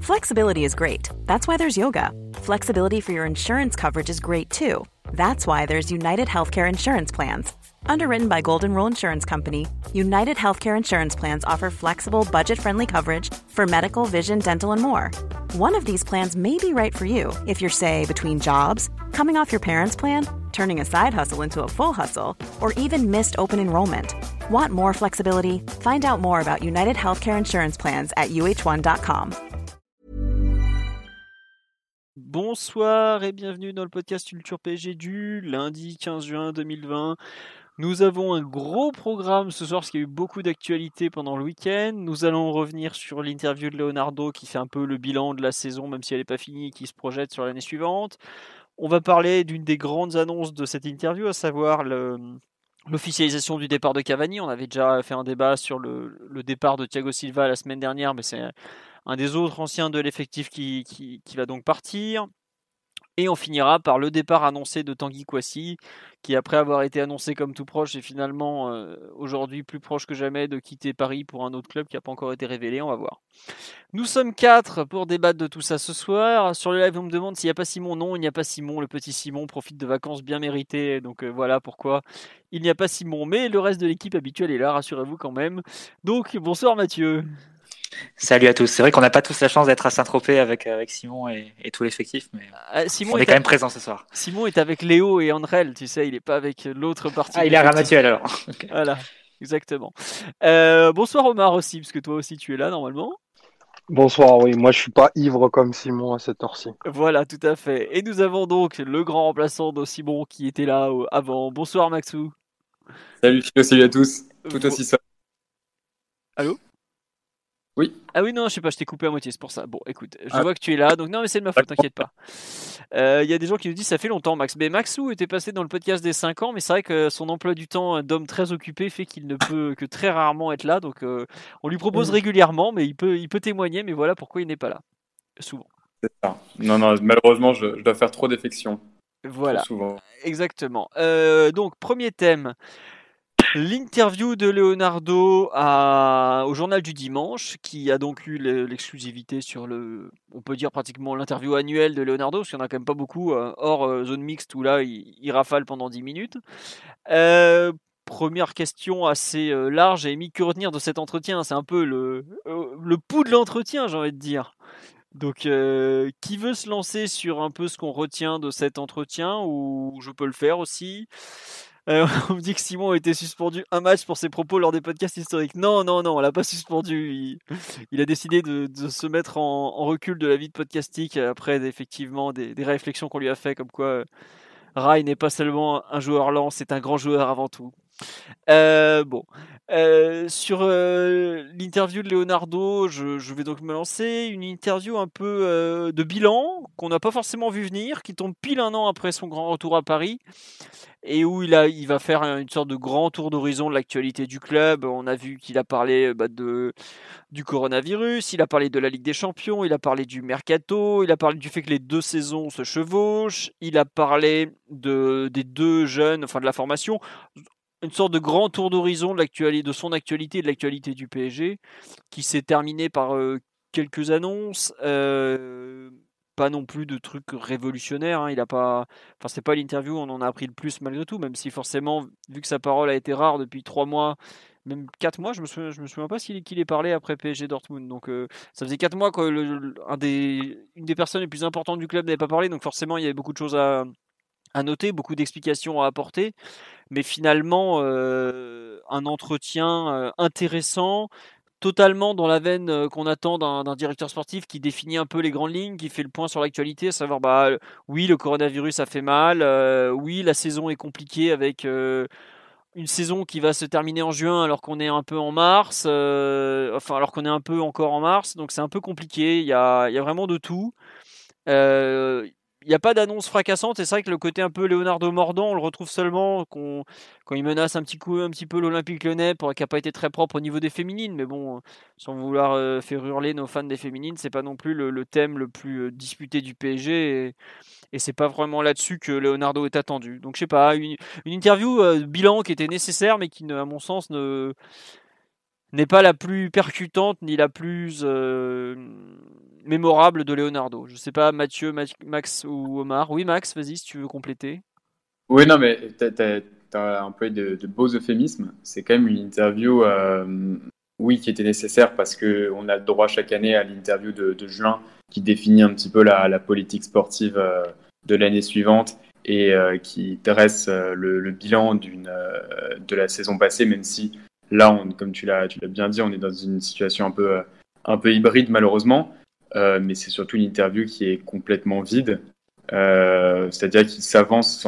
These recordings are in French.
Flexibility is great. That's why there's yoga. Flexibility for your insurance coverage is great too. That's why there's United Healthcare Insurance Plans. Underwritten by Golden Rule Insurance Company, United Healthcare Insurance Plans offer flexible, budget-friendly coverage for medical, vision, dental, and more. One of these plans may be right for you if you're, say, between jobs, coming off your parents' plan, turning a side hustle into a full hustle, or even missed open enrollment. Want more flexibility? Find out more about United Healthcare Insurance Plans at uh1.com. Bonsoir et bienvenue dans le podcast Culture PSG du lundi 15 juin 2020. Nous avons un gros programme ce soir parce qu'il y a eu beaucoup d'actualités pendant le week-end. Nous allons revenir sur l'interview de Leonardo qui fait un peu le bilan de la saison même si elle n'est pas finie et qui se projette sur l'année suivante. On va parler d'une des grandes annonces de cette interview, à savoir l'officialisation du départ de Cavani. On avait déjà fait un débat sur le départ de Thiago Silva la semaine dernière, mais c'est un des autres anciens de l'effectif qui va donc partir. Et on finira par le départ annoncé de Tanguy Kouassi, qui après avoir été annoncé comme tout proche, est finalement aujourd'hui plus proche que jamais de quitter Paris pour un autre club qui n'a pas encore été révélé, on va voir. Nous sommes 4 pour débattre de tout ça ce soir. Sur le live, on me demande s'il n'y a pas Simon. Non, il n'y a pas Simon. Le petit Simon profite de vacances bien méritées, donc voilà pourquoi il n'y a pas Simon. Mais le reste de l'équipe habituelle est là, rassurez-vous quand même. Donc bonsoir Mathieu. Salut à tous. C'est vrai qu'on n'a pas tous la chance d'être à Saint-Tropez avec Simon et tout l'effectif, mais Simon on est quand même présent ce soir. Simon est avec Léo et Andrel, tu sais, il n'est pas avec l'autre partie. Ah, il est à Ramatuel alors. Okay. Voilà, exactement. Bonsoir Omar aussi, parce que toi aussi tu es là normalement. Bonsoir, oui, moi je suis pas ivre comme Simon à cette heure-ci. Voilà, tout à fait. Et nous avons donc le grand remplaçant de Simon qui était là avant. Bonsoir Maxou. Salut Philo, salut à tous. Tout aussi ça. Allô ? Oui. Ah oui, non, je sais pas, je t'ai coupé à moitié, c'est pour ça. Bon, écoute, je vois que tu es là, donc non, mais c'est de ma faute, t'inquiète pas. Il y a des gens qui nous disent ça fait longtemps, Max. Mais Maxou était passé dans le podcast des 5 ans, mais c'est vrai que son emploi du temps d'homme très occupé fait qu'il ne peut que très rarement être là. Donc on lui propose régulièrement, mais il peut témoigner, mais voilà pourquoi il n'est pas là. Souvent. C'est ça. Non, malheureusement, je dois faire trop défections. Voilà. Trop souvent. Exactement. Donc, premier thème. L'interview de Leonardo au journal du dimanche, qui a donc eu l'exclusivité sur on peut dire pratiquement l'interview annuelle de Leonardo, parce qu'il n'y en a quand même pas beaucoup, hors zone mixte où là il rafale pendant 10 minutes. Première question assez large, Amy, que retenir de cet entretien ? C'est un peu le pouls de l'entretien, j'ai envie de dire. Donc, qui veut se lancer sur un peu ce qu'on retient de cet entretien, ou je peux le faire aussi ? On me dit que Simon a été suspendu un match pour ses propos lors des podcasts historiques. Non, on l'a pas suspendu. Il a décidé de se mettre en recul de la vie de podcastique après effectivement des réflexions qu'on lui a fait, comme quoi Rai n'est pas seulement un joueur lent, c'est un grand joueur avant tout. Sur l'interview de Leonardo, je vais donc me lancer. Une interview un peu de bilan qu'on n'a pas forcément vu venir, qui tombe pile un an après son grand retour à Paris et où il va faire une sorte de grand tour d'horizon de l'actualité du club. On a vu qu'il a parlé du coronavirus, il a parlé de la Ligue des Champions, il a parlé du mercato, il a parlé du fait que les 2 saisons se chevauchent, il a parlé des 2 jeunes, enfin de la formation. Une sorte de grand tour d'horizon de son actualité et de l'actualité du PSG, qui s'est terminé par quelques annonces, pas non plus de trucs révolutionnaires. Hein. C'est pas l'interview où on en a appris le plus malgré tout, même si forcément, vu que sa parole a été rare depuis 3 mois, même 4 mois, je me souviens pas qu'il ait parlé après PSG Dortmund. Donc ça faisait 4 mois que une des personnes les plus importantes du club n'avait pas parlé, donc forcément il y avait beaucoup de choses à noter, beaucoup d'explications à apporter. Mais finalement, un entretien intéressant, totalement dans la veine qu'on attend d'un directeur sportif qui définit un peu les grandes lignes, qui fait le point sur l'actualité, à savoir, oui, le coronavirus a fait mal, oui, la saison est compliquée avec une saison qui va se terminer en juin alors qu'on est un peu en mars, alors qu'on est un peu encore en mars, donc c'est un peu compliqué, il y a vraiment de tout. Il n'y a pas d'annonce fracassante, et c'est vrai que le côté un peu Leonardo mordant, on le retrouve seulement quand il menace un petit peu l'Olympique Lyonnais qui n'a pas été très propre au niveau des féminines, mais bon, sans vouloir faire hurler nos fans des féminines, c'est pas non plus le thème le plus disputé du PSG, et c'est pas vraiment là-dessus que Leonardo est attendu. Donc je sais pas, une interview bilan qui était nécessaire, mais qui, à mon sens, n'est pas la plus percutante ni la plus mémorable de Leonardo. Je sais pas, Mathieu, Max ou Omar. Oui, Max, vas-y si tu veux compléter. Oui, non, mais t'as employé de beaux euphémismes. C'est quand même une interview, oui, qui était nécessaire parce que on a droit chaque année à l'interview de juin qui définit un petit peu la politique sportive de l'année suivante et qui dresse le bilan de la saison passée, même si là, comme tu l'as bien dit, on est dans une situation un peu hybride malheureusement, mais c'est surtout une interview qui est complètement vide. C'est-à-dire qu'il s'avance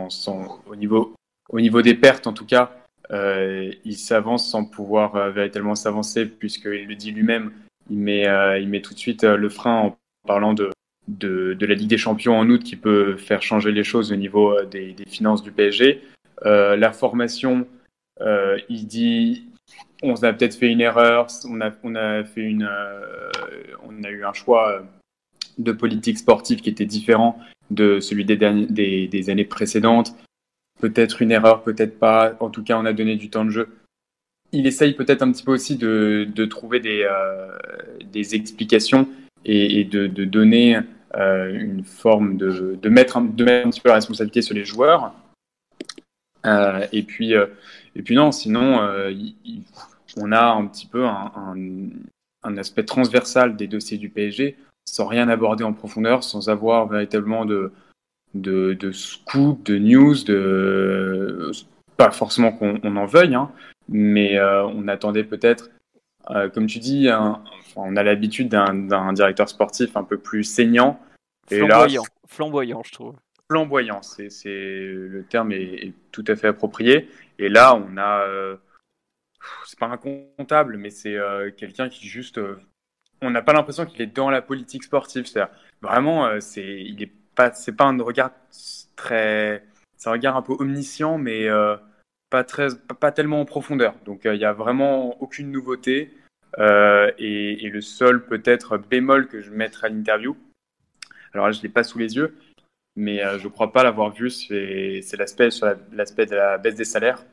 au niveau des pertes en tout cas, il s'avance sans pouvoir véritablement s'avancer puisqu'il le dit lui-même, il met tout de suite le frein en parlant de la Ligue des Champions en août qui peut faire changer les choses au niveau des finances du PSG. La formation, il dit on a peut-être fait une erreur, on a eu un choix de politique sportive qui était différent de celui des années précédentes. Peut-être une erreur, peut-être pas. En tout cas, on a donné du temps de jeu. Il essaye peut-être un petit peu aussi de trouver des explications et de donner une forme de mettre un petit peu la responsabilité sur les joueurs. Et puis non, sinon, on a un petit peu un aspect transversal des dossiers du PSG sans rien aborder en profondeur, sans avoir véritablement de scoop, de news, pas forcément qu'on en veuille, hein, mais on attendait peut-être, comme tu dis, on a l'habitude d'un directeur sportif un peu plus saignant. Flamboyant, je trouve. Flamboyant, le terme est tout à fait approprié. Et là, on a, c'est pas un comptable, mais c'est quelqu'un qui juste, on n'a pas l'impression qu'il est dans la politique sportive. C'est-à-dire, vraiment, c'est pas un regard très, c'est un regard un peu omniscient, mais pas tellement en profondeur. Donc, il y a vraiment aucune nouveauté. Et le seul peut-être bémol que je mettrai à l'interview, alors là, je l'ai pas sous les yeux, mais je crois pas l'avoir vu. C'est l'aspect de la baisse des salaires,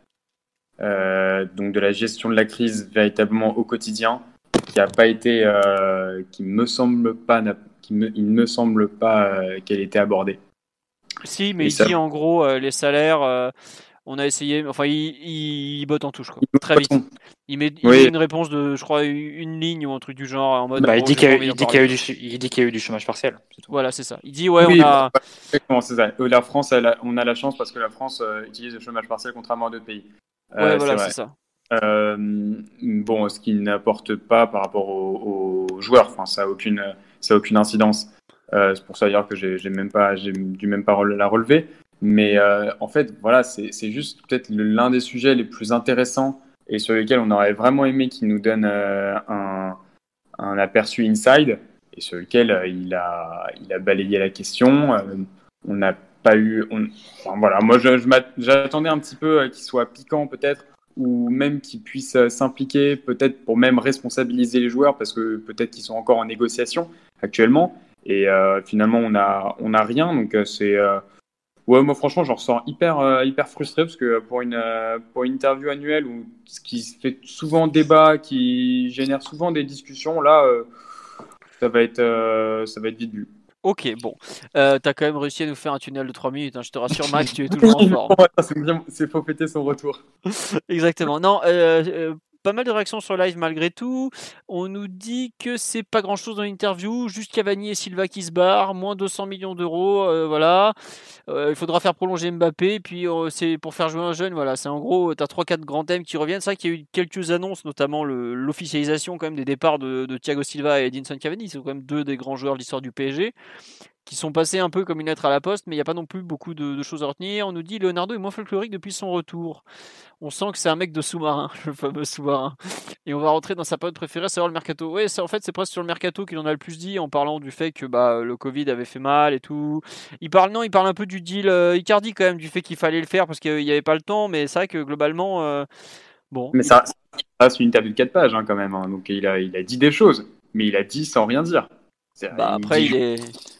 donc de la gestion de la crise véritablement au quotidien, qui a pas été, il me semble pas qu'elle ait été abordée. Si, mais dit en gros les salaires. On a essayé, enfin il botte en touche quoi. Très vite. Il met une réponse de, je crois, une ligne ou un truc du genre en mode. Il dit qu'il y a eu du chômage partiel. Voilà, c'est ça. Il dit on a. C'est ça. La France, on a la chance parce que la France utilise le chômage partiel contrairement à d'autres pays. Voilà, c'est ça. Bon, ce qui n'apporte pas par rapport aux joueurs. Enfin, ça a aucune incidence. C'est pour ça d'ailleurs que j'ai dû même pas la relever. Mais en fait, voilà, c'est juste peut-être l'un des sujets les plus intéressants et sur lesquels on aurait vraiment aimé qu'il nous donne un aperçu inside et sur lequel il a balayé la question. On n'a pas eu. Enfin, voilà, moi j'attendais un petit peu qu'il soit piquant peut-être ou même qu'il puisse s'impliquer peut-être pour même responsabiliser les joueurs parce que peut-être qu'ils sont encore en négociation actuellement et finalement on a rien donc c'est. Ouais, moi franchement, j'en ressors hyper frustré parce que pour une interview annuelle où ce qui fait souvent débat, qui génère souvent des discussions, là, ça va être vite vu. Ok, bon. T'as quand même réussi à nous faire un tunnel de 3 minutes. Hein. Je te rassure, Max, tu es toujours en forme. C'est faut fêter son retour. Exactement. Non, pas mal de réactions sur live malgré tout. On nous dit que c'est pas grand chose dans l'interview, juste Cavani et Silva qui se barrent, moins 200 millions d'euros, voilà. Il faudra faire prolonger Mbappé, et puis c'est pour faire jouer un jeune, voilà. C'est en gros, t'as 3-4 grands thèmes qui reviennent. C'est vrai qu'il y a eu quelques annonces, notamment l'officialisation quand même des départs de Thiago Silva et Edinson Cavani. C'est quand même deux des grands joueurs de l'histoire du PSG. Qui sont passés un peu comme une lettre à la poste, mais il n'y a pas non plus beaucoup de choses à retenir. On nous dit Leonardo est moins folklorique depuis son retour. On sent que c'est un mec de sous-marin, le fameux sous-marin. Et on va rentrer dans sa période préférée, savoir le mercato. Ouais, en fait, c'est presque sur le mercato qu'il en a le plus dit, en parlant du fait que le Covid avait fait mal et tout. Il parle un peu du deal Icardi quand même, du fait qu'il fallait le faire parce qu'il n'y avait pas le temps, mais c'est vrai que globalement, bon. Mais ça c'est une interview de 4 pages hein, quand même. Hein. Donc il a dit des choses, mais il a dit sans rien dire. Après, il est.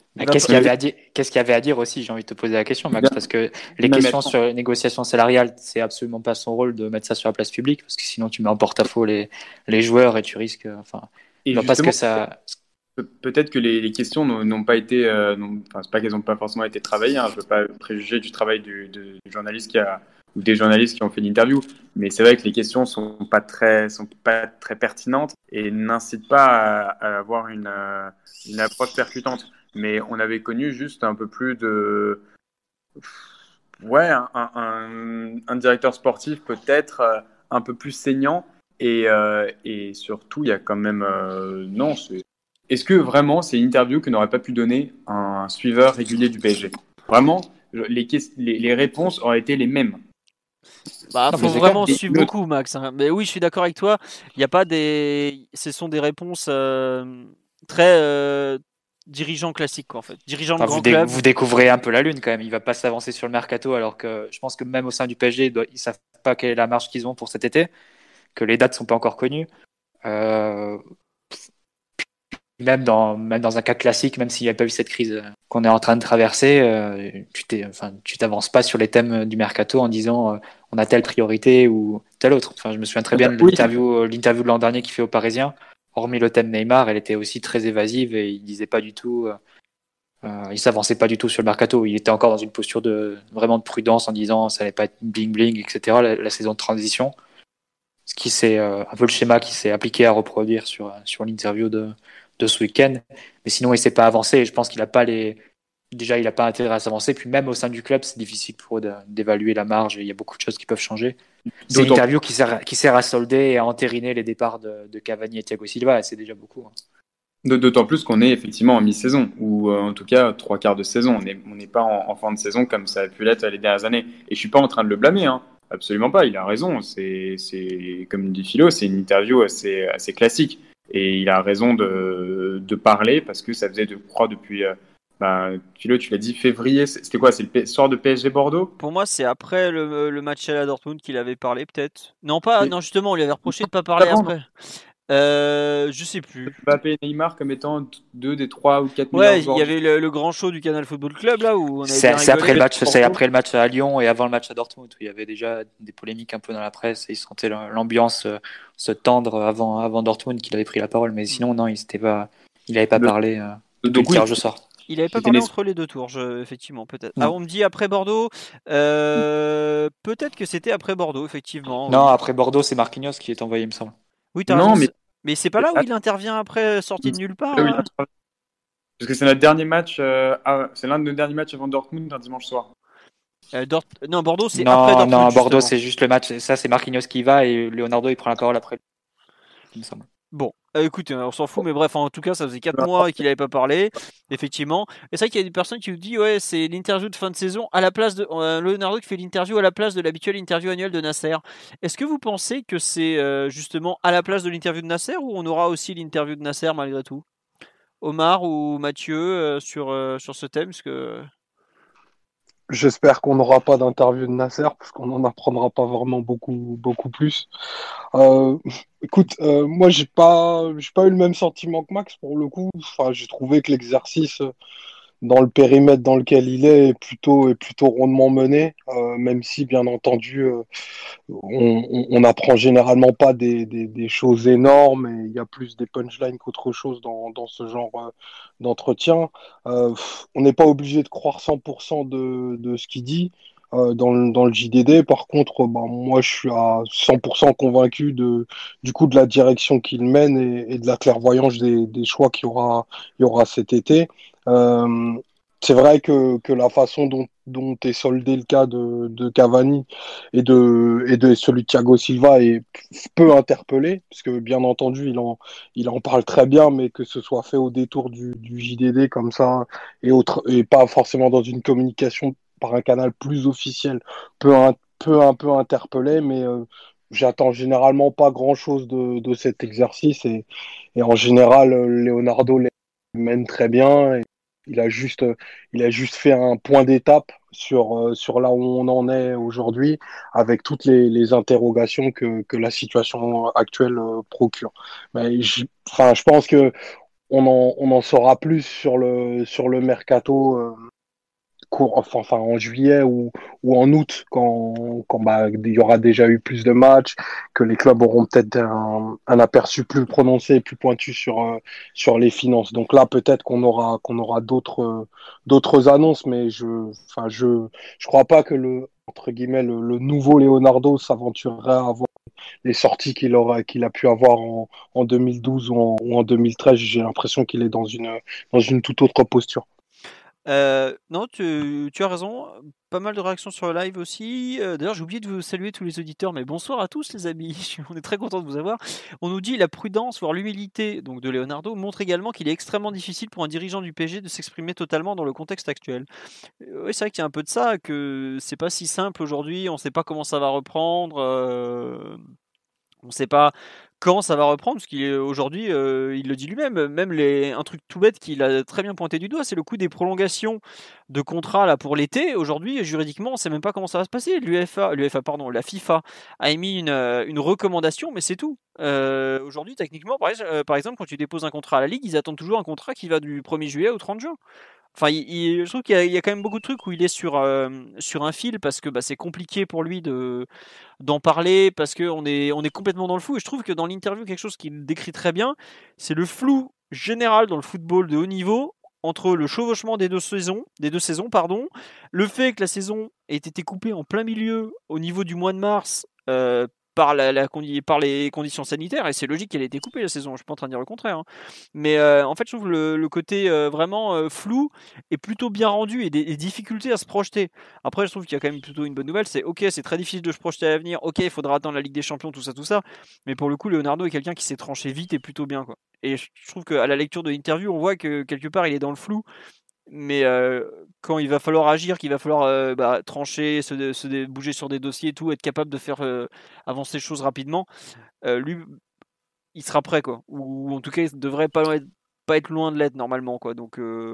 Mais va qu'est-ce pas- qu'il y avait à dire, qu'est-ce qu'il y avait à dire aussi, j'ai envie de te poser la question, Max, Bien. parce que les Même questions être- sur les négociations salariales, c'est absolument pas son rôle de mettre ça sur la place publique, parce que sinon tu mets en porte-à-faux les joueurs et tu risques. Enfin, je Et vois pas ce que justement, ça. peut-être que les questions n'ont pas été, enfin, c'est pas qu'elles n'ont pas forcément été travaillées, hein. Je veux pas préjuger du travail du journaliste ou des journalistes qui ont fait l'interview, mais c'est vrai que les questions sont pas très pertinentes et n'incitent pas à avoir une approche percutante. Mais on avait connu juste un peu plus de, ouais, un directeur sportif peut-être un peu plus saignant et surtout il y a quand même, non, est-ce que vraiment c'est une interview que n'aurait pas pu donner un suiveur régulier du PSG? Vraiment, les réponses auraient été les mêmes. Bah, Non, mais faut c'est clair. vraiment Et suivre l'autre, beaucoup, Max, hein. Mais oui, je suis d'accord avec toi. Il y a pas des, ce sont des réponses très dirigeants classiques, quoi, en fait. Dirigeants de Enfin, grands clubs. vous découvrez un peu la lune quand même. Il va pas s'avancer sur le mercato, alors que je pense que même au sein du PSG, ils savent pas quelle est la marge qu'ils ont pour cet été, que les dates sont pas encore connues. Euh, même dans un cas classique, même s'il n'y a pas eu cette crise qu'on est en train de traverser, tu t'avances pas sur les thèmes du mercato en disant on a telle priorité ou telle autre. Enfin, je me souviens très bien de oui, l'interview de l'an dernier qu'il fait au Parisien. Hormis le thème Neymar, elle était aussi très évasive et il disait pas du tout, il s'avançait pas du tout sur le mercato. Il était encore dans une posture vraiment de prudence en disant ça allait pas être bling bling, etc. La saison de transition, ce qui c'est un peu le schéma qui s'est appliqué à reproduire sur l'interview de ce week-end. Mais sinon, il s'est pas avancé et je pense qu'il a pas déjà, il a pas intérêt à s'avancer. Puis même au sein du club, c'est difficile pour eux d'évaluer la marge et il y a beaucoup de choses qui peuvent changer. C'est une d'autant interview qui sert à solder et à entériner les départs de Cavani et Thiago Silva et c'est déjà beaucoup, hein. D'autant plus qu'on est effectivement en mi-saison, ou en tout cas trois quarts de saison. On n'est pas en fin de saison comme ça a pu l'être les dernières années. Et je suis pas en train de le blâmer, hein. Absolument pas. Il a raison. Comme dit Philo, c'est une interview assez classique. Et il a raison de parler parce que ça faisait, je crois, depuis. Philo, tu l'as dit, février. C'était quoi? C'est le soir de PSG Bordeaux? Pour moi, c'est après le match à la Dortmund qu'il avait parlé, peut-être. Non, pas. Mais Non, justement, on lui avait reproché de pas parler avant, après. Je sais plus. Mbappé et Neymar comme étant deux des trois ou quatre meilleurs Ouais, il joueurs y du avait le grand show du Canal Football Club là où on avait C'est bien c'est après rigolé. le match, c'est après le match à Lyon et avant le match à Dortmund où il y avait déjà des polémiques un peu dans la presse et ils sentaient l'ambiance se tendre avant Dortmund qu'il avait pris la parole. Mais sinon, non, il n'avait pas De- parlé depuis donc le oui, tirage au sort. Il avait pas c'était parlé une entre les deux tours, effectivement, peut-être. Ah, Non, on me dit après Bordeaux. Peut-être que c'était après Bordeaux, effectivement. non, Oui, après Bordeaux, c'est Marquinhos qui est envoyé, il me semble. oui, t'as raison. Non, mais Mais c'est pas là où il intervient après, sorti de nulle part. là où il intervient. Parce que c'est notre dernier match, c'est l'un de nos derniers matchs avant Dortmund un dimanche soir. Non, Bordeaux, c'est après Non, Dortmund, non, Bordeaux, justement. c'est juste le match. Ça, c'est Marquinhos qui y va et Leonardo, il prend la parole après, il me semble. Bon, écoute, on s'en fout, mais bref, en tout cas, ça faisait 4 mois qu'il n'avait pas parlé, effectivement. Et c'est vrai qu'il y a des personnes qui nous disent, ouais, c'est l'interview de fin de saison à la place de Leonardo qui fait l'interview à la place de l'habituelle interview annuelle de Nasser. Est-ce que vous pensez que c'est justement à la place de l'interview de Nasser ou on aura aussi l'interview de Nasser malgré tout? Omar ou Mathieu sur ce thème, parce que J'espère qu'on n'aura pas d'interview de Nasser parce qu'on n'en apprendra pas vraiment beaucoup plus. Euh, écoute, moi j'ai pas eu le même sentiment que Max pour le coup. Enfin, j'ai trouvé que l'exercice dans le périmètre dans lequel il est plutôt rondement mené, même si bien entendu on apprend généralement pas des choses énormes et il y a plus des punchlines qu'autre chose dans ce genre d'entretien. On n'est pas obligé de croire 100% de ce qu'il dit. Dans le JDD, par contre, ben, moi je suis à 100% convaincu du coup de la direction qu'il mène et de la clairvoyance des choix il y aura cet été. Euh, c'est vrai que la façon dont est soldé le cas de Cavani et de celui de Thiago Silva peut interpeller, parce que bien entendu, il en parle très bien, mais que ce soit fait au détour du JDD comme ça et pas forcément dans une communication par un canal plus officiel peut un peu interpeller, mais j'attends généralement pas grand-chose de cet exercice et en général, Leonardo les mène très bien. Il a juste, il a juste fait un point d'étape sur là où on en est aujourd'hui, avec toutes les interrogations que la situation actuelle procure. Mais enfin, je pense que on en saura plus sur le mercato enfin en juillet ou en août quand bah, il y aura déjà eu plus de matchs, que les clubs auront peut-être un aperçu plus prononcé et plus pointu sur les finances. Donc là peut-être qu'on aura d'autres annonces, mais je crois pas que le entre guillemets le nouveau Leonardo s'aventurerait à avoir les sorties qu'il a pu avoir en 2012 ou en 2013. J'ai l'impression qu'il est dans une toute autre posture. Non, tu as raison. Pas mal de réactions sur le live aussi. D'ailleurs, j'ai oublié de vous saluer tous les auditeurs, mais bonsoir à tous les amis. On est très content de vous avoir. On nous dit la prudence, voire l'humilité donc de Leonardo montre également qu'il est extrêmement difficile pour un dirigeant du PSG de s'exprimer totalement dans le contexte actuel. Oui, c'est vrai qu'il y a un peu de ça, que c'est pas si simple aujourd'hui. On ne sait pas comment ça va reprendre. On ne sait pas quand ça va reprendre, parce qu'aujourd'hui, il le dit lui-même, même un truc tout bête qu'il a très bien pointé du doigt, c'est le coût des prolongations de contrats là, pour l'été. Aujourd'hui, juridiquement, on ne sait même pas comment ça va se passer. Pardon, la FIFA a émis une recommandation, mais c'est tout. Aujourd'hui, techniquement, par exemple, quand tu déposes un contrat à la Ligue, ils attendent toujours un contrat qui va du 1er juillet au 30 juin. Enfin, je trouve qu'il y a quand même beaucoup de trucs où il est sur un fil, parce que bah, c'est compliqué pour lui d'en parler, parce on est complètement dans le flou. Et je trouve que dans l'interview, quelque chose qu'il décrit très bien, c'est le flou général dans le football de haut niveau entre le chevauchement des deux saisons, pardon, le fait que la saison ait été coupée en plein milieu au niveau du mois de mars par les conditions sanitaires, et c'est logique qu'elle ait été coupée la saison, je suis pas en train de dire le contraire, hein. Mais en fait, je trouve le côté vraiment flou est plutôt bien rendu, et des difficultés à se projeter. Après, je trouve qu'il y a quand même plutôt une bonne nouvelle, c'est ok, c'est très difficile de se projeter à l'avenir, ok, il faudra attendre la Ligue des Champions, tout ça, mais pour le coup, Leonardo est quelqu'un qui s'est tranché vite et plutôt bien, quoi. Et je trouve qu'à la lecture de l'interview, on voit que quelque part, il est dans le flou, mais quand il va falloir agir, qu'il va falloir trancher, bouger sur des dossiers et tout, être capable de faire avancer les choses rapidement, lui, il sera prêt, quoi. Ou en tout cas, il devrait pas être loin de l'être normalement, quoi. Donc,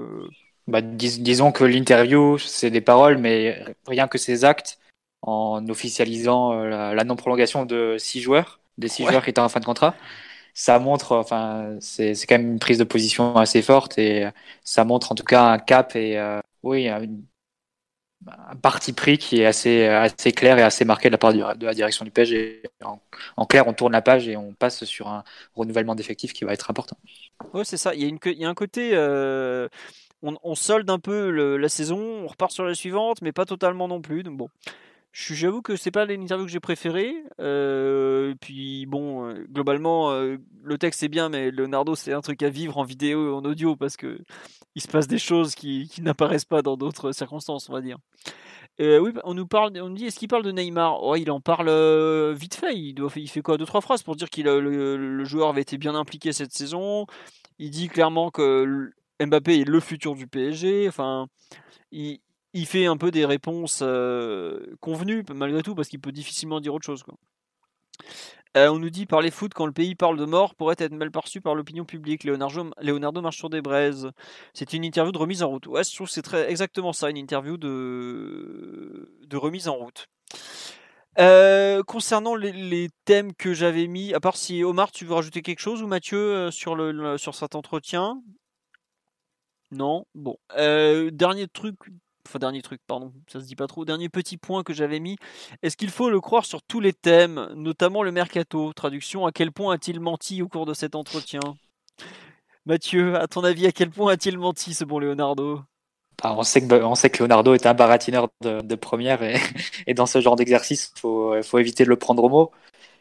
Disons que l'interview, c'est des paroles, mais rien que ses actes, en officialisant la non-prolongation de 6 joueurs, des six ouais. joueurs qui étaient en fin de contrat, ça montre, enfin, c'est quand même une prise de position assez forte, et ça montre en tout cas un cap et oui, un parti pris qui est assez clair et assez marqué de la part de la direction du PSG. En clair, on tourne la page et on passe sur un renouvellement d'effectifs qui va être important. Ouais, c'est ça. Il y a un côté. On solde un peu la saison, on repart sur la suivante, mais pas totalement non plus. Donc bon. J'avoue que c'est pas l'interview que j'ai préférée. Puis bon, globalement, le texte c'est bien, mais Leonardo c'est un truc à vivre en vidéo et en audio, parce que il se passe des choses qui n'apparaissent pas dans d'autres circonstances, on va dire. Oui, on nous dit, est-ce qu'il parle de Neymar? Oh, il en parle vite fait. Il fait quoi, deux trois phrases pour dire le joueur avait été bien impliqué cette saison. Il dit clairement que Mbappé est le futur du PSG. Enfin, il, il fait un peu des réponses convenues malgré tout, parce qu'il peut difficilement dire autre chose, quoi. On nous dit parler foot quand le pays parle de mort pourrait être mal perçu par l'opinion publique. Leonardo marche sur des braises. C'est une interview de remise en route. Ouais, je trouve que c'est exactement ça, une interview de remise en route. Concernant les thèmes que j'avais mis, à part si Omar, tu veux rajouter quelque chose, ou Mathieu, sur cet entretien? Non? Bon. Dernier truc, pardon, ça se dit pas trop. Dernier petit point que j'avais mis. Est-ce qu'il faut le croire sur tous les thèmes, notamment le mercato? Traduction, à quel point a-t-il menti au cours de cet entretien? Mathieu, à ton avis, à quel point a-t-il menti, ce bon Leonardo? On sait que Leonardo est un baratineur de première, et dans ce genre d'exercice, faut éviter de le prendre au mot.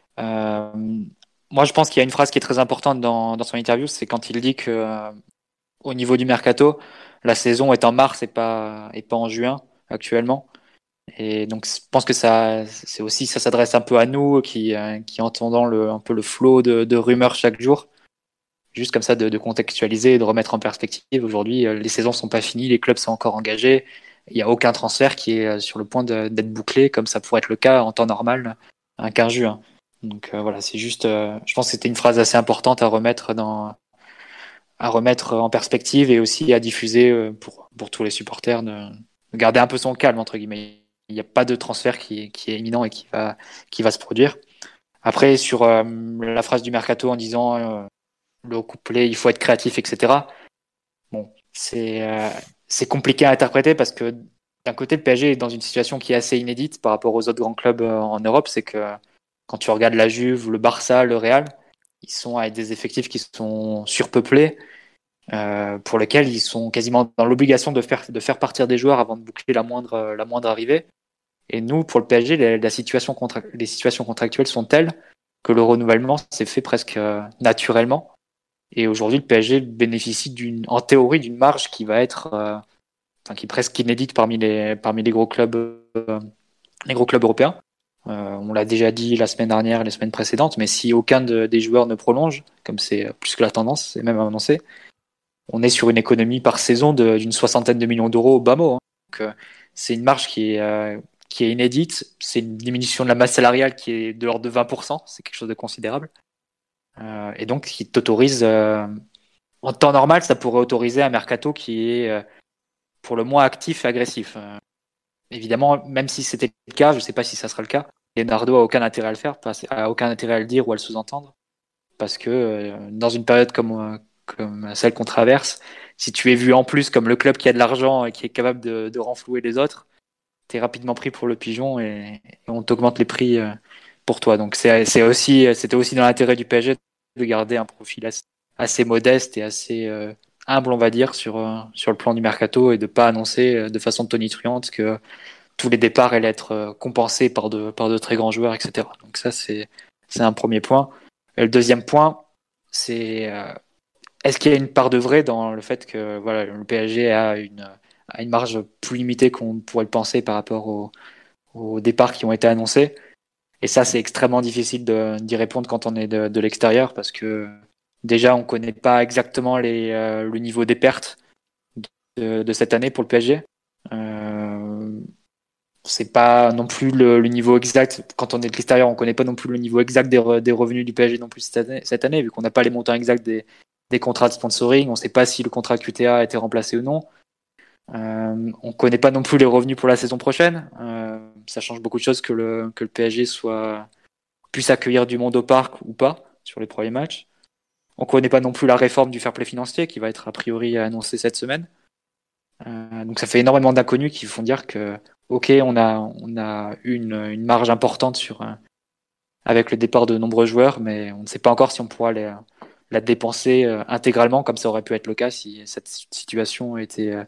Moi, je pense qu'il y a une phrase qui est très importante dans son interview, c'est quand il dit que au niveau du mercato, la saison est en mars et pas en juin actuellement. Et donc, je pense que ça s'adresse un peu à nous qui entendons un peu le flot de rumeurs chaque jour. Juste comme ça, de contextualiser et de remettre en perspective. Aujourd'hui, les saisons sont pas finies, les clubs sont encore engagés. Il n'y a aucun transfert qui est sur le point d'être bouclé, comme ça pourrait être le cas en temps normal, un 15 juin. Donc voilà, c'est juste, je pense que c'était une phrase assez importante à remettre en perspective, et aussi à diffuser pour tous les supporters, de garder un peu son calme, entre guillemets. Il n'y a pas de transfert qui est imminent et qui va se produire. Après, sur la phrase du mercato en disant le couplet, il faut être créatif, etc. Bon, c'est compliqué à interpréter parce que d'un côté, le PSG est dans une situation qui est assez inédite par rapport aux autres grands clubs en Europe. C'est que quand tu regardes la Juve, le Barça, le Real, ils sont avec des effectifs qui sont surpeuplés, pour lesquels ils sont quasiment dans l'obligation de faire partir des joueurs avant de boucler la moindre arrivée. Et nous, pour le PSG, les situations contractuelles sont telles que le renouvellement s'est fait presque naturellement. Et aujourd'hui, le PSG bénéficie en théorie d'une marge qui va être, qui est presque inédite parmi les gros clubs européens. On l'a déjà dit la semaine dernière, les semaines précédentes, mais si aucun des joueurs ne prolonge, comme c'est plus que la tendance, c'est même annoncé, on est sur une économie par saison d'une 60aine de millions d'euros au bas mot. Donc, c'est une marge qui est inédite. C'est une diminution de la masse salariale qui est de l'ordre de 20%. C'est quelque chose de considérable. Et donc, qui t'autorise, en temps normal, ça pourrait autoriser un mercato qui est pour le moins actif et agressif. Évidemment, même si c'était le cas, je ne sais pas si ça sera le cas, Leonardo a aucun intérêt à le faire, a aucun intérêt à le dire ou à le sous-entendre, parce que dans une période comme celle qu'on traverse, si tu es vu en plus comme le club qui a de l'argent et qui est capable de renflouer les autres, tu es rapidement pris pour le pigeon et on t'augmente les prix pour toi. Donc c'était aussi dans l'intérêt du PSG de garder un profil assez modeste et assez humble, on va dire, sur le plan du mercato et de pas annoncer de façon tonitruante que tous les départs allaient être compensés par de très grands joueurs, etc. Donc ça, c'est un premier point. Et le deuxième point, c'est est-ce qu'il y a une part de vrai dans le fait que voilà, le PSG a une marge plus limitée qu'on pourrait le penser par rapport aux départs qui ont été annoncés. Et ça, c'est extrêmement difficile d'y répondre quand on est de l'extérieur parce que déjà, on ne connaît pas exactement le niveau des pertes de cette année pour le PSG. C'est pas non plus le niveau exact. Quand on est de l'extérieur, on ne connaît pas non plus le niveau exact des revenus du PSG non plus cette année vu qu'on n'a pas les montants exacts des contrats de sponsoring. On ne sait pas si le contrat QTA a été remplacé ou non. On ne connaît pas non plus les revenus pour la saison prochaine. Ça change beaucoup de choses que le PSG puisse accueillir du monde au parc ou pas sur les premiers matchs. On ne connaît pas non plus la réforme du fair play financier qui va être a priori annoncée cette semaine. Donc ça fait énormément d'inconnus qui font dire que ok, on a une marge importante avec le départ de nombreux joueurs, mais on ne sait pas encore si on pourra la dépenser intégralement comme ça aurait pu être le cas si cette situation était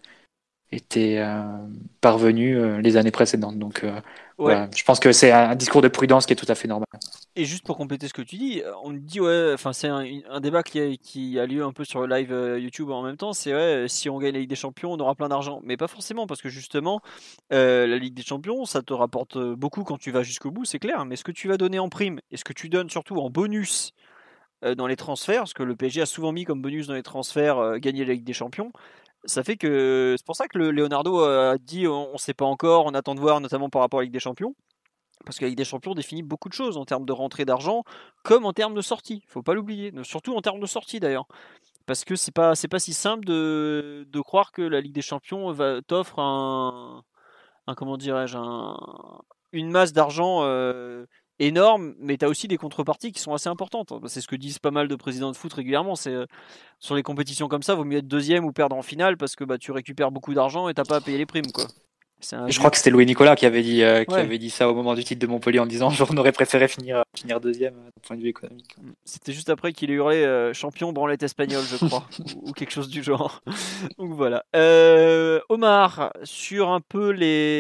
parvenue les années précédentes. Donc voilà, je pense que c'est un discours de prudence qui est tout à fait normal. Et juste pour compléter ce que tu dis, on dit c'est un débat qui a lieu un peu sur le live YouTube en même temps. C'est si on gagne la Ligue des Champions, on aura plein d'argent, mais pas forcément parce que justement la Ligue des Champions, ça te rapporte beaucoup quand tu vas jusqu'au bout, c'est clair. Mais ce que tu vas donner en prime et ce que tu donnes surtout en bonus dans les transferts, parce que le PSG a souvent mis comme bonus dans les transferts gagner la Ligue des Champions. Ça fait que c'est pour ça que le Leonardo a dit on ne sait pas encore, on attend de voir, notamment par rapport à la Ligue des Champions. Parce que la Ligue des Champions définit beaucoup de choses en termes de rentrée d'argent, comme en termes de sortie. Faut pas l'oublier, surtout en termes de sortie d'ailleurs. Parce que c'est pas si simple de croire que la Ligue des Champions t'offre comment dirais-je, une masse d'argent énorme, mais tu as aussi des contreparties qui sont assez importantes. C'est ce que disent pas mal de présidents de foot régulièrement. C'est sur les compétitions comme ça, vaut mieux être deuxième ou perdre en finale parce que tu récupères beaucoup d'argent et t'as pas à payer les primes, quoi. Je crois que c'était Louis Nicolas qui avait dit ça au moment du titre de Montpellier en disant on aurait préféré finir deuxième d'un point de vue économique. C'était juste après qu'il ait hurlé champion branlette espagnole, je crois, ou quelque chose du genre. Donc voilà. Omar, sur un peu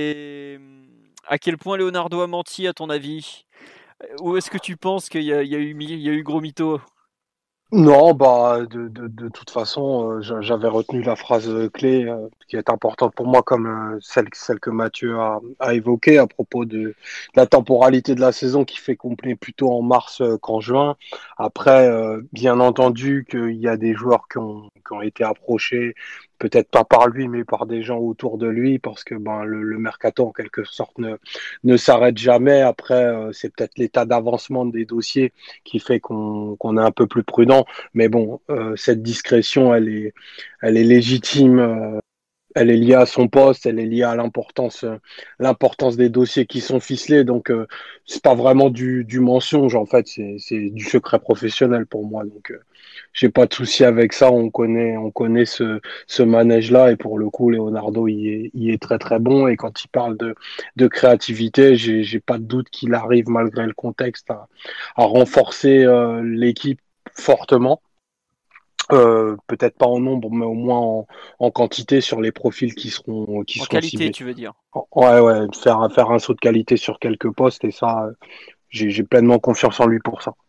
à quel point Leonardo a menti à ton avis? Ou est-ce que tu penses qu'il y a eu gros mytho? Non, de toute façon, j'avais retenu la phrase clé qui est importante pour moi, comme celle que Mathieu a évoquée à propos de la temporalité de la saison qui fait qu'on est plutôt en mars qu'en juin. Après, bien entendu qu'il y a des joueurs qui ont été approchés, peut-être pas par lui, mais par des gens autour de lui, parce que le mercato en quelque sorte ne s'arrête jamais. Après, c'est peut-être l'état d'avancement des dossiers qui fait qu'on est un peu plus prudent. Mais bon, cette discrétion, elle est légitime. elle est liée à son poste, elle est liée à l'importance des dossiers qui sont ficelés. Donc, c'est pas vraiment du mensonge, en fait, c'est du secret professionnel pour moi. Donc, j'ai pas de souci avec ça. On connaît ce manège-là et pour le coup, Leonardo il est très très bon. Et quand il parle de créativité, j'ai pas de doute qu'il arrive malgré le contexte à renforcer l'équipe fortement. Peut-être pas en nombre, mais au moins en quantité sur les profils qui En seront qualité, ciblés. tu veux dire. Ouais, faire un saut de qualité sur quelques postes et ça, j'ai pleinement confiance en lui pour ça.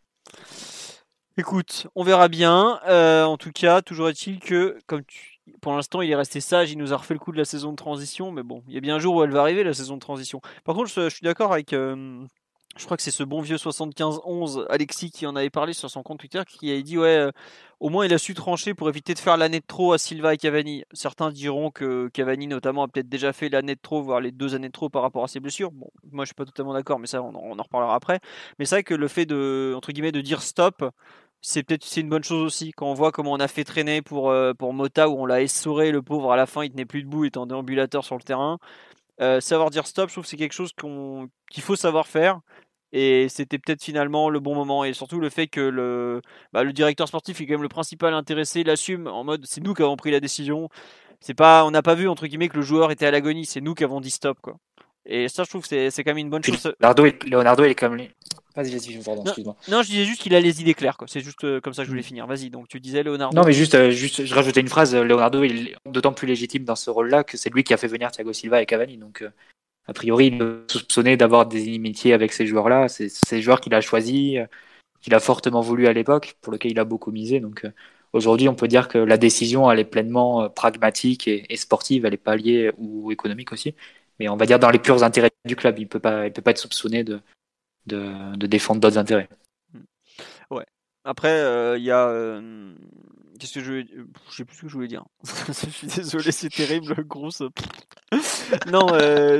Écoute, on verra bien. En tout cas, toujours est-il que, pour l'instant, il est resté sage, il nous a refait le coup de la saison de transition, mais bon, il y a bien un jour où elle va arriver, la saison de transition. Par contre, je suis d'accord avec, je crois que c'est ce bon vieux 75-11, Alexis, qui en avait parlé sur son compte Twitter, qui avait dit, ouais, au moins il a su trancher pour éviter de faire l'année de trop à Silva et Cavani. Certains diront que Cavani, notamment, a peut-être déjà fait l'année de trop, voire les 2 années de trop par rapport à ses blessures. Bon, moi, je suis pas totalement d'accord, mais ça, on en reparlera après. Mais c'est vrai que le fait de, entre guillemets, de dire stop, c'est une bonne chose aussi quand on voit comment on a fait traîner pour Mota où on l'a essoré le pauvre à la fin il tenait plus debout il était en déambulateur sur le terrain. Savoir dire stop, je trouve que c'est quelque chose qu'il faut savoir faire et c'était peut-être finalement le bon moment et surtout le fait que le directeur sportif est quand même le principal intéressé, il assume en mode c'est nous qui avons pris la décision, c'est pas, on n'a pas vu entre guillemets que le joueur était à l'agonie, c'est nous qui avons dit stop quoi. Et ça je trouve que c'est quand même une bonne Puis chose. Leonardo, il est comme lui. Vas-y, pardon, Non, excuse-moi. non, je disais juste qu'il a les idées claires quoi. C'est juste comme ça que je voulais finir. Vas-y, donc tu disais Non, Leonardo. mais juste, je rajoutais une phrase. Leonardo, il est d'autant plus légitime dans ce rôle-là que c'est lui qui a fait venir Thiago Silva et Cavani. Donc, a priori, il est soupçonné d'avoir des inimitiés avec ces joueurs-là. C'est ces joueurs qu'il a choisis, qu'il a fortement voulu à l'époque, pour lesquels il a beaucoup misé. Donc, aujourd'hui, on peut dire que la décision, elle est pleinement pragmatique et sportive. Elle est pas liée ou économique aussi. Mais on va dire dans les purs intérêts du club. Il peut pas être soupçonné de défendre d'autres intérêts. Ouais. Après, il y a. Qu'est-ce que je sais plus ce que je voulais dire. Je suis désolé, c'est terrible, grosse. Non,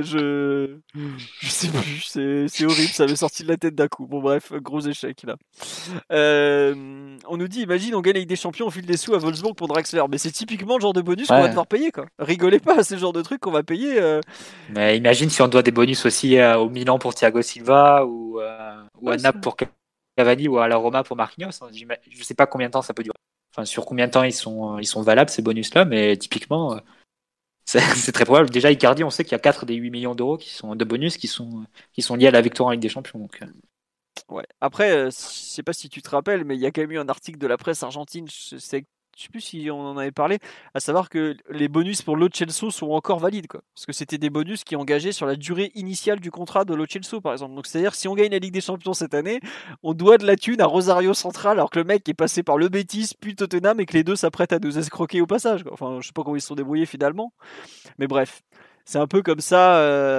je sais plus. C'est horrible, ça m'est sorti de la tête d'un coup. Bon, bref, gros échec là. On nous dit, imagine, on gagne avec des champions, on file des sous à Wolfsburg pour Draxler. Mais c'est typiquement le genre de bonus qu'on va devoir payer, quoi. Rigolez pas, c'est le genre de truc qu'on va payer. Mais imagine si on doit des bonus aussi au Milan pour Thiago Silva ou à Naples pour Cavani ou à la Roma pour Marquinhos. Je sais pas combien de temps ça peut durer. Enfin, sur combien de temps ils sont valables ces bonus-là, mais typiquement, c'est très probable. Déjà, Icardi, on sait qu'il y a 4 des 8 millions d'euros de bonus qui sont liés à la victoire en Ligue des Champions. Donc, Ouais. Après, je sais pas si tu te rappelles, mais il y a quand même eu un article de la presse argentine, je sais plus si on en avait parlé, à savoir que les bonus pour Lo Celso sont encore valides, quoi. Parce que c'était des bonus qui engageaient sur la durée initiale du contrat de Lo Celso, par exemple. Donc c'est-à-dire si on gagne la Ligue des Champions cette année, on doit de la thune à Rosario Central, alors que le mec est passé par le Betis puis Tottenham et que les deux s'apprêtent à nous escroquer au passage, quoi. Enfin, je sais pas comment ils se sont débrouillés finalement, mais bref, c'est un peu comme ça.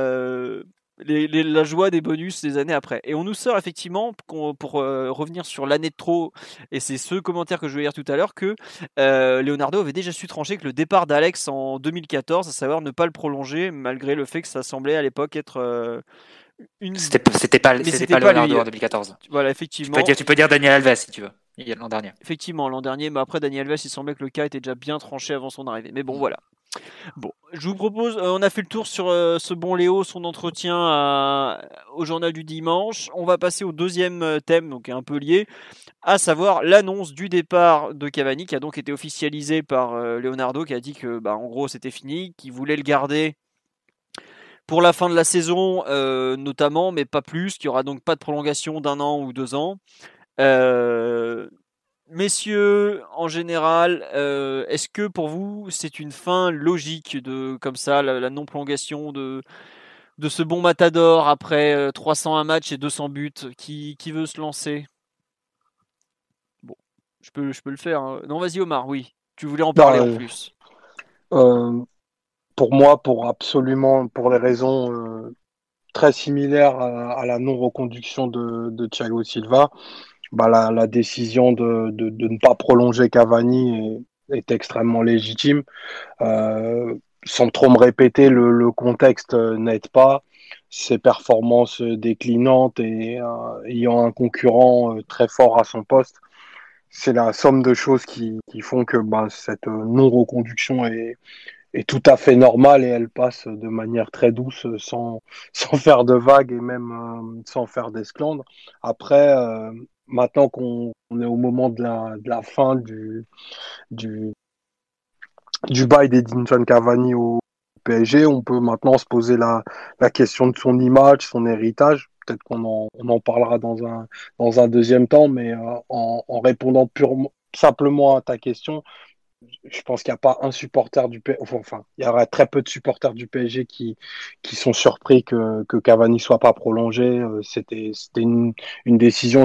La joie des bonus des années après. Et on nous sort effectivement, pour revenir sur l'année de trop, et c'est ce commentaire que je vais lire tout à l'heure, que Leonardo avait déjà su trancher que le départ d'Alex en 2014, à savoir ne pas le prolonger, malgré le fait que ça semblait à l'époque être une... C'était pas Leonardo lui. En 2014. Voilà, effectivement. Tu peux dire Daniel Alves si tu veux. L'an dernier. Effectivement, l'an dernier, mais après Daniel Alves, il semblait que le cas était déjà bien tranché avant son arrivée. Mais bon, voilà. Bon, je vous propose, on a fait le tour sur ce bon Léo, son entretien au journal du dimanche. On va passer au deuxième thème, donc un peu lié, à savoir l'annonce du départ de Cavani, qui a donc été officialisé par Leonardo, qui a dit que, en gros, c'était fini, qu'il voulait le garder pour la fin de la saison, notamment, mais pas plus, qu'il n'y aura donc pas de prolongation d'1 an ou 2 ans. Messieurs, en général, est-ce que pour vous c'est une fin logique de comme ça la non-prolongation de ce bon Matador après 301 matchs et 200 buts qui veut se lancer? Bon, je peux le faire. Hein. Non, vas-y Omar, oui. Tu voulais en parler en plus. Pour moi, pour les raisons très similaires à la non-reconduction de Thiago Silva, la décision de ne pas prolonger Cavani est extrêmement légitime. Sans trop me répéter, le contexte n'aide pas. Ses performances déclinantes et ayant un concurrent très fort à son poste, c'est la somme de choses qui font que cette non-reconduction est tout à fait normale et elle passe de manière très douce, sans faire de vagues et même sans faire d'esclandre. Après, maintenant qu'on est au moment de la fin du, du bail d'Edinson Cavani au PSG, on peut maintenant se poser la question de son image, son héritage. Peut-être on en parlera dans un deuxième temps, mais en répondant simplement à ta question, je pense qu'il n'y a pas un supporter du PSG, enfin, il y aura très peu de supporters du PSG qui sont surpris que Cavani soit pas prolongé. C'était une décision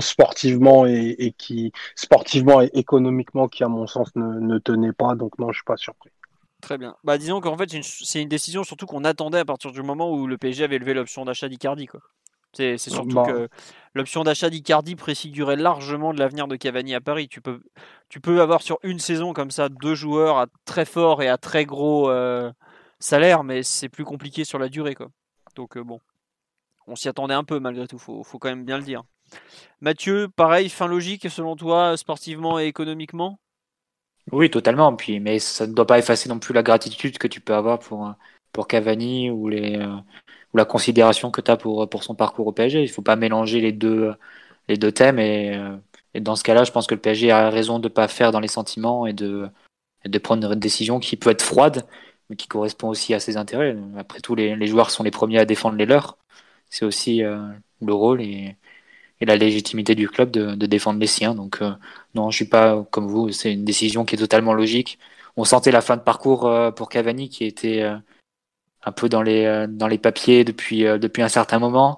sportivement et économiquement, qui, à mon sens, ne tenait pas. Donc, non, je suis pas surpris. Très bien. Bah, disons qu'en fait, c'est une décision surtout qu'on attendait à partir du moment où le PSG avait levé l'option d'achat d'Icardi, quoi. C'est surtout Bah, que l'option d'achat d'Icardi préfigurait largement de l'avenir de Cavani à Paris. Tu peux avoir sur une saison comme ça deux joueurs à très fort et à très gros salaire, mais c'est plus compliqué sur la durée, quoi. Donc bon, on s'y attendait un peu malgré tout, faut quand même bien le dire. Mathieu, pareil, fin logique selon toi, sportivement et économiquement? Oui, totalement. Puis, mais ça ne doit pas effacer non plus la gratitude que tu peux avoir pour Cavani ou ou la considération que tu as pour son parcours au PSG. Il faut pas mélanger les deux thèmes et dans ce cas-là, je pense que le PSG a raison de pas faire dans les sentiments et de prendre une décision qui peut être froide, mais qui correspond aussi à ses intérêts. Après tout, les joueurs sont les premiers à défendre les leurs. C'est aussi le rôle et la légitimité du club de défendre les siens. Donc non, je suis pas comme vous. C'est une décision qui est totalement logique. On sentait la fin de parcours pour Cavani qui était un peu dans les papiers depuis un certain moment,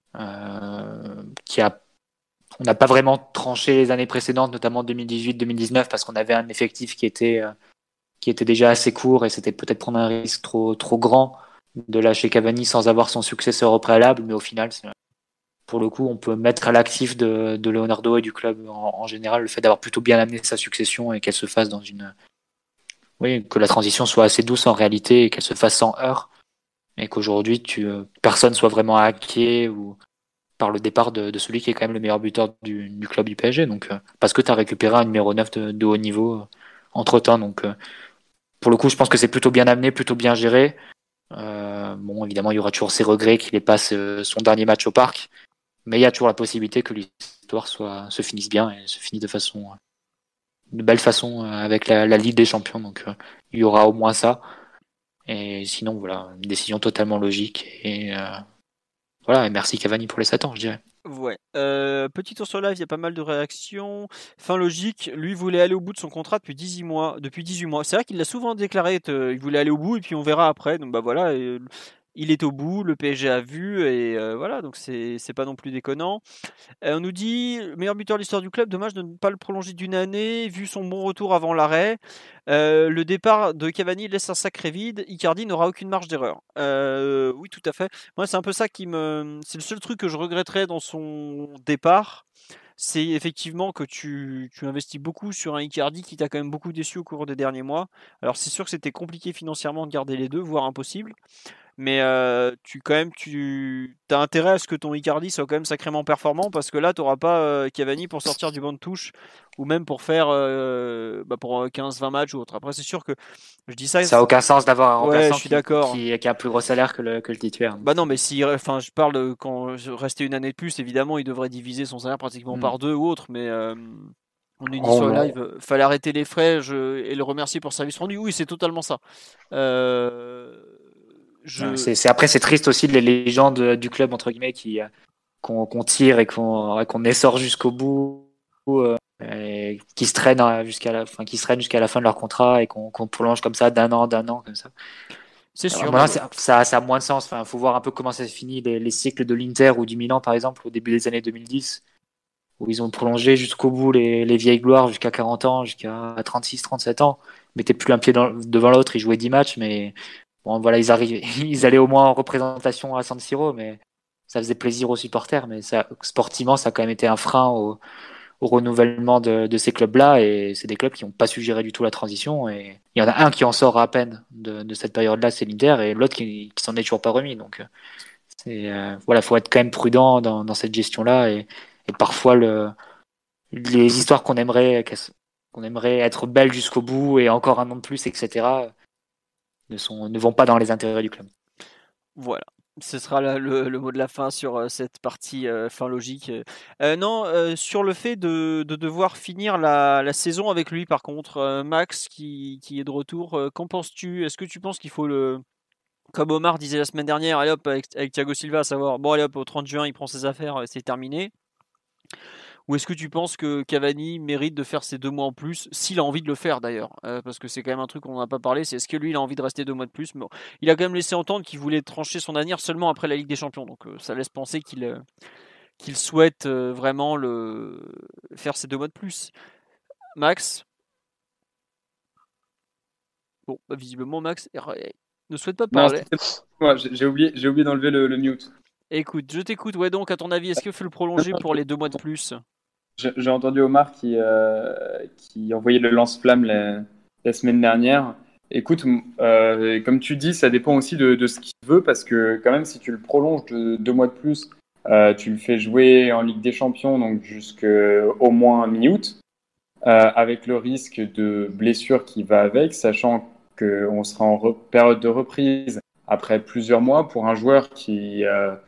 qui a on n'a pas vraiment tranché les années précédentes, notamment 2018-2019, parce qu'on avait un effectif qui était déjà assez court et c'était peut-être prendre un risque trop grand de lâcher Cavani sans avoir son successeur au préalable. Mais au final, pour le coup, on peut mettre à l'actif de Leonardo et du club en général le fait d'avoir plutôt bien amené sa succession et qu'elle se fasse oui, que la transition soit assez douce en réalité et qu'elle se fasse sans heurts et qu'aujourd'hui personne soit vraiment inquiet ou par le départ de celui qui est quand même le meilleur buteur du club du PSG. Donc, parce que tu as récupéré un numéro 9 de haut niveau entre temps. Donc, pour le coup, je pense que c'est plutôt bien amené, plutôt bien géré. Bon, évidemment, il y aura toujours ses regrets qu'il ait pas son dernier match au parc. Mais il y a toujours la possibilité que l'histoire se finisse bien et se finisse de belle façon avec la Ligue des Champions. Donc il y aura au moins ça. Et sinon, voilà, une décision totalement logique. Et voilà, et merci Cavani pour les 7 ans, je dirais. Ouais. Petit tour sur live, il y a pas mal de réactions. Fin logique, lui voulait aller au bout de son contrat depuis 18 mois. Depuis 18 mois. C'est vrai qu'il l'a souvent déclaré, il voulait aller au bout et puis on verra après. Donc bah voilà, il est au bout, le PSG a vu et voilà, donc c'est pas non plus déconnant. On nous dit meilleur buteur de l'histoire du club, dommage de ne pas le prolonger d'une année, vu son bon retour avant l'arrêt. Le départ de Cavani laisse un sacré vide. Icardi n'aura aucune marge d'erreur. Oui, tout à fait. Moi, c'est un peu ça c'est le seul truc que je regretterais dans son départ. C'est effectivement que tu investis beaucoup sur un Icardi qui t'a quand même beaucoup déçu au cours des derniers mois. Alors, c'est sûr que c'était compliqué financièrement de garder les deux, voire impossible. Mais tu as intérêt à ce que ton Icardi soit quand même sacrément performant parce que là, tu n'auras pas Cavani pour sortir du banc de touche ou même pour faire pour 15-20 matchs ou autre. Après, c'est sûr que je dis ça. Ça n'a aucun sens d'avoir un Ouais, je remplaçant suis d'accord. qui a un plus gros salaire que le titulaire. Bah non, mais si, enfin, je parle de quand restait une année de plus, évidemment, il devrait diviser son salaire pratiquement par deux ou autre. Mais on nous dit sur le live, fallait arrêter les frais et le remercier pour le service rendu. Oui, c'est totalement ça. Après, c'est triste aussi les légendes du club, entre guillemets, qu'on tire et qu'on essore jusqu'au bout, et qui se traînent qui se traînent jusqu'à la fin de leur contrat et qu'on prolonge comme ça d'un an, comme ça. C'est sûr. Maintenant, ça a moins de sens. Faut voir un peu comment ça se finit les cycles de l'Inter ou du Milan, par exemple, au début des années 2010, où ils ont prolongé jusqu'au bout les vieilles gloires, jusqu'à 40 ans, jusqu'à 36, 37 ans. Ils mettaient plus un pied devant l'autre, ils jouaient 10 matchs, mais bon, voilà, ils allaient au moins en représentation à San Siro, mais ça faisait plaisir aux supporters. Mais sportivement, ça a quand même été un frein au renouvellement de ces clubs-là. Et c'est des clubs qui n'ont pas su gérer du tout la transition. Et il y en a un qui en sort à peine de cette période-là, c'est l'Inter, et l'autre qui s'en est toujours pas remis. Donc, voilà, faut être quand même prudent dans cette gestion-là. Et parfois, les histoires qu'on aimerait être belles jusqu'au bout et encore un an de plus, etc. ne vont pas dans les intérêts du club. Voilà. Ce sera le mot de la fin sur cette partie fin logique. Non, sur le fait de devoir finir la saison avec lui, par contre, Max qui est de retour, qu'en penses-tu? Est-ce que tu penses qu'il faut comme Omar disait la semaine dernière, allez hop, avec Thiago Silva, à savoir, bon allez hop, au 30 juin, il prend ses affaires, c'est terminé. Ou est-ce que tu penses que Cavani mérite de faire ses 2 mois en plus, s'il a envie de le faire d'ailleurs, parce que c'est quand même un truc qu'on n'a pas parlé, c'est est-ce que lui il a envie de rester 2 mois de plus. Bon, il a quand même laissé entendre qu'il voulait trancher son avenir seulement après la Ligue des Champions, donc ça laisse penser qu'il souhaite vraiment faire ses 2 mois de plus. Max? Bon, bah, visiblement Max ne souhaite pas Non, parler. moi, j'ai oublié d'enlever le mute. Écoute, je t'écoute. Ouais, donc à ton avis, est-ce qu'il faut le prolonger pour les 2 mois de plus? J'ai entendu Omar qui envoyait le lance-flamme la semaine dernière. Écoute, comme tu dis, ça dépend aussi de ce qu'il veut, parce que quand même, si tu le prolonges de 2 mois de plus, tu le fais jouer en Ligue des Champions, donc jusqu'au moins mi-août, avec le risque de blessure qui va avec, sachant qu'on sera en période de reprise après plusieurs mois pour un joueur qui...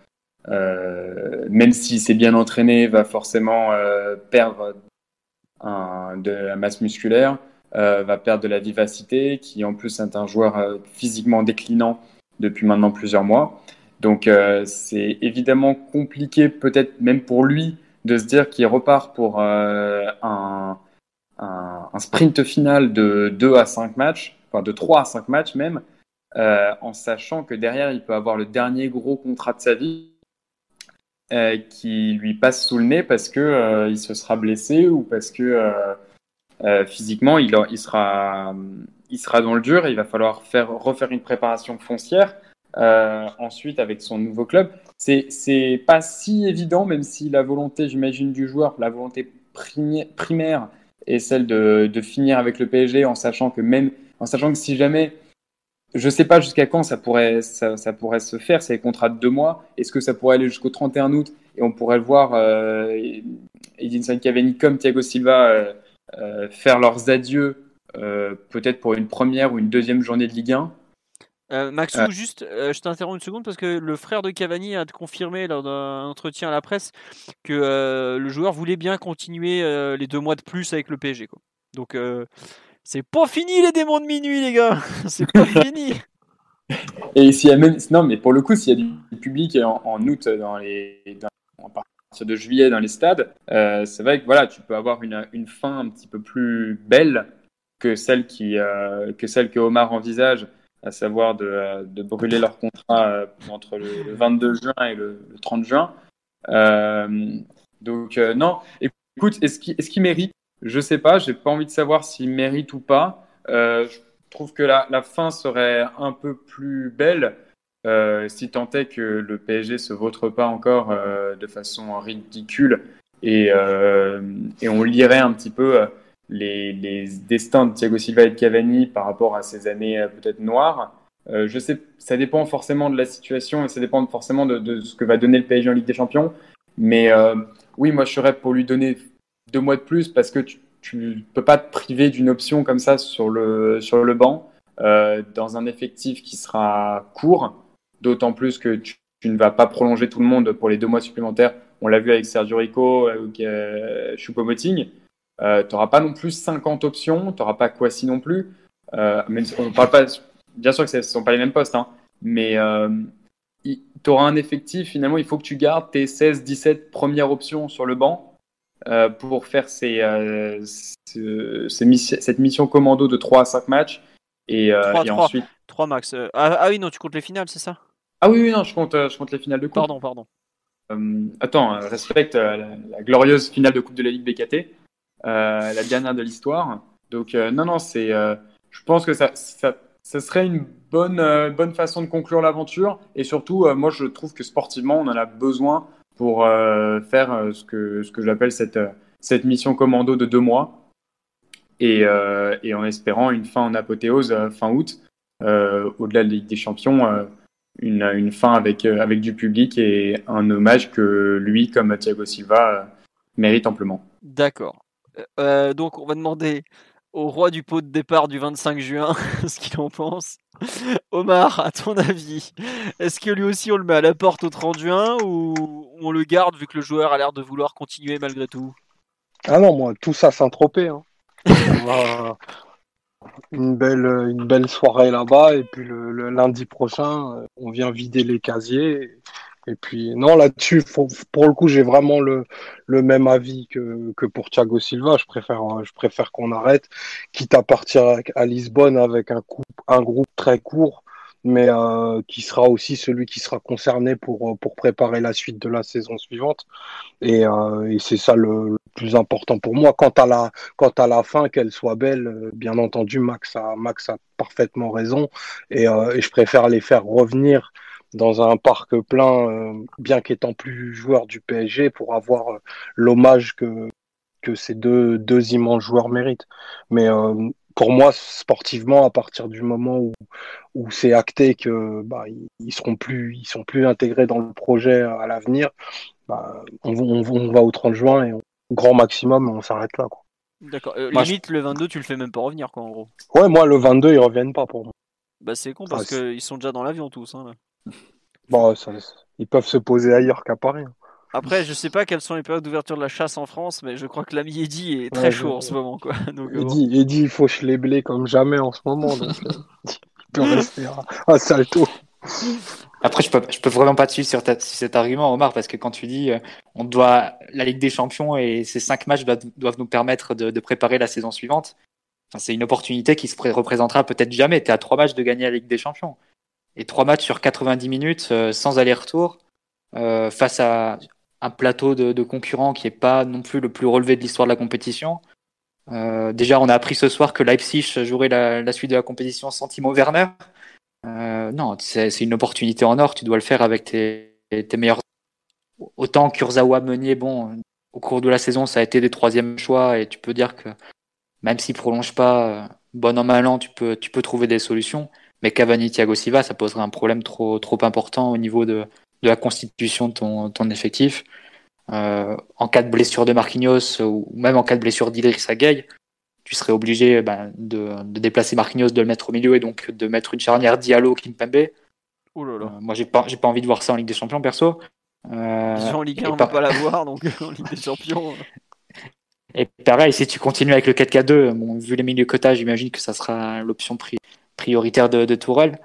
même s'il s'est bien entraîné, va forcément perdre de la masse musculaire, va perdre de la vivacité, qui en plus est un joueur physiquement déclinant depuis maintenant plusieurs mois. Donc c'est évidemment compliqué, peut-être même pour lui, de se dire qu'il repart pour un sprint final de 2 à 5 matchs, enfin de 3 à 5 matchs même, en sachant que derrière, il peut avoir le dernier gros contrat de sa vie qui lui passe sous le nez parce que il se sera blessé ou parce que physiquement il sera dans le dur et il va falloir refaire une préparation foncière ensuite avec son nouveau club. C'est pas si évident, même si la volonté, j'imagine, du joueur, la volonté primaire est celle de finir avec le PSG, en sachant que si jamais, je sais pas jusqu'à quand ça pourrait se faire, c'est les contrats de 2 mois. Est-ce que ça pourrait aller jusqu'au 31 août et on pourrait le voir Edinson Cavani comme Thiago Silva faire leurs adieux peut-être pour une première ou une deuxième journée de Ligue 1. Maxou, juste, je t'interromps une seconde parce que le frère de Cavani a confirmé lors d'un entretien à la presse que le joueur voulait bien continuer les 2 mois de plus avec le PSG, quoi. Donc c'est pas fini les démons de minuit, les gars. C'est pas fini. Et s'il y a même, non, mais pour le coup, s'il y a du public en août à partir de juillet dans les stades, c'est vrai que voilà, tu peux avoir une fin un petit peu plus belle que celle que Omar envisage, à savoir de brûler leur contrat entre le 22 juin et le 30 juin. Donc non, écoute, est-ce qu'il mérite? Je sais pas, j'ai pas envie de savoir s'il mérite ou pas. Je trouve que la fin serait un peu plus belle si tant est que le PSG se vautre pas encore de façon ridicule et on lirait un petit peu les destins de Thiago Silva et de Cavani par rapport à ces années peut-être noires. Je sais, ça dépend forcément de la situation et ça dépend forcément de ce que va donner le PSG en Ligue des Champions. Mais oui, moi je serais pour lui donner 2 mois de plus parce que tu peux pas te priver d'une option comme ça sur le banc dans un effectif qui sera court, d'autant plus que tu ne vas pas prolonger tout le monde pour les 2 mois supplémentaires. On l'a vu avec Sergio Rico ou Choupo-Moting. Tu n'auras pas non plus 50 options, tu n'auras pas Kouassi non plus. Même si on parle pas, bien sûr que ce ne sont pas les mêmes postes, hein, mais tu auras un effectif, finalement, il faut que tu gardes tes 16-17 premières options sur le banc pour faire cette mission commando de 3 à 5 matchs. Et ensuite... 3 max. Ah oui, non, tu comptes les finales, c'est ça? Ah oui, non, je compte les finales de coupe. Pardon. Attends, respecte la glorieuse finale de Coupe de la Ligue BKT, la dernière de l'histoire. Donc non, je pense que ça serait une bonne façon de conclure l'aventure. Et surtout, moi, je trouve que sportivement, on en a besoin pour faire ce que j'appelle cette mission commando de 2 mois. Et en espérant une fin en apothéose fin août, au-delà de la Ligue des Champions, une fin avec du public et un hommage que lui, comme Thiago Silva, mérite amplement. D'accord. Donc on va demander au roi du pot de départ du 25 juin, ce qu'il en pense. Omar, à ton avis, est-ce que lui aussi on le met à la porte au 30 juin ou on le garde vu que le joueur a l'air de vouloir continuer malgré tout? Ah non, moi, tout ça Saint-Tropez. Hein. On va une belle soirée là-bas et puis le lundi prochain, on vient vider les casiers. Et puis, non, là-dessus, pour le coup, j'ai vraiment le même avis que pour Thiago Silva. Je préfère qu'on arrête, quitte à partir à Lisbonne avec un groupe très court, mais qui sera aussi celui qui sera concerné pour préparer la suite de la saison suivante. Et c'est ça le plus important pour moi. Quant à la fin, qu'elle soit belle, bien entendu, Max a parfaitement raison. Et je préfère les faire revenir dans un parc plein, bien qu'étant plus joueurs du PSG, pour avoir l'hommage que ces deux immenses joueurs méritent. Mais pour moi, sportivement, à partir du moment où c'est acté que ils sont plus intégrés dans le projet à l'avenir, on va au 30 juin et grand maximum, on s'arrête là. Quoi. D'accord. Moi, Limite, le 22, tu le fais même pas revenir, quoi, en gros. Ouais, moi, le 22, ils reviennent pas pour moi. Bah, c'est con Enfin, parce qu'ils sont déjà dans l'avion tous. Hein, là. bon, ils peuvent se poser ailleurs qu'à Paris. Hein. Après, je sais pas quelles sont les périodes d'ouverture de la chasse en France, mais je crois que l'ami Eddy est très Ouais, chaud en ce moment, quoi. Donc, bon. Eddy, il fauche les blés comme jamais en ce moment, donc il peut rester à Salto. après, je peux vraiment pas te suivre sur cet argument, Omar, parce que quand tu dis la Ligue des Champions et ces 5 matchs doivent nous permettre de préparer la saison suivante, enfin, c'est une opportunité qui se représentera peut-être jamais. Tu es à 3 matchs de gagner la Ligue des Champions. Et 3 matchs sur 90 minutes sans aller-retour face à un plateau de concurrents qui n'est pas non plus le plus relevé de l'histoire de la compétition. Déjà, on a appris ce soir que Leipzig jouerait la suite de la compétition sans Timo Werner. Non, c'est une opportunité en or. Tu dois le faire avec tes meilleurs. Autant Kurzawa, Meunier, bon, au cours de la saison, ça a été des troisièmes choix et tu peux dire que même s'ils prolongent pas, bon an mal an, tu peux trouver des solutions. Mais Cavani, Thiago Silva, ça poserait un problème trop important au niveau de la constitution de ton effectif. En cas de blessure de Marquinhos ou même en cas de blessure d'Idrissa Gueye, tu serais obligé de déplacer Marquinhos, de le mettre au milieu et donc de mettre une charnière Diallo-Kimpembe. Oh là là. Moi, j'ai pas envie de voir ça en Ligue des Champions, perso. Déjà en Ligue 1, on va pas l'avoir, donc en Ligue des Champions. Et pareil, si tu continues avec le 4-4-2, bon, vu les milieux quotas, j'imagine que ça sera l'option prioritaire de Tourelle.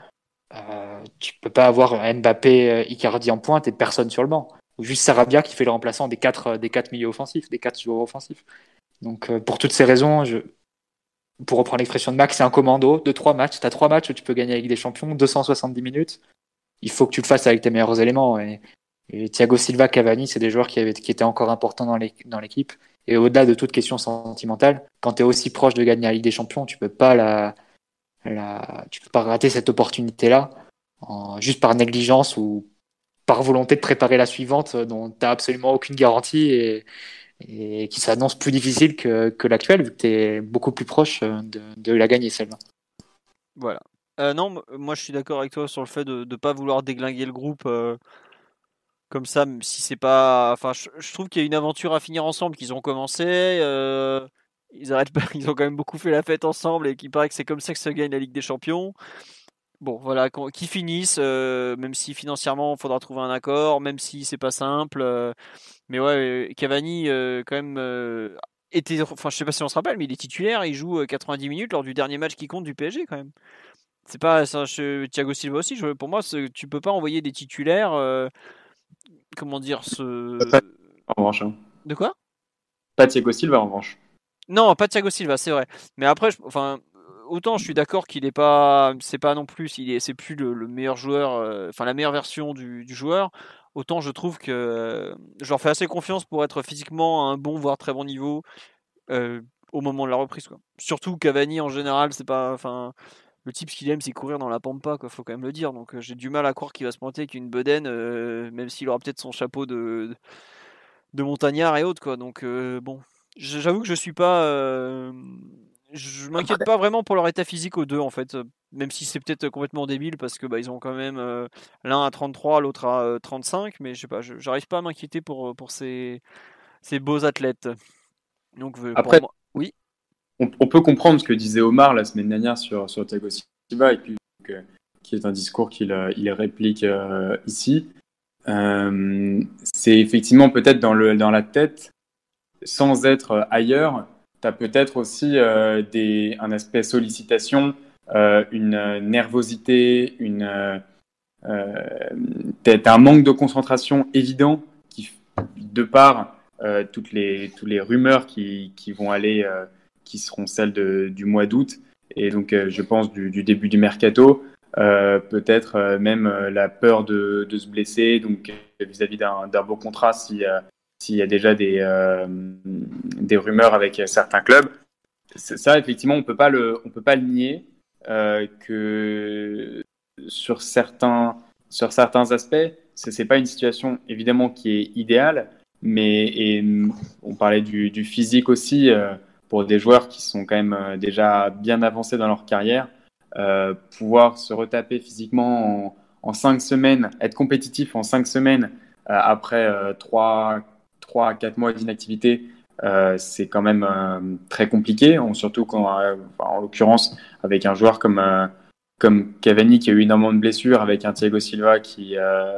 Tu peux pas avoir Mbappé, Icardi en pointe et personne sur le banc. Ou juste Sarabia qui fait le remplaçant des quatre milieux offensifs, des 4 joueurs offensifs. Donc pour toutes ces raisons, pour reprendre l'expression de Max, c'est un commando de 3 matchs. Tu as 3 matchs où tu peux gagner avec des champions, 270 minutes. Il faut que tu le fasses avec tes meilleurs éléments. Et Thiago Silva, Cavani, c'est des joueurs qui étaient encore importants dans l'équipe. Et au-delà de toute question sentimentale, quand tu es aussi proche de gagner la Ligue des Champions, tu peux pas tu peux pas rater cette opportunité-là juste par négligence ou par volonté de préparer la suivante dont tu n'as absolument aucune garantie et qui s'annonce plus difficile que l'actuelle vu que tu es beaucoup plus proche de la gagner celle-là. Voilà. Non, moi je suis d'accord avec toi sur le fait de ne pas vouloir déglinguer le groupe comme ça, même si c'est pas. Enfin, je trouve qu'il y a une aventure à finir ensemble qu'ils ont commencé. Ils arrêtent pas, ils ont quand même beaucoup fait la fête ensemble et qu'il paraît que c'est comme ça que se gagne la Ligue des Champions. Bon, voilà, qu'ils finissent, même si financièrement il faudra trouver un accord, même si c'est pas simple. Mais ouais, Cavani, quand même, était. Enfin, je sais pas si on se rappelle, mais il est titulaire, il joue 90 minutes lors du dernier match qui compte du PSG quand même. C'est pas ça, Thiago Silva aussi. Pour moi, tu peux pas envoyer des titulaires. Comment dire En revanche. Hein. De quoi? Pas Thiago Silva en revanche. Non, pas Thiago Silva, c'est vrai. Mais après, enfin, autant je suis d'accord qu'il est pas, c'est pas non plus, c'est plus le meilleur joueur, enfin la meilleure version du joueur. Autant je trouve que je leur fais assez confiance pour être physiquement à un bon, voire très bon niveau au moment de la reprise, quoi. Surtout Cavani en général, c'est pas, enfin, le type ce qu'il aime, c'est courir dans la pampa, quoi. Faut quand même le dire. Donc j'ai du mal à croire qu'il va se pointer avec une bedaine, même s'il aura peut-être son chapeau de montagnard et autres, quoi. Donc bon, j'avoue que je suis pas, je m'inquiète pas vraiment pour leur état physique aux deux en fait, même si c'est peut-être complètement débile parce que ils ont quand même l'un à 33, l'autre à 35, mais je sais pas, j'arrive pas à m'inquiéter pour ces beaux athlètes. Donc Après, pour moi, oui. on peut comprendre ce que disait Omar la semaine dernière sur Thiago Silva, et puis, qui est un discours qu'il réplique ici. C'est effectivement peut-être dans la tête, sans être ailleurs, tu as peut-être aussi un aspect sollicitation, une nervosité, t'as un manque de concentration évident de par tous les rumeurs qui vont aller, qui seront celles du mois d'août, et donc je pense du début du mercato, peut-être même la peur de se blesser, donc vis-à-vis d'un beau contrat s'il y a déjà des rumeurs avec certains clubs. Ça, effectivement, on peut pas le nier, que sur certains aspects, c'est pas une situation évidemment qui est idéale, et on parlait du physique aussi, pour des joueurs qui sont quand même déjà bien avancés dans leur carrière, pouvoir se retaper physiquement en 5 semaines, être compétitif en 5 semaines après 3 à 4 mois d'inactivité, c'est quand même très compliqué, surtout en l'occurrence avec un joueur comme Cavani qui a eu énormément de blessures, avec un Thiago Silva qui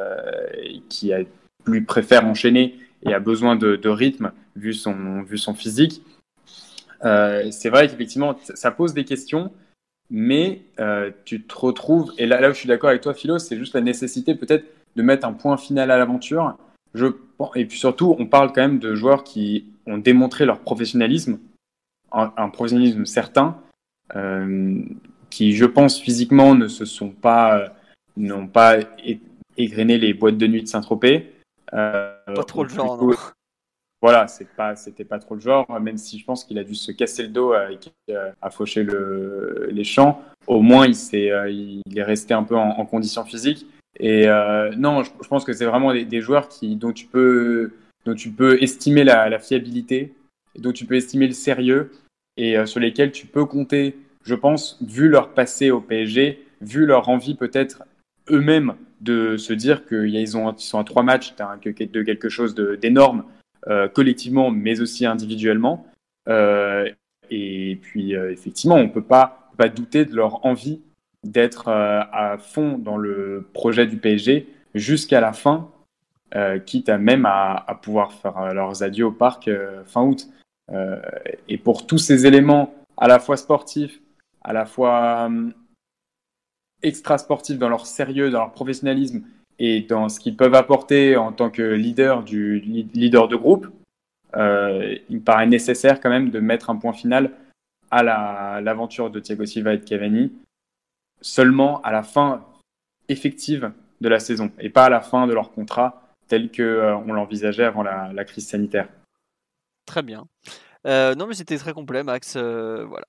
lui préfère enchaîner et a besoin de rythme vu son physique. C'est vrai qu'effectivement ça pose des questions, mais tu te retrouves, et là où je suis d'accord avec toi Philo, c'est juste la nécessité peut-être de mettre un point final à l'aventure. Et puis surtout, on parle quand même de joueurs qui ont démontré leur professionnalisme, un professionnalisme certain, qui, je pense, physiquement n'ont pas égrené les boîtes de nuit de Saint-Tropez. Pas trop le genre, plutôt, non. Voilà, c'était pas trop le genre, même si je pense qu'il a dû se casser le dos à faucher les champs. Au moins, il est resté un peu en condition physique. Et non, je pense que c'est vraiment des joueurs dont tu peux estimer la fiabilité, dont tu peux estimer le sérieux, et sur lesquels tu peux compter, je pense, vu leur passé au PSG, vu leur envie peut-être eux-mêmes de se dire qu'ils sont à 3 matchs de quelque chose d'énorme, collectivement, mais aussi individuellement. Et puis, effectivement, on peut pas douter de leur envie d'être à fond dans le projet du PSG jusqu'à la fin, quitte à même à pouvoir faire leurs adieux au parc fin août. Et pour tous ces éléments, à la fois sportifs, à la fois extra-sportifs dans leur sérieux, dans leur professionnalisme et dans ce qu'ils peuvent apporter en tant que leader de groupe, il me paraît nécessaire quand même de mettre un point final à l'aventure de Thiago Silva et de Cavani, seulement à la fin effective de la saison et pas à la fin de leur contrat tel qu'on l'envisageait avant la crise sanitaire. Très bien. Non, mais c'était très complet, Max. Voilà.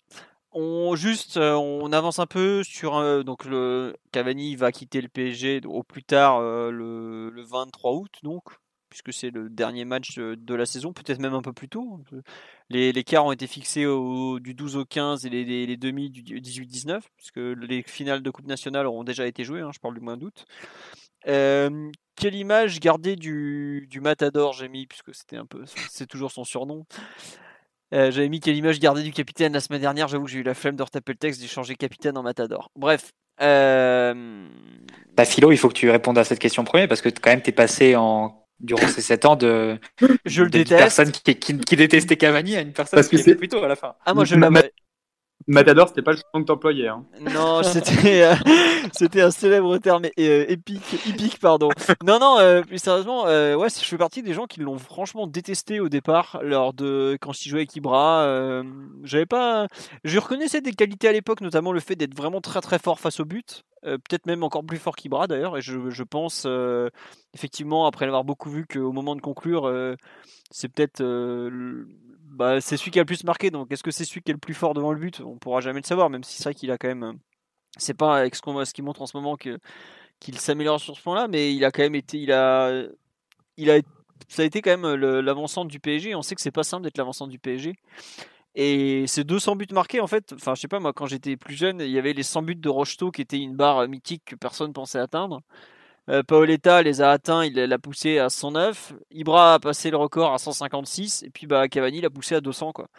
On avance un peu sur donc le Cavani va quitter le PSG au plus tard le 23 août, donc puisque c'est le dernier match de la saison, peut-être même un peu plus tôt. Les quarts ont été fixés du 12 au 15 et les demi du 18-19, puisque les finales de Coupe nationale auront déjà été jouées, je parle du mois d'août. Quelle image garder du Matador j'ai mis, puisque c'est toujours son surnom. J'avais mis quelle image garder du capitaine la semaine dernière. J'avoue que j'ai eu la flemme de retaper le texte, j'ai changé capitaine en Matador. Bref. Philo, il faut que tu répondes à cette question premier, parce que quand même t'es passé durant ces 7 ans d'une personne qui détestait Cavani à une personne qui l'aimait plutôt à la fin. Ah, moi Matador, c'était pas le nom que t'employais. Non, c'était un célèbre terme épique, pardon. Non, plus sérieusement, ouais, je fais partie des gens qui l'ont franchement détesté au départ, quand il jouait avec Ibra. Je reconnaissais des qualités à l'époque, notamment le fait d'être vraiment très très fort face au but. Peut-être même encore plus fort qu'Ibra d'ailleurs, et je pense effectivement, après l'avoir beaucoup vu, qu'au moment de conclure, c'est peut-être c'est celui qui a le plus marqué. Donc est-ce que c'est celui qui est le plus fort devant le but? On pourra jamais le savoir, même si c'est vrai qu'il a quand même, c'est pas avec ce qu'il montre en ce moment qu'il s'améliore sur ce point-là, mais il a quand même été, ça a été quand même l'avant-centre du PSG. On sait que c'est pas simple d'être l'avant-centre du PSG. Et ces 200 buts marqués, en fait, je sais pas, moi, quand j'étais plus jeune, il y avait les 100 buts de Rocheteau qui était une barre mythique que personne pensait atteindre. Paoletta les a atteints, il l'a poussé à 109. Ibra a passé le record à 156. Et puis Cavani l'a poussé à 200, quoi.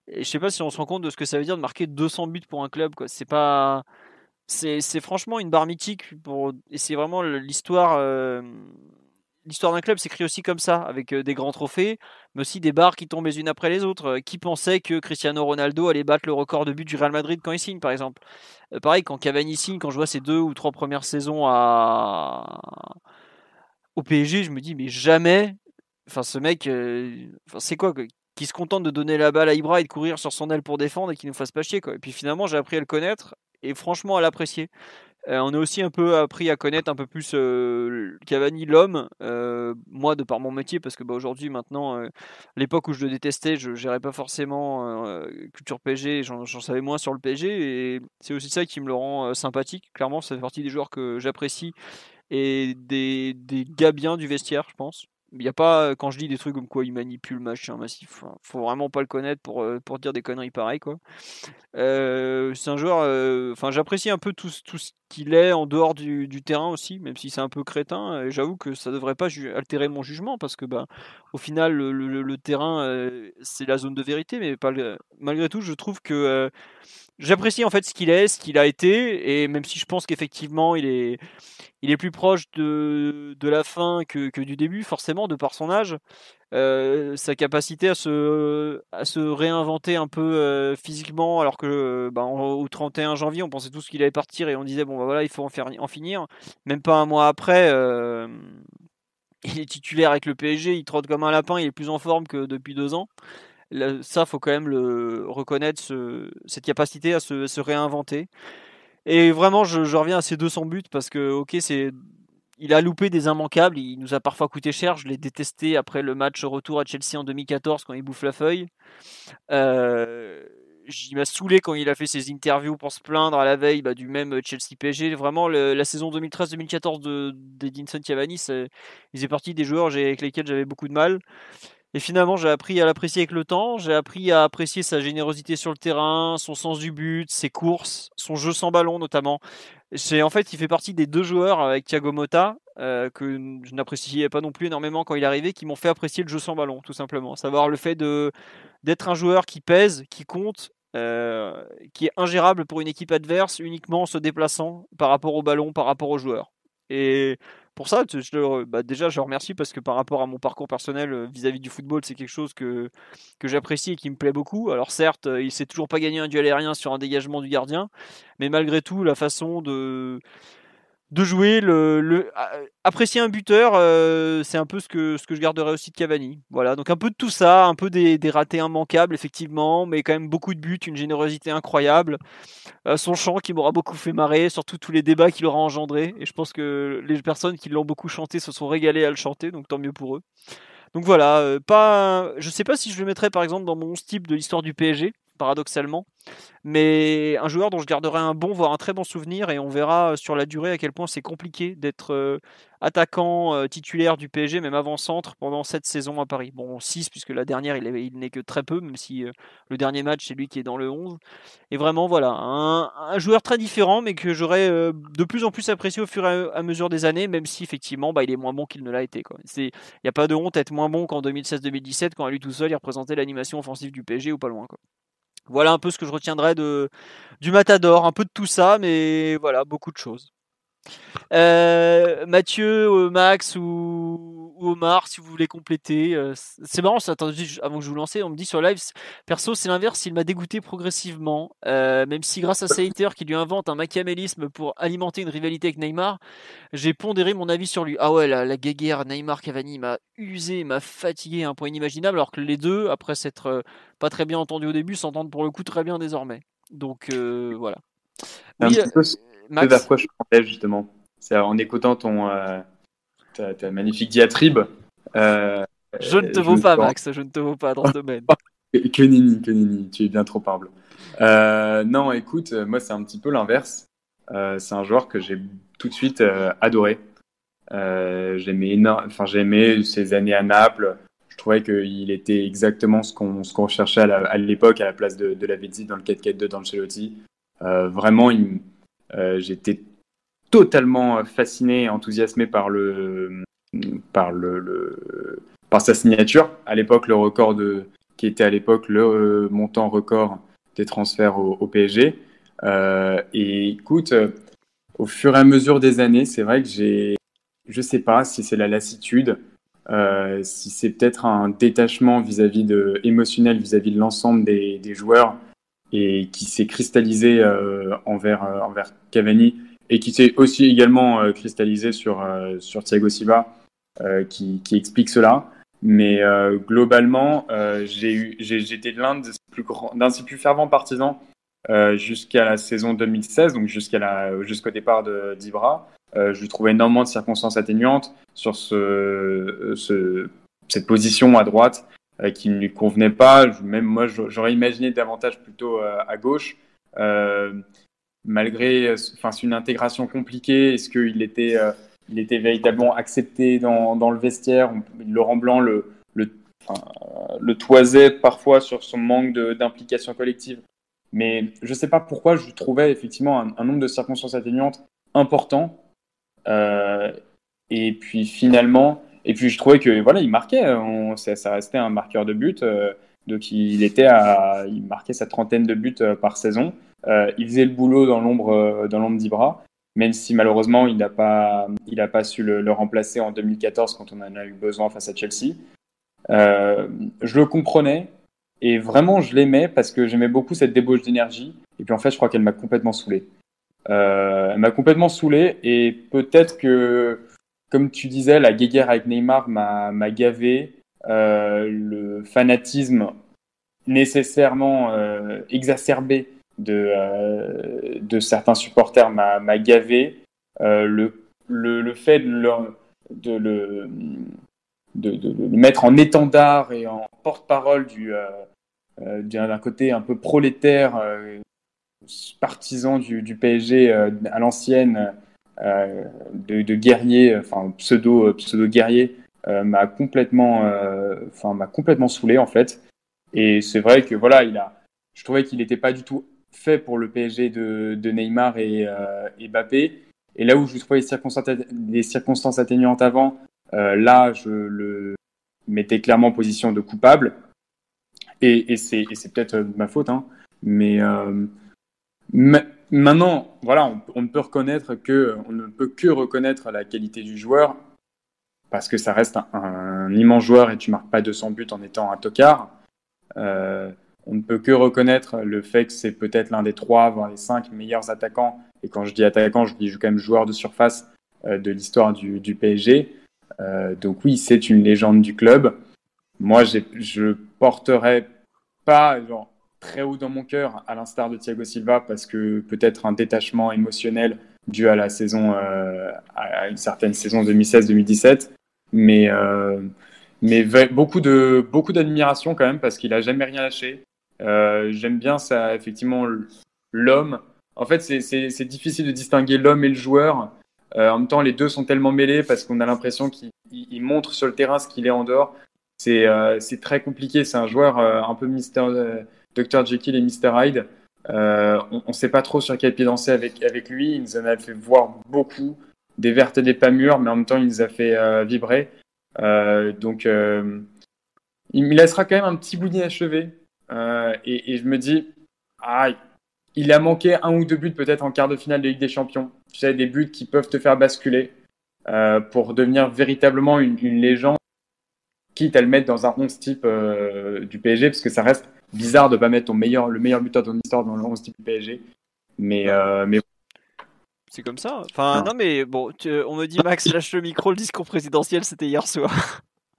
Et je sais pas si on se rend compte de ce que ça veut dire de marquer 200 buts pour un club, quoi. C'est pas, c'est franchement une barre mythique et c'est vraiment l'histoire. L'histoire d'un club s'écrit aussi comme ça, avec des grands trophées, mais aussi des barres qui tombent les unes après les autres. Qui pensait que Cristiano Ronaldo allait battre le record de buts du Real Madrid quand il signe, par exemple. Pareil, quand Cavani signe, quand je vois ses 2 ou 3 premières saisons au PSG, je me dis, mais jamais. Enfin, ce mec, c'est quoi, qui se contente de donner la balle à Ibra et de courir sur son aile pour défendre et qui nous fasse pas chier, quoi. Et puis finalement, j'ai appris à le connaître et franchement à l'apprécier. On a aussi un peu appris à connaître un peu plus Cavani l'homme, moi de par mon métier, parce que aujourd'hui maintenant, l'époque où je le détestais, je gérais pas forcément culture PSG, j'en savais moins sur le PSG, et c'est aussi ça qui me le rend sympathique. Clairement, ça fait partie des joueurs que j'apprécie et des gars bien du vestiaire, je pense. Il y a pas, quand je dis des trucs comme quoi il manipule machin massif, faut vraiment pas le connaître pour dire des conneries pareilles, quoi. C'est un joueur, enfin j'apprécie un peu tout ce qu'il est en dehors du terrain aussi, même si c'est un peu crétin. Et j'avoue que ça devrait pas altérer mon jugement, parce que bah, au final le terrain c'est la zone de vérité, mais malgré tout je trouve que j'apprécie en fait ce qu'il est, ce qu'il a été, et même si je pense qu'effectivement il est plus proche de la fin que du début, forcément, de par son âge. Sa capacité à se réinventer un peu physiquement, alors que bah, au 31 janvier, on pensait tous qu'il allait partir et on disait, bon, bah voilà, il faut en finir. Même pas un mois après, il est titulaire avec le PSG, il trotte comme un lapin, il est plus en forme que depuis 2 ans. Là, ça, faut quand même le reconnaître, cette capacité à se réinventer. Et vraiment, je reviens à ces 200 buts parce que, ok, il a loupé des immanquables, il nous a parfois coûté cher. Je l'ai détesté après le match retour à Chelsea en 2014 quand il bouffe la feuille. Il m'a saoulé quand il a fait ses interviews pour se plaindre à la veille du même Chelsea PSG. Vraiment, la saison 2013-2014 d'Edinson Cavani, il faisait partie des joueurs avec lesquels j'avais beaucoup de mal. Et finalement, j'ai appris à l'apprécier avec le temps. J'ai appris à apprécier sa générosité sur le terrain, son sens du but, ses courses, son jeu sans ballon notamment. En fait, il fait partie des 2 joueurs avec Thiago Motta que je n'appréciais pas non plus énormément quand il est arrivé, qui m'ont fait apprécier le jeu sans ballon, tout simplement. Savoir le fait d'être un joueur qui pèse, qui compte, qui est ingérable pour une équipe adverse uniquement en se déplaçant par rapport au ballon, par rapport aux joueurs. Et pour ça, déjà, je le remercie parce que par rapport à mon parcours personnel vis-à-vis du football, c'est quelque chose que j'apprécie et qui me plaît beaucoup. Alors certes, il ne s'est toujours pas gagné un duel aérien sur un dégagement du gardien, mais malgré tout, la façon de jouer, apprécier un buteur, c'est un peu ce que je garderai aussi de Cavani. Voilà, donc un peu de tout ça, un peu des ratés immanquables, effectivement, mais quand même beaucoup de buts, une générosité incroyable. Son chant qui m'aura beaucoup fait marrer, surtout tous les débats qu'il aura engendrés. Et je pense que les personnes qui l'ont beaucoup chanté se sont régalées à le chanter, donc tant mieux pour eux. Donc voilà, je sais pas si je le mettrais par exemple dans mon 11 type de l'histoire du PSG, paradoxalement, mais un joueur dont je garderai un bon, voire un très bon souvenir, et on verra sur la durée à quel point c'est compliqué d'être attaquant titulaire du PSG, même avant-centre, pendant 7 saisons à Paris. Bon, 6, puisque la dernière, il n'est que très peu, même si le dernier match, c'est lui qui est dans le 11. Et vraiment, voilà, un joueur très différent, mais que j'aurais de plus en plus apprécié au fur et à mesure des années, même si effectivement, il est moins bon qu'il ne l'a été, quoi. Il n'y a pas de honte à être moins bon qu'en 2016-2017, quand à lui tout seul, il représentait l'animation offensive du PSG ou pas loin, quoi. Voilà un peu ce que je retiendrai du Matador, un peu de tout ça, mais voilà, beaucoup de choses. Mathieu, Max ou Omar, si vous voulez compléter. C'est marrant, avant que je vous lance, on me dit sur live, perso c'est l'inverse, il m'a dégoûté progressivement, même si grâce à Saïter qui lui invente un machiavélisme pour alimenter une rivalité avec Neymar, j'ai pondéré mon avis sur lui. Ah ouais, la guéguerre Neymar-Cavani m'a usé, m'a fatigué à un point inimaginable, alors que les deux, après s'être pas très bien entendus au début, s'entendent pour le coup très bien désormais. Donc voilà. Un Oui, petit peu ce Max. vers quoi je pensais justement. C'est en écoutant ta magnifique diatribe. Je ne te vaux pas, Max, je ne te vaux pas dans ce domaine. Que nenni, tu es bien trop humble. Non, écoute, moi c'est un petit peu l'inverse. C'est un joueur que j'ai tout de suite adoré. J'aimais ses années à Naples. Je trouvais qu'il était exactement ce qu'on recherchait à l'époque, à la place de Lavezzi dans le 4-4-2 d'Ancelotti. Vraiment, j'étais totalement fasciné et enthousiasmé par sa signature. À l'époque, le record qui était à l'époque le montant record des transferts au PSG. Et écoute, au fur et à mesure des années, c'est vrai que je sais pas si c'est la lassitude, si c'est peut-être un détachement émotionnel vis-à-vis de l'ensemble des joueurs et qui s'est cristallisé envers Cavani et qui s'est aussi également cristallisé sur Thiago Silva, qui explique cela. Mais globalement, j'étais l'un d'un des plus fervents partisans jusqu'à la saison 2016, donc jusqu'au départ d'Ibra. Je lui trouvais énormément de circonstances atténuantes sur cette position à droite qui ne lui convenait pas. Même moi, j'aurais imaginé davantage plutôt à gauche. Malgré, c'est une intégration compliquée. Est-ce qu'il était véritablement accepté dans le vestiaire? Laurent Blanc le toisait parfois sur son manque d'implication collective. Mais je ne sais pas pourquoi je trouvais effectivement un nombre de circonstances atténuantes important. Et puis finalement, je trouvais que voilà, il marquait. Ça restait un marqueur de but. Donc il marquait sa 30aine de buts par saison. Il faisait le boulot dans l'ombre d'Ibra, même si malheureusement il n'a pas su le remplacer en 2014 quand on en a eu besoin face à Chelsea. Je le comprenais. Et vraiment, je l'aimais parce que j'aimais beaucoup cette débauche d'énergie. Et puis en fait, je crois qu'elle m'a complètement saoulé. Elle m'a complètement saoulé. Et peut-être que, comme tu disais, la guéguerre avec Neymar m'a gavé. Le fanatisme nécessairement exacerbé de certains supporters m'a gavé. Le fait de le mettre en étendard et en porte-parole d'un côté un peu prolétaire, partisan du PSG à l'ancienne, de guerrier, pseudo-guerrier, m'a complètement saoulé en fait. Et c'est vrai que voilà, je trouvais qu'il n'était pas du tout fait pour le PSG de Neymar et Mbappé. Et là où je trouvais les circonstances atténuantes avant, là, je le mettais clairement en position de coupable. Et c'est peut-être ma faute, hein. Mais maintenant, voilà, on ne peut que reconnaître la qualité du joueur parce que ça reste un immense joueur et tu marques pas 200 buts en étant un tocard. On ne peut que reconnaître le fait que c'est peut-être l'un des 3, voire les 5 meilleurs attaquants. Et quand je dis attaquant, je dis quand même joueur de surface de l'histoire du PSG. Donc oui, c'est une légende du club. Moi, je porterai pas très haut dans mon cœur, à l'instar de Thiago Silva, parce que peut-être un détachement émotionnel dû à à une certaine saison 2016-2017. Mais beaucoup d'admiration quand même, parce qu'il a jamais rien lâché. J'aime bien ça, effectivement, l'homme. En fait, c'est difficile de distinguer l'homme et le joueur. En même temps, les deux sont tellement mêlés parce qu'on a l'impression qu'il montre sur le terrain ce qu'il est en dehors. C'est très compliqué. C'est un joueur un peu Dr. Jekyll et Mr. Hyde. On ne sait pas trop sur quel pied danser avec lui. Il nous en a fait voir beaucoup, des vertes et des pas mûres, mais en même temps, il nous a fait vibrer. Donc, il me laissera quand même un petit bout d'inachevé. Et je me dis, il a manqué 1 ou 2 buts peut-être en quart de finale de Ligue des Champions. Tu sais, des buts qui peuvent te faire basculer pour devenir véritablement une légende, quitte à le mettre dans un 11 type du PSG, parce que ça reste bizarre de ne pas mettre le meilleur buteur de ton histoire dans le 11 type du PSG. Mais c'est comme ça. Enfin, non mais bon, on me dit Max, lâche le micro, le discours présidentiel, c'était hier soir.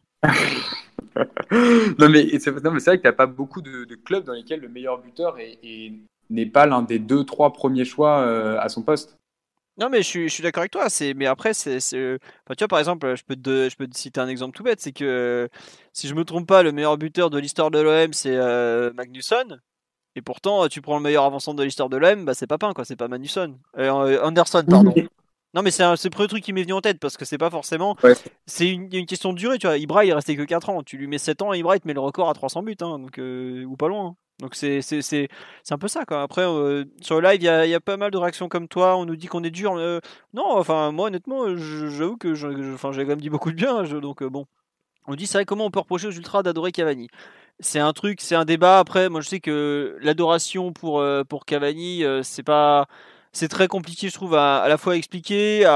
non, mais c'est vrai que tu n'as pas beaucoup de clubs dans lesquels le meilleur buteur n'est pas l'un des 2-3 premiers choix à son poste. Non mais je suis d'accord avec toi. Mais après enfin, tu vois, par exemple, je peux te citer un exemple tout bête, c'est que si je me trompe pas, le meilleur buteur de l'histoire de l'OM c'est Magnusson. Et pourtant, tu prends le meilleur avançant de l'histoire de l'OM, bah c'est Papin, quoi, c'est pas Magnusson. Anderson, pardon. Non, mais c'est le premier truc qui m'est venu en tête, parce que c'est pas forcément. Ouais. C'est une question de durée, tu vois. Ibra, il restait que 4 ans. Tu lui mets 7 ans, Ibra, il te met le record à 300 buts, hein, donc, ou pas loin. Hein. Donc c'est un peu ça, quoi. Après, sur le live, il y a pas mal de réactions comme toi. On nous dit qu'on est dur. Non, enfin, moi, honnêtement, j'avoue que j'ai quand même dit beaucoup de bien. Donc, bon. On dit, c'est vrai, comment on peut reprocher aux Ultras d'adorer Cavani? c'est un truc, c'est un débat. Après, moi je sais que l'adoration pour Cavani, c'est très compliqué, je trouve, à la fois à expliquer,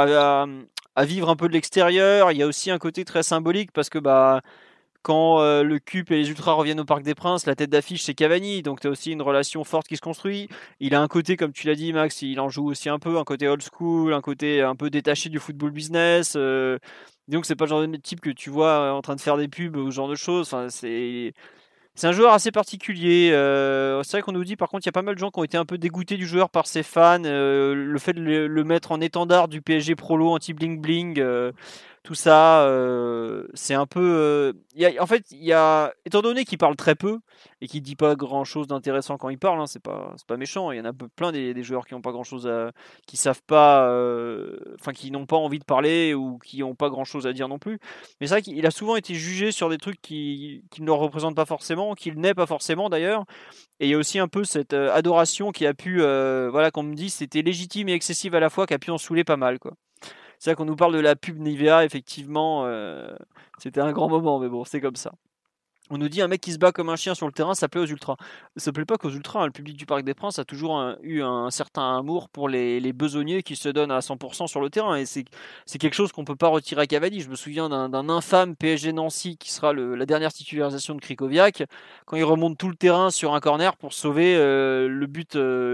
à vivre un peu de l'extérieur. Il y a aussi un côté très symbolique parce que bah quand le CUP et les Ultras reviennent au Parc des Princes, la tête d'affiche c'est Cavani, donc tu as aussi une relation forte qui se construit. Il a un côté, comme tu l'as dit Max, il en joue aussi un peu, un côté old school, un côté un peu détaché du football business. Donc c'est pas le genre de type que tu vois en train de faire des pubs ou ce genre de choses. Enfin, c'est un joueur assez particulier. C'est vrai qu'on nous dit par contre il y a pas mal de gens qui ont été un peu dégoûtés du joueur par ses fans. Le fait de le mettre en étendard du PSG Prolo anti bling bling, tout ça, c'est un peu. En fait, étant donné qu'il parle très peu et qu'il dit pas grand chose d'intéressant quand il parle, hein, c'est pas méchant. Il y en a plein des joueurs qui ont pas grand chose qui savent pas, enfin qui n'ont pas envie de parler ou qui ont pas grand chose à dire non plus. Mais c'est vrai qu'il a souvent été jugé sur des trucs qui ne le représentent pas forcément, qu'il n'est pas forcément d'ailleurs. Et il y a aussi un peu cette adoration qui a pu, voilà, qu'on me dit c'était légitime et excessive à la fois, qui a pu en saouler pas mal, quoi. C'est vrai qu'on nous parle de la pub Nivea, effectivement, c'était un grand moment, mais bon, c'est comme ça. On nous dit un mec qui se bat comme un chien sur le terrain, ça plaît aux ultras. Ça plaît pas qu'aux ultras, hein. Le public du Parc des Princes a toujours eu un certain amour pour les besogneux qui se donnent à 100% sur le terrain. Et c'est quelque chose qu'on peut pas retirer à Cavani. Je me souviens d'un infâme PSG Nancy qui sera la dernière titularisation de Krikoviak, quand il remonte tout le terrain sur un corner pour sauver le but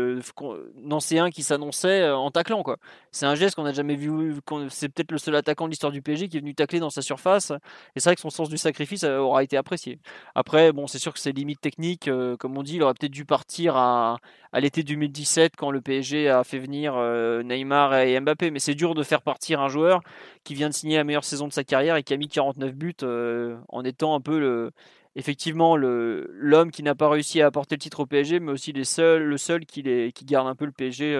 nancéen qui s'annonçait en taclant, quoi. C'est un geste qu'on n'a jamais vu. C'est peut-être le seul attaquant de l'histoire du PSG qui est venu tacler dans sa surface. Et c'est vrai que son sens du sacrifice aura été apprécié. Après, bon, c'est sûr que c'est limite technique. Comme on dit, il aurait peut-être dû partir à l'été 2017 quand le PSG a fait venir Neymar et Mbappé. Mais c'est dur de faire partir un joueur qui vient de signer la meilleure saison de sa carrière et qui a mis 49 buts en étant un peu effectivement l'homme qui n'a pas réussi à apporter le titre au PSG, mais aussi le seul qui garde un peu le PSG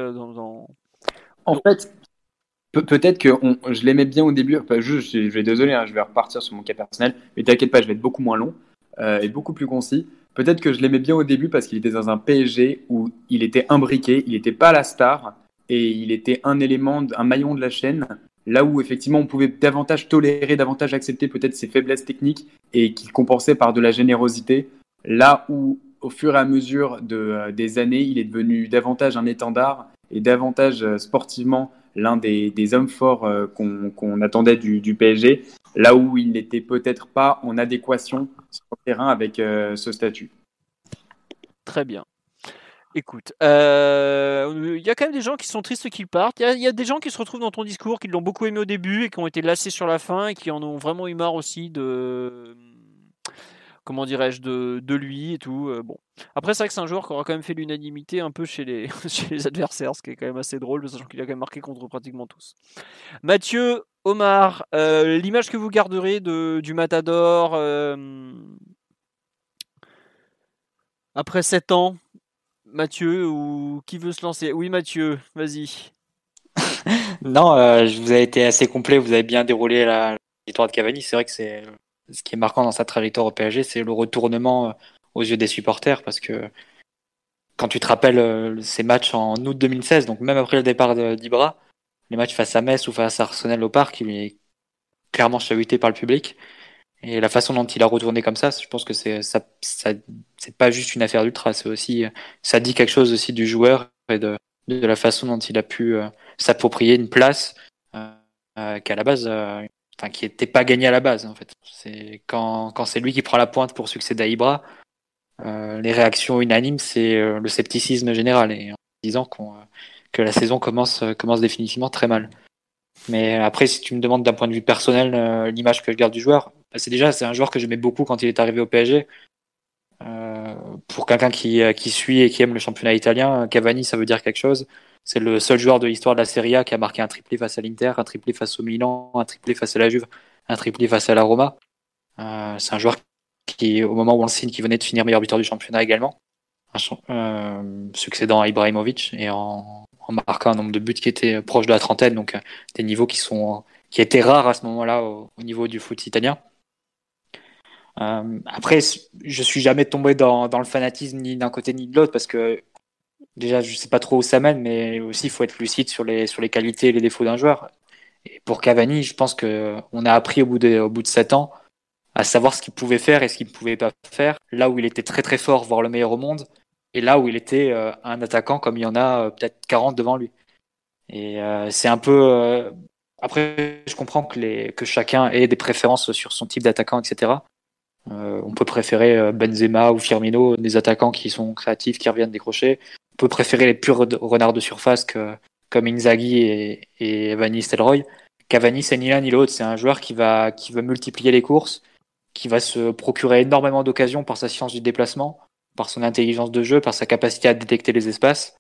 En fait, peut-être que je l'aimais bien au début. Enfin, je vais désolé, hein, je vais repartir sur mon cas personnel, mais t'inquiète pas, je vais être beaucoup moins long et beaucoup plus concis. Peut-être que je l'aimais bien au début parce qu'il était dans un PSG où il était imbriqué, il n'était pas la star et il était un élément, un maillon de la chaîne. Là où effectivement on pouvait davantage tolérer, davantage accepter peut-être ses faiblesses techniques et qu'il compensait par de la générosité. Là où au fur et à mesure des années, il est devenu davantage un étendard et davantage sportivement l'un des hommes forts qu'on attendait du PSG, là où il n'était peut-être pas en adéquation sur le terrain avec ce statut. Très bien. Écoute, il y a quand même des gens qui sont tristes qu'il parte. Il y a des gens qui se retrouvent dans ton discours, qui l'ont beaucoup aimé au début et qui ont été lassés sur la fin et qui en ont vraiment eu marre aussi comment dirais-je, de lui et tout. Bon. Après, c'est vrai que c'est un joueur qui aura quand même fait l'unanimité un peu chez les, chez les adversaires, ce qui est quand même assez drôle, sachant qu'il a quand même marqué contre pratiquement tous. Mathieu, Omar, l'image que vous garderez du Matador après 7 ans, Mathieu, ou qui veut se lancer? Oui, Mathieu, vas-y. Non, je vous ai été assez complet. Vous avez bien déroulé la victoire de Cavani. C'est vrai que c'est ce qui est marquant dans sa trajectoire au PSG, c'est le retournement aux yeux des supporters, parce que quand tu te rappelles ces matchs en août 2016, donc même après le départ d'Ibra, les matchs face à Metz ou face à Arsenal au Parc, il est clairement chahuté par le public. Et la façon dont il a retourné comme ça, je pense que c'est pas juste une affaire d'ultra, c'est aussi, ça dit quelque chose aussi du joueur et de la façon dont il a pu s'approprier une place qu'à la base, enfin qui était pas gagnée à la base en fait. C'est quand c'est lui qui prend la pointe pour succéder à Ibra, les réactions unanimes, c'est le scepticisme général et en disant que la saison commence définitivement très mal. Mais après, si tu me demandes d'un point de vue personnel l'image que je garde du joueur, c'est un joueur que j'aimais beaucoup quand il est arrivé au PSG. Pour quelqu'un qui suit et qui aime le championnat italien, Cavani, ça veut dire quelque chose. C'est le seul joueur de l'histoire de la Serie A qui a marqué un triplé face à l'Inter, un triplé face au Milan, un triplé face à la Juve, un triplé face à la Roma. C'est un joueur qui, au moment où on le signe, qui venait de finir meilleur buteur du championnat également, succédant à Ibrahimovic et en marquant un nombre de buts qui était proche de la trentaine, donc des niveaux qui étaient rares à ce moment-là au niveau du foot italien. Après, je suis jamais tombé dans le fanatisme ni d'un côté ni de l'autre, parce que déjà je sais pas trop où ça mène, mais aussi il faut être lucide sur les qualités et les défauts d'un joueur. Et pour Cavani, je pense que on a appris au bout de 7 ans à savoir ce qu'il pouvait faire et ce qu'il ne pouvait pas faire, là où il était très très fort, voire le meilleur au monde, et là où il était un attaquant comme il y en a peut-être 40 devant lui. Et c'est un peu... Après, je comprends que chacun ait des préférences sur son type d'attaquant, etc. On peut préférer Benzema ou Firmino, des attaquants qui sont créatifs, qui reviennent décrocher. On peut préférer les purs renards de surface comme Inzaghi et Van Nistelrooy. Cavani, c'est ni l'un ni l'autre. C'est un joueur qui va multiplier les courses, qui va se procurer énormément d'occasions par sa science du déplacement, par son intelligence de jeu, par sa capacité à détecter les espaces.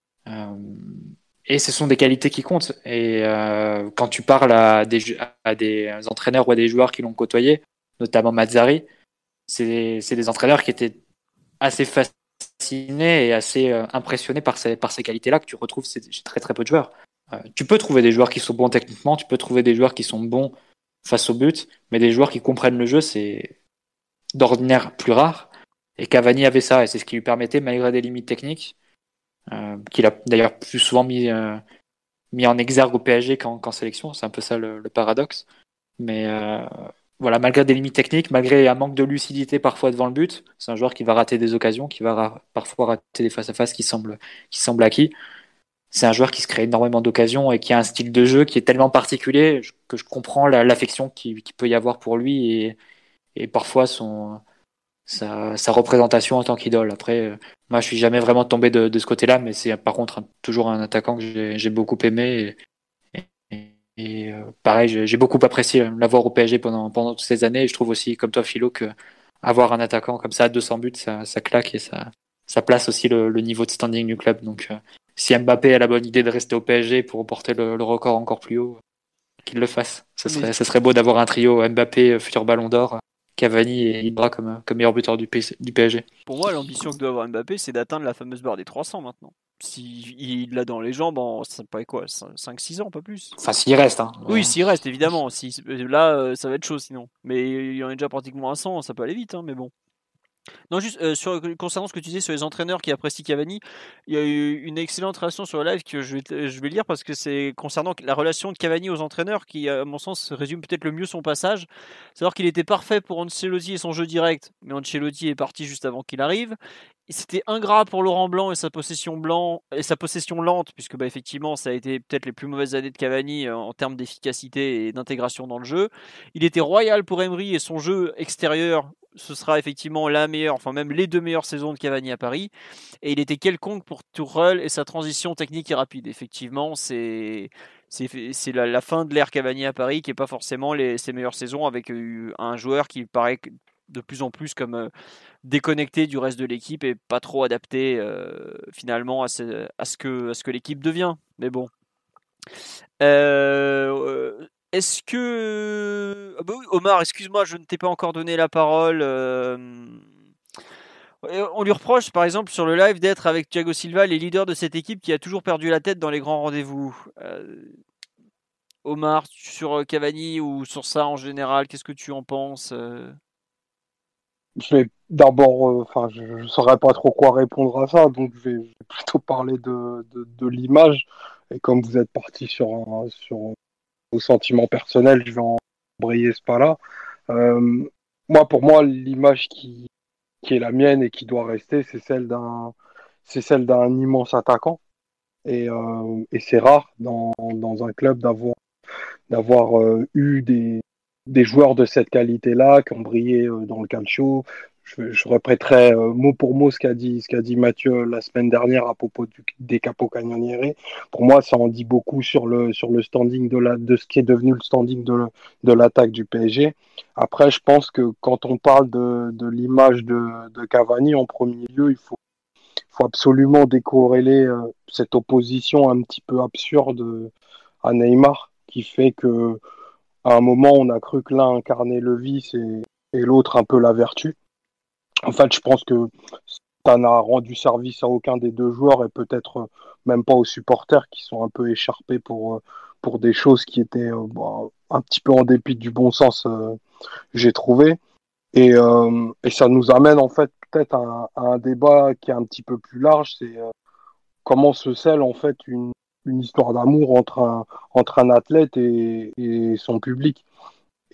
Et ce sont des qualités qui comptent. Et quand tu parles à des entraîneurs ou à des joueurs qui l'ont côtoyé, notamment Mazzarri, c'est des entraîneurs qui étaient assez fascinés et assez impressionnés par ces qualités-là que tu retrouves chez très très peu de joueurs. Tu peux trouver des joueurs qui sont bons techniquement, tu peux trouver des joueurs qui sont bons face au but, mais des joueurs qui comprennent le jeu, c'est d'ordinaire plus rare. Et Cavani avait ça, et c'est ce qui lui permettait, malgré des limites techniques, qu'il a d'ailleurs plus souvent mis en exergue au PSG qu'en sélection. C'est un peu ça le paradoxe. Mais voilà, malgré des limites techniques, malgré un manque de lucidité parfois devant le but, c'est un joueur qui va rater des occasions, qui va parfois rater des face-à-face qui semblent acquis. C'est un joueur qui se crée énormément d'occasions et qui a un style de jeu qui est tellement particulier que je comprends l'affection qu'il peut y avoir pour lui et parfois sa représentation en tant qu'idole. Après, moi, je suis jamais vraiment tombé de ce côté-là, mais c'est par contre toujours un attaquant que j'ai beaucoup aimé. Et pareil, j'ai beaucoup apprécié l'avoir au PSG pendant toutes ces années. Et je trouve aussi, comme toi, Philo, que avoir un attaquant comme ça à 200 buts, ça claque et ça place aussi le niveau de standing du club. Donc, si Mbappé a la bonne idée de rester au PSG pour porter le record encore plus haut, qu'il le fasse. Ça serait beau d'avoir un trio Mbappé, futur Ballon d'Or, Cavani et Ibra comme meilleur buteur du PSG. Pour moi, l'ambition que doit avoir Mbappé, c'est d'atteindre la fameuse barre des 300 maintenant. S'il l'a dans les jambes, ça paraît quoi, 5-6 ans, pas plus. Enfin, s'il reste. Hein. Oui, s'il reste, évidemment. Là, ça va être chaud sinon. Mais il y en a déjà pratiquement à 100, ça peut aller vite, hein, mais bon. Non, juste concernant ce que tu disais sur les entraîneurs qui apprécient Cavani, il y a eu une excellente relation sur le live que je vais lire parce que c'est concernant la relation de Cavani aux entraîneurs qui, à mon sens, résume peut-être le mieux son passage. C'est-à-dire qu'il était parfait pour Ancelotti et son jeu direct, mais Ancelotti est parti juste avant qu'il arrive. C'était ingrat pour Laurent Blanc et sa possession lente, puisque effectivement, ça a été peut-être les plus mauvaises années de Cavani en termes d'efficacité et d'intégration dans le jeu. Il était royal pour Emery et son jeu extérieur, ce sera effectivement la meilleure, enfin même les deux meilleures saisons de Cavani à Paris. Et il était quelconque pour Tourelle et sa transition technique et rapide. Effectivement, c'est la fin de l'ère Cavani à Paris qui n'est pas forcément ses meilleures saisons avec un joueur qui paraît de plus en plus comme déconnecté du reste de l'équipe et pas trop adapté finalement à ce que l'équipe devient. Mais bon. Est-ce que... Ah bah oui, Omar, excuse-moi, je ne t'ai pas encore donné la parole. On lui reproche, par exemple, sur le live, d'être avec Thiago Silva, les leaders de cette équipe qui a toujours perdu la tête dans les grands rendez-vous. Omar, sur Cavani ou sur ça en général, qu'est-ce que tu en penses Je vais d'abord, je ne saurais pas trop quoi répondre à ça, donc je vais plutôt parler de l'image. Et comme vous êtes parti sur vos sentiments personnels, je vais embrayer ce pas-là. Pour moi, l'image qui est la mienne et qui doit rester, c'est celle d'un immense attaquant. Et c'est rare dans un club d'avoir eu des joueurs de cette qualité-là qui ont brillé dans le calcio. Je répéterai mot pour mot ce qu'a dit Mathieu la semaine dernière à propos des Capocannoniere. Pour moi, ça en dit beaucoup sur le standing de ce qui est devenu le standing de l'attaque du PSG. Après, je pense que quand on parle de l'image de Cavani en premier lieu, il faut absolument décorréler cette opposition un petit peu absurde à Neymar, qui fait que à un moment, on a cru que l'un incarnait le vice et l'autre un peu la vertu. En fait, je pense que ça n'a rendu service à aucun des deux joueurs et peut-être même pas aux supporters qui sont un peu écharpés pour des choses qui étaient un petit peu en dépit du bon sens, j'ai trouvé. Et ça nous amène en fait peut-être à un débat qui est un petit peu plus large, c'est comment se scelle en fait une histoire d'amour entre un athlète et son public. Et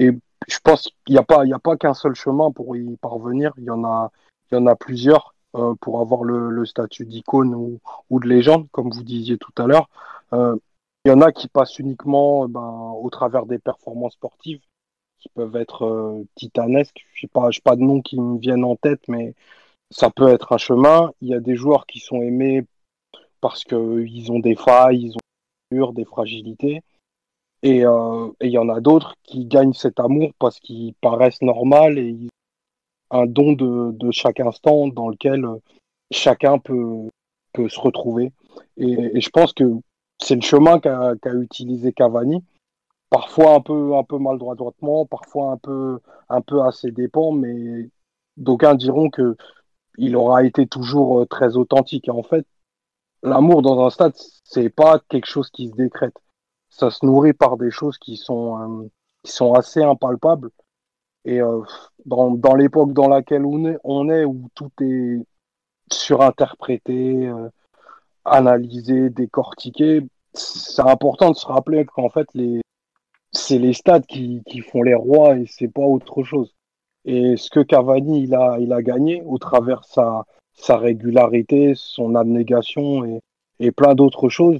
Je pense qu'il y a pas qu'un seul chemin pour y parvenir. Il y en a plusieurs pour avoir le statut d'icône ou de légende, comme vous disiez tout à l'heure. Euh, il y en a qui passent uniquement au travers des performances sportives, qui peuvent être titanesques. Je sais pas de noms qui me viennent en tête, mais ça peut être un chemin. Il y a des joueurs qui sont aimés parce qu'ils ont des failles, ils ont des fragilités. Et il y en a d'autres qui gagnent cet amour parce qu'ils paraissent normaux et ils ont un don de chaque instant dans lequel chacun peut se retrouver. Et je pense que c'est le chemin qu'a utilisé Cavani, parfois un peu maladroitement, parfois un peu à ses dépens, mais d'aucuns diront que il aura été toujours très authentique. Et en fait, l'amour dans un stade, c'est pas quelque chose qui se décrète. Ça se nourrit par des choses qui sont assez impalpables. Et dans l'époque dans laquelle on est, où tout est surinterprété, analysé, décortiqué, c'est important de se rappeler qu'en fait, c'est les stades qui font les rois et c'est pas autre chose. Et ce que Cavani il a gagné au travers sa régularité, son abnégation et plein d'autres choses,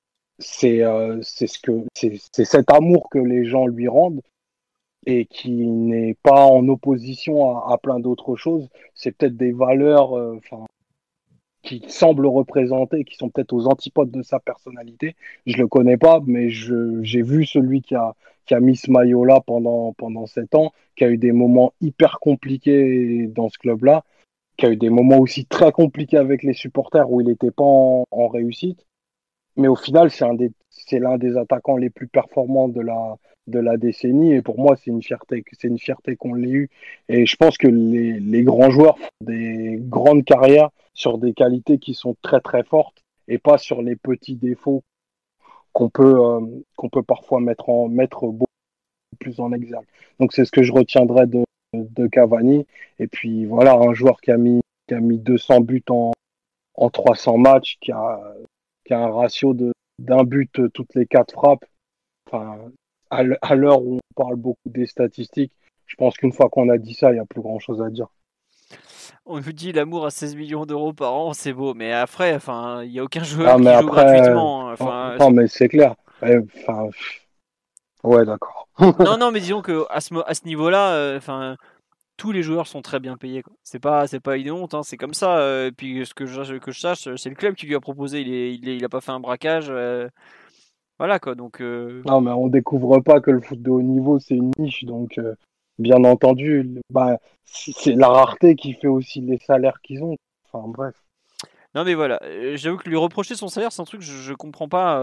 c'est cet amour que les gens lui rendent et qui n'est pas en opposition à plein d'autres choses. C'est peut-être des valeurs qui semblent représenter, qui sont peut-être aux antipodes de sa personnalité. Je le connais pas, mais j'ai vu celui qui a mis ce maillot-là pendant 7 ans, qui a eu des moments hyper compliqués dans ce club-là, qui a eu des moments aussi très compliqués avec les supporters où il n'était pas en réussite. Mais au final, c'est l'un des attaquants les plus performants de la décennie. Et pour moi, c'est une fierté qu'on l'ait eu. Et je pense que les grands joueurs font des grandes carrières sur des qualités qui sont très, très fortes et pas sur les petits défauts qu'on peut parfois mettre beaucoup plus en exergue. Donc, c'est ce que je retiendrai de Cavani. Et puis, voilà, un joueur qui a mis 200 buts en 300 matchs, qui a un ratio d'un but toutes les 4 frappes. Enfin, à l'heure où on parle beaucoup des statistiques, je pense qu'une fois qu'on a dit ça, il n'y a plus grand-chose à dire. On nous dit l'amour à 16 millions d'euros par an, c'est beau, mais après, il n'y a aucun joueur qui joue gratuitement. Non, mais c'est clair. Enfin, ouais, d'accord. Non, mais disons que à ce niveau-là, tous les joueurs sont très bien payés, quoi. C'est pas une honte, hein, c'est comme ça. Et puis ce que je sache, c'est le club qui lui a proposé. Il a pas fait un braquage. Voilà quoi. Donc Non, mais on découvre pas que le foot de haut niveau, c'est une niche. Donc, bien entendu, c'est la rareté qui fait aussi les salaires qu'ils ont. Enfin, bref. non mais voilà. J'avoue que lui reprocher son salaire, c'est un truc que je comprends pas.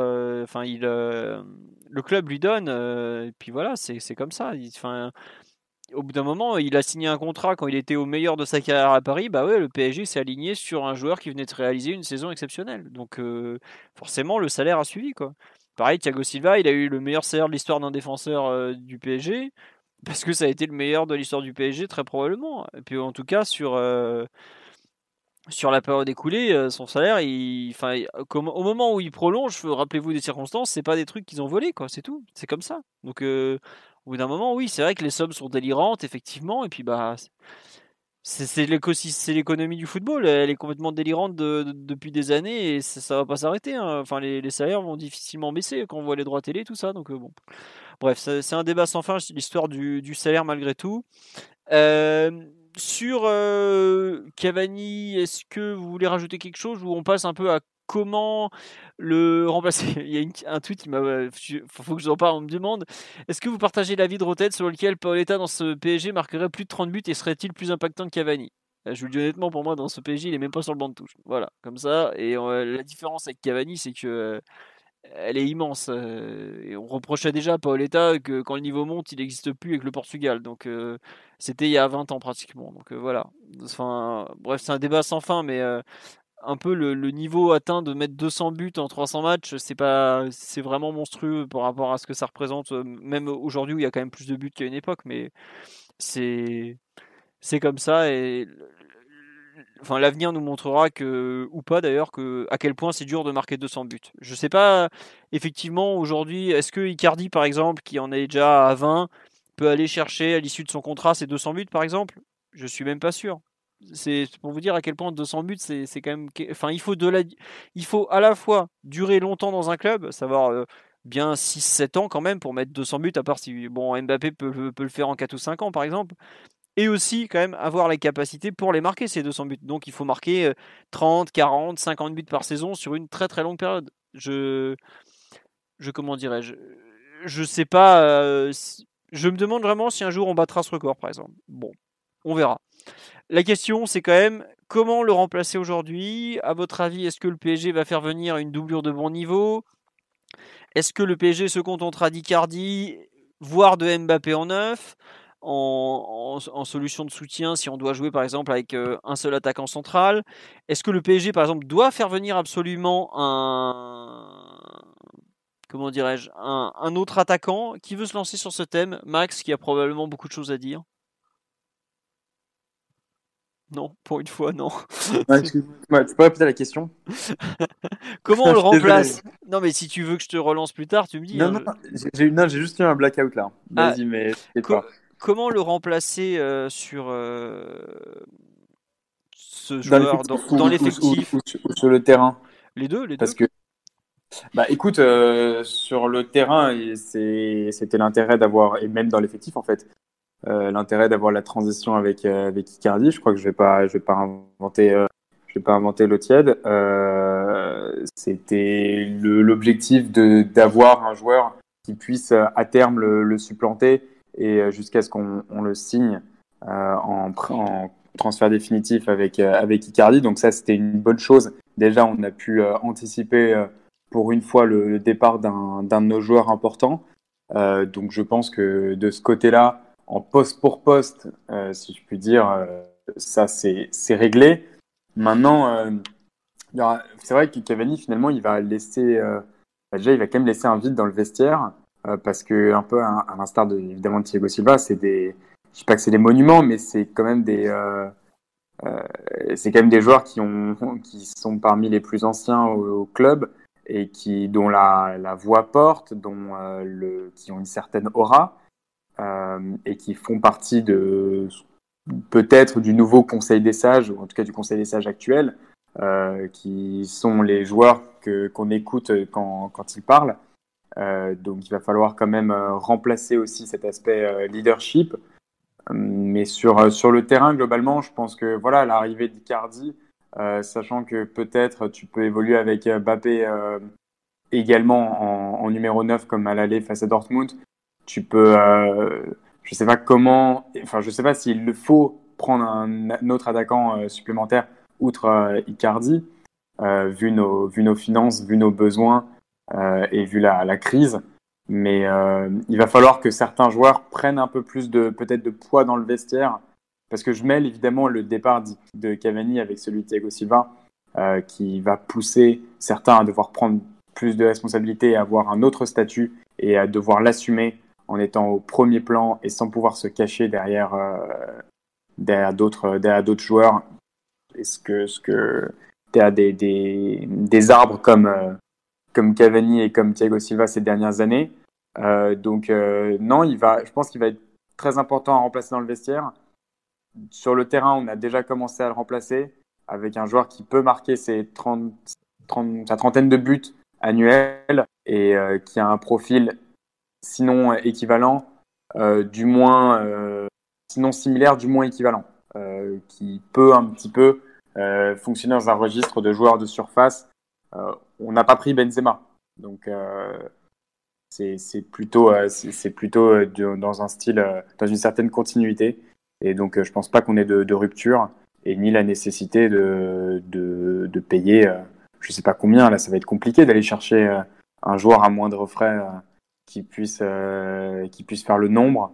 Le club lui donne. Et puis voilà, c'est comme ça. Au bout d'un moment, il a signé un contrat quand il était au meilleur de sa carrière à Paris. Bah ouais, le PSG s'est aligné sur un joueur qui venait de réaliser une saison exceptionnelle. Donc forcément, le salaire a suivi, quoi. Pareil, Thiago Silva, il a eu le meilleur salaire de l'histoire d'un défenseur du PSG parce que ça a été le meilleur de l'histoire du PSG très probablement. Et puis en tout cas sur la période écoulée, son salaire, au moment où il prolonge, rappelez-vous des circonstances, c'est pas des trucs qu'ils ont volés, quoi. C'est tout, c'est comme ça. Donc au bout d'un moment, oui, c'est vrai que les sommes sont délirantes, effectivement, et puis c'est l'économie du football, elle est complètement délirante depuis des années et ça va pas s'arrêter, hein. Enfin, les salaires vont difficilement baisser quand on voit les droits télé, tout ça. Donc bon, bref, c'est un débat sans fin, l'histoire du salaire malgré tout. Euh, sur Cavani, est-ce que vous voulez rajouter quelque chose ou on passe un peu à comment le remplacer? Il y a un tweet qui m'a. Faut que je en parle. On me demande est-ce que vous partagez l'avis de Rotet selon lequel Paoletta dans ce PSG marquerait plus de 30 buts et serait-il plus impactant que Cavani? Je vous le dis honnêtement, pour moi, dans ce PSG, il est même pas sur le banc de touche. Voilà, comme ça. Et la différence avec Cavani, c'est que elle est immense. Et on reprochait déjà à Paoletta que quand le niveau monte, il n'existe plus avec le Portugal. Donc c'était il y a 20 ans pratiquement. Donc voilà. Enfin, bref, c'est un débat sans fin, mais un peu le niveau atteint de mettre 200 buts en 300 matchs, c'est vraiment monstrueux par rapport à ce que ça représente, même aujourd'hui où il y a quand même plus de buts qu'à une époque, mais c'est comme ça et l'avenir nous montrera ou pas d'ailleurs, à quel point c'est dur de marquer 200 buts. Je sais pas, effectivement, aujourd'hui, est-ce que Icardi, par exemple, qui en est déjà à 20, peut aller chercher à l'issue de son contrat ses 200 buts par exemple? Je suis même pas sûr. C'est pour vous dire à quel point 200 buts c'est quand même. Enfin, il faut à la fois durer longtemps dans un club, savoir bien 6-7 ans quand même pour mettre 200 buts, à part si Mbappé peut le faire en 4 ou 5 ans par exemple. Et aussi quand même avoir les capacités pour les marquer ces 200 buts. Donc il faut marquer 30, 40, 50 buts par saison sur une très très longue période. Comment dirais-je, je sais pas. Je me demande vraiment si un jour on battra ce record, par exemple. Bon, on verra. La question, c'est quand même comment le remplacer aujourd'hui. À votre avis, est-ce que le PSG va faire venir une doublure de bon niveau? Est-ce que le PSG se contentera d'Icardi, voire de Mbappé en neuf, en solution de soutien si on doit jouer par exemple avec un seul attaquant central? Est-ce que le PSG, par exemple, doit faire venir absolument comment dirais-je, un autre attaquant qui veut se lancer sur ce thème? Max, qui a probablement beaucoup de choses à dire. Non, pour une fois, non. Excuse-moi, tu peux répéter la question? Comment on le Je suis désolé. remplace? Non, mais si tu veux que je te relance plus tard, tu me dis. Non, non, j'ai juste eu un blackout là. Ah, Vas-y, mais t'inquiète pas. Comment le remplacer sur ce Dans joueur l'effectif dans l'effectif? ou sur le terrain? Les deux. Parce que, bah écoute, sur le terrain, c'était l'intérêt d'avoir, et même dans l'effectif en fait, l'intérêt d'avoir la transition avec Icardi. Je crois que je vais pas inventer l'eau tiède. C'était l'objectif d'avoir un joueur qui puisse à terme le supplanter et jusqu'à ce qu'on le signe en transfert définitif avec Icardi. Donc ça, c'était une bonne chose. Déjà, on a pu anticiper pour une fois le départ d'un de nos joueurs importants. Donc je pense que de ce côté-là, en poste pour poste, si je puis dire, ça c'est réglé. Maintenant, c'est vrai que Cavani finalement, il va laisser, déjà, il va quand même laisser un vide dans le vestiaire parce que un peu à l'instar évidemment de Thiago Silva, je dis pas que c'est des monuments, mais c'est quand même c'est quand même des joueurs qui sont parmi les plus anciens au club et dont la voix porte, qui ont une certaine aura. Et qui font partie peut-être du nouveau Conseil des Sages, ou en tout cas du Conseil des Sages actuel, qui sont les joueurs qu'on écoute quand ils parlent. Donc il va falloir quand même remplacer aussi cet aspect leadership. Mais sur le terrain, globalement, je pense que voilà, l'arrivée d'Icardi, sachant que peut-être tu peux évoluer avec Mbappé également en numéro 9 comme à l'aller face à Dortmund, tu peux, je sais pas comment, enfin je sais pas s'il le faut prendre un autre attaquant supplémentaire outre Icardi, vu nos finances, vu nos besoins et vu la crise. Mais il va falloir que certains joueurs prennent un peu plus peut-être de poids dans le vestiaire, parce que je mêle évidemment le départ de Cavani avec celui de Thiago Silva, qui va pousser certains à devoir prendre plus de responsabilités, à avoir un autre statut et à devoir l'assumer en étant au premier plan et sans pouvoir se cacher derrière d'autres joueurs. Est-ce que derrière des arbres comme Cavani et comme Thiago Silva ces dernières années? Donc non, je pense qu'il va être très important à remplacer dans le vestiaire. Sur le terrain, on a déjà commencé à le remplacer avec un joueur qui peut marquer sa trentaine de buts annuels et qui a un profil sinon équivalent, du moins, sinon similaire, du moins équivalent, qui peut un petit peu fonctionner dans un registre de joueurs de surface. On n'a pas pris Benzema, donc c'est plutôt dans un style, dans une certaine continuité, et donc je pense pas qu'on ait de rupture et ni la nécessité de payer, je sais pas combien. Là, ça va être compliqué d'aller chercher un joueur à moindre frais qui puisse faire le nombre.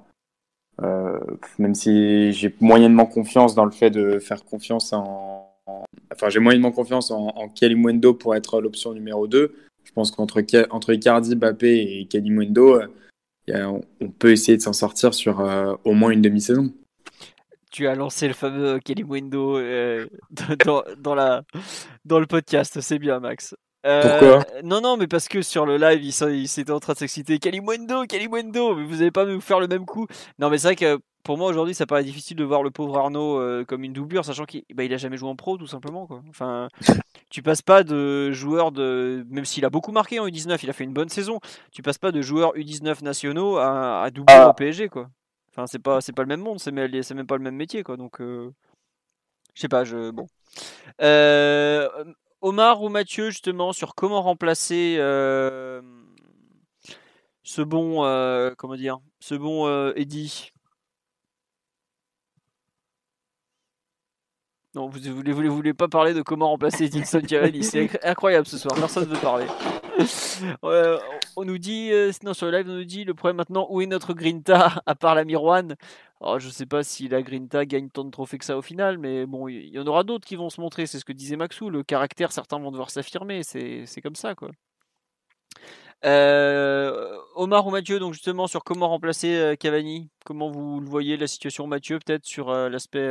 Même si j'ai moyennement confiance dans le fait de faire confiance enfin, j'ai moyennement confiance en Kalimundo pour être l'option numéro 2. Je pense qu'entre Icardi, Mbappé et Kalimundo, on peut essayer de s'en sortir sur au moins une demi-saison. Tu as lancé le fameux Kalimundo dans le podcast, c'est bien Max. Pourquoi? Non, mais parce que sur le live, il s'était en train de s'exciter. Kalimundo, mais vous allez pas me faire le même coup. Non, mais c'est vrai que pour moi aujourd'hui, ça paraît difficile de voir le pauvre Arnaud comme une doublure, sachant qu'il a jamais joué en pro, tout simplement, quoi. Enfin, tu passes pas de joueur même s'il a beaucoup marqué en U19, il a fait une bonne saison. Tu passes pas de joueurs U19 nationaux à doublure au PSG, quoi. Enfin, c'est pas le même monde, c'est même pas le même métier, quoi. Donc, je sais pas, bon. Omar ou Mathieu, justement, sur comment remplacer ce bon, Eddy. Non, vous voulez pas parler de comment remplacer Edinson Cavani. C'est incroyable ce soir, personne ne veut parler. On nous dit, sinon sur le live, on nous dit le problème maintenant, où est notre Grinta à part la Miroine. Alors, je sais pas si la Grinta gagne tant de trophées que ça au final, mais bon, il y en aura d'autres qui vont se montrer. C'est ce que disait Maxou. Le caractère, certains vont devoir s'affirmer. C'est comme ça, quoi. Omar ou Mathieu, donc justement sur comment remplacer Cavani. Comment vous le voyez la situation, Mathieu, peut-être sur l'aspect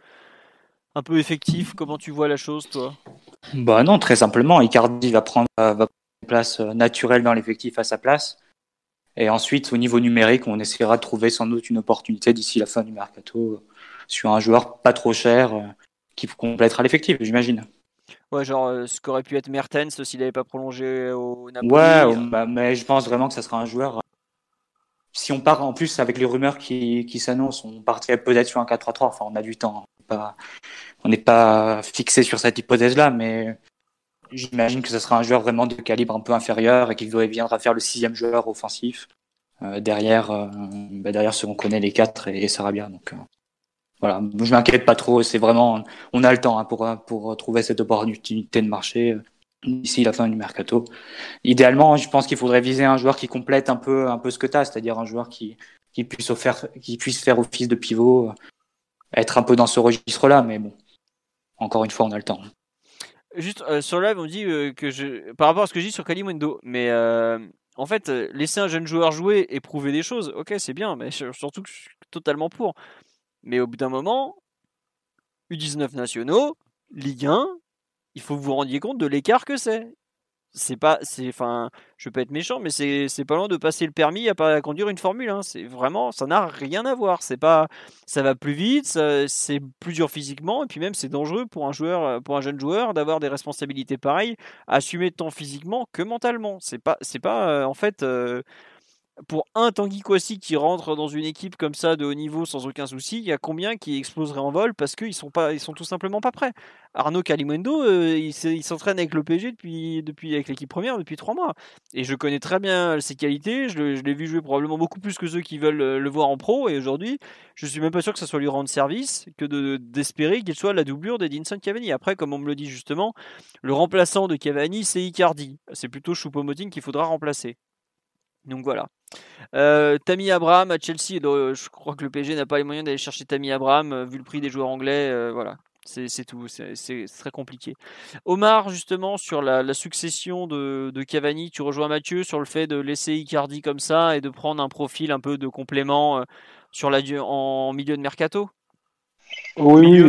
un peu effectif. Comment tu vois la chose, toi? Bah non, très simplement, Icardi va prendre une place naturelle dans l'effectif à sa place. Et ensuite, au niveau numérique, on essaiera de trouver sans doute une opportunité d'ici la fin du mercato sur un joueur pas trop cher qui complétera l'effectif, j'imagine. Ouais, genre ce qu'aurait pu être Mertens s'il n'avait pas prolongé au Napoli. Ouais, mais je pense vraiment que ça sera un joueur. Si on part en plus avec les rumeurs qui s'annoncent, on partirait peut-être sur un 4-3-3. Enfin, on a du temps. On n'est pas fixé sur cette hypothèse-là, mais j'imagine que ce sera un joueur vraiment de calibre un peu inférieur et qu'il viendra faire le 6e joueur offensif derrière ceux qu'on connaît les 4 et Sarabia. Donc voilà, je m'inquiète pas trop. C'est vraiment, on a le temps pour trouver cette opportunité de marché d'ici la fin du mercato. Idéalement, je pense qu'il faudrait viser un joueur qui complète un peu ce que tu as, c'est-à-dire un joueur qui puisse faire office de pivot, être un peu dans ce registre-là, mais bon, encore une fois, on a le temps. Juste sur le live, on dit par rapport à ce que je dis sur Kalimundo, mais en fait, laisser un jeune joueur jouer et prouver des choses, ok, c'est bien, mais surtout que je suis totalement pour. Mais au bout d'un moment, U19 nationaux, Ligue 1, il faut que vous vous rendiez compte de l'écart que c'est. Enfin, je veux pas être méchant, mais c'est pas loin de passer le permis à conduire une Formule 1. C'est vraiment, ça n'a rien à voir. C'est pas, ça va plus vite, c'est plus dur physiquement, et puis même c'est dangereux pour un jeune joueur d'avoir des responsabilités pareilles, assumer tant physiquement que mentalement. C'est pas en fait. Pour un Tanguy Kouassi qui rentre dans une équipe comme ça de haut niveau sans aucun souci, il y a combien qui exploseraient en vol parce qu'ils sont tout simplement pas prêts. Arnaud Kalimundo, il s'entraîne avec le PSG avec l'équipe première depuis 3 mois. Et je connais très bien ses qualités, je l'ai vu jouer probablement beaucoup plus que ceux qui veulent le voir en pro. Et aujourd'hui, je suis même pas sûr que ça soit lui rendre service que d'espérer qu'il soit la doublure d'Edinson Cavani. Après, comme on me le dit justement, le remplaçant de Cavani, c'est Icardi. C'est plutôt Choupo-Moting qu'il faudra remplacer. Donc voilà. Tammy Abraham à Chelsea, je crois que le PSG n'a pas les moyens d'aller chercher Tammy Abraham vu le prix des joueurs anglais. Voilà, c'est tout, c'est très compliqué. Omar, justement, sur la succession de Cavani, tu rejoins Mathieu sur le fait de laisser Icardi comme ça et de prendre un profil un peu de complément en milieu de mercato. Oui,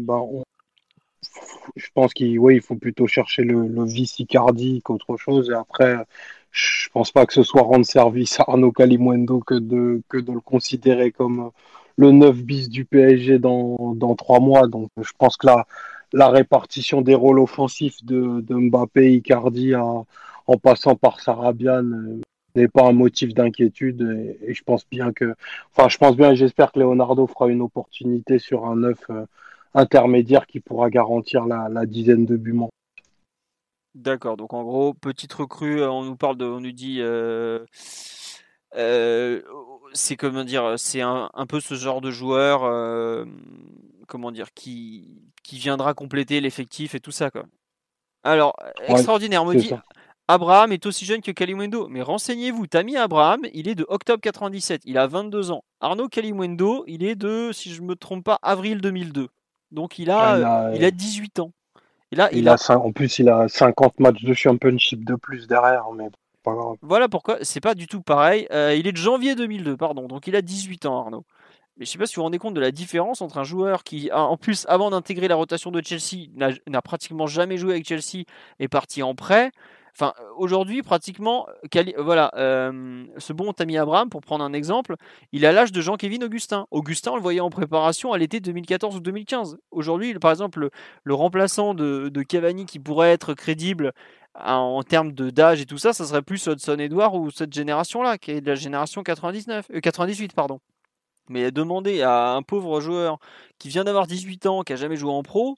je pense qu'il faut plutôt chercher le vice Icardi qu'autre chose. Et après, je pense pas que ce soit rendre service à Arnaud Kalimundo que de le considérer comme le 9 bis du PSG dans 3 mois. Donc je pense que la répartition des rôles offensifs de Mbappé, Icardi en passant par Sarabia n'est pas un motif d'inquiétude. Et je pense bien et j'espère que Leonardo fera une opportunité sur un 9 intermédiaire qui pourra garantir la dizaine de buts. D'accord, donc en gros, petite recrue, on nous dit, c'est comment dire, c'est un peu ce genre de joueur, comment dire, qui viendra compléter l'effectif et tout ça, quoi. Alors, extraordinaire, me dit, Abraham est aussi jeune que Kalimundo, mais renseignez-vous, Tammy Abraham, il est de octobre 97, il a 22 ans. Arnaud Kalimundo, il est de, si je me trompe pas, avril 2002. Donc il a 18 ans. Et là, en plus, il a 50 matchs de championship de plus derrière, mais pas grave. Voilà pourquoi c'est pas du tout pareil. Il est de janvier 2002, pardon, donc il a 18 ans, Arnaud. Mais je sais pas si vous vous rendez compte de la différence entre un joueur qui, en plus, avant d'intégrer la rotation de Chelsea, n'a pratiquement jamais joué avec Chelsea, est parti en prêt. Enfin, aujourd'hui, pratiquement, ce bon Tammy Abraham, pour prendre un exemple, il a l'âge de Jean-Kévin Augustin. Augustin, on le voyait en préparation à l'été 2014 ou 2015. Aujourd'hui, par exemple, le remplaçant de Cavani qui pourrait être crédible en termes d'âge et tout ça, ça serait plus Hudson Edouard ou cette génération-là, qui est de la génération 98, pardon. Mais demander à un pauvre joueur qui vient d'avoir 18 ans, qui a jamais joué en pro,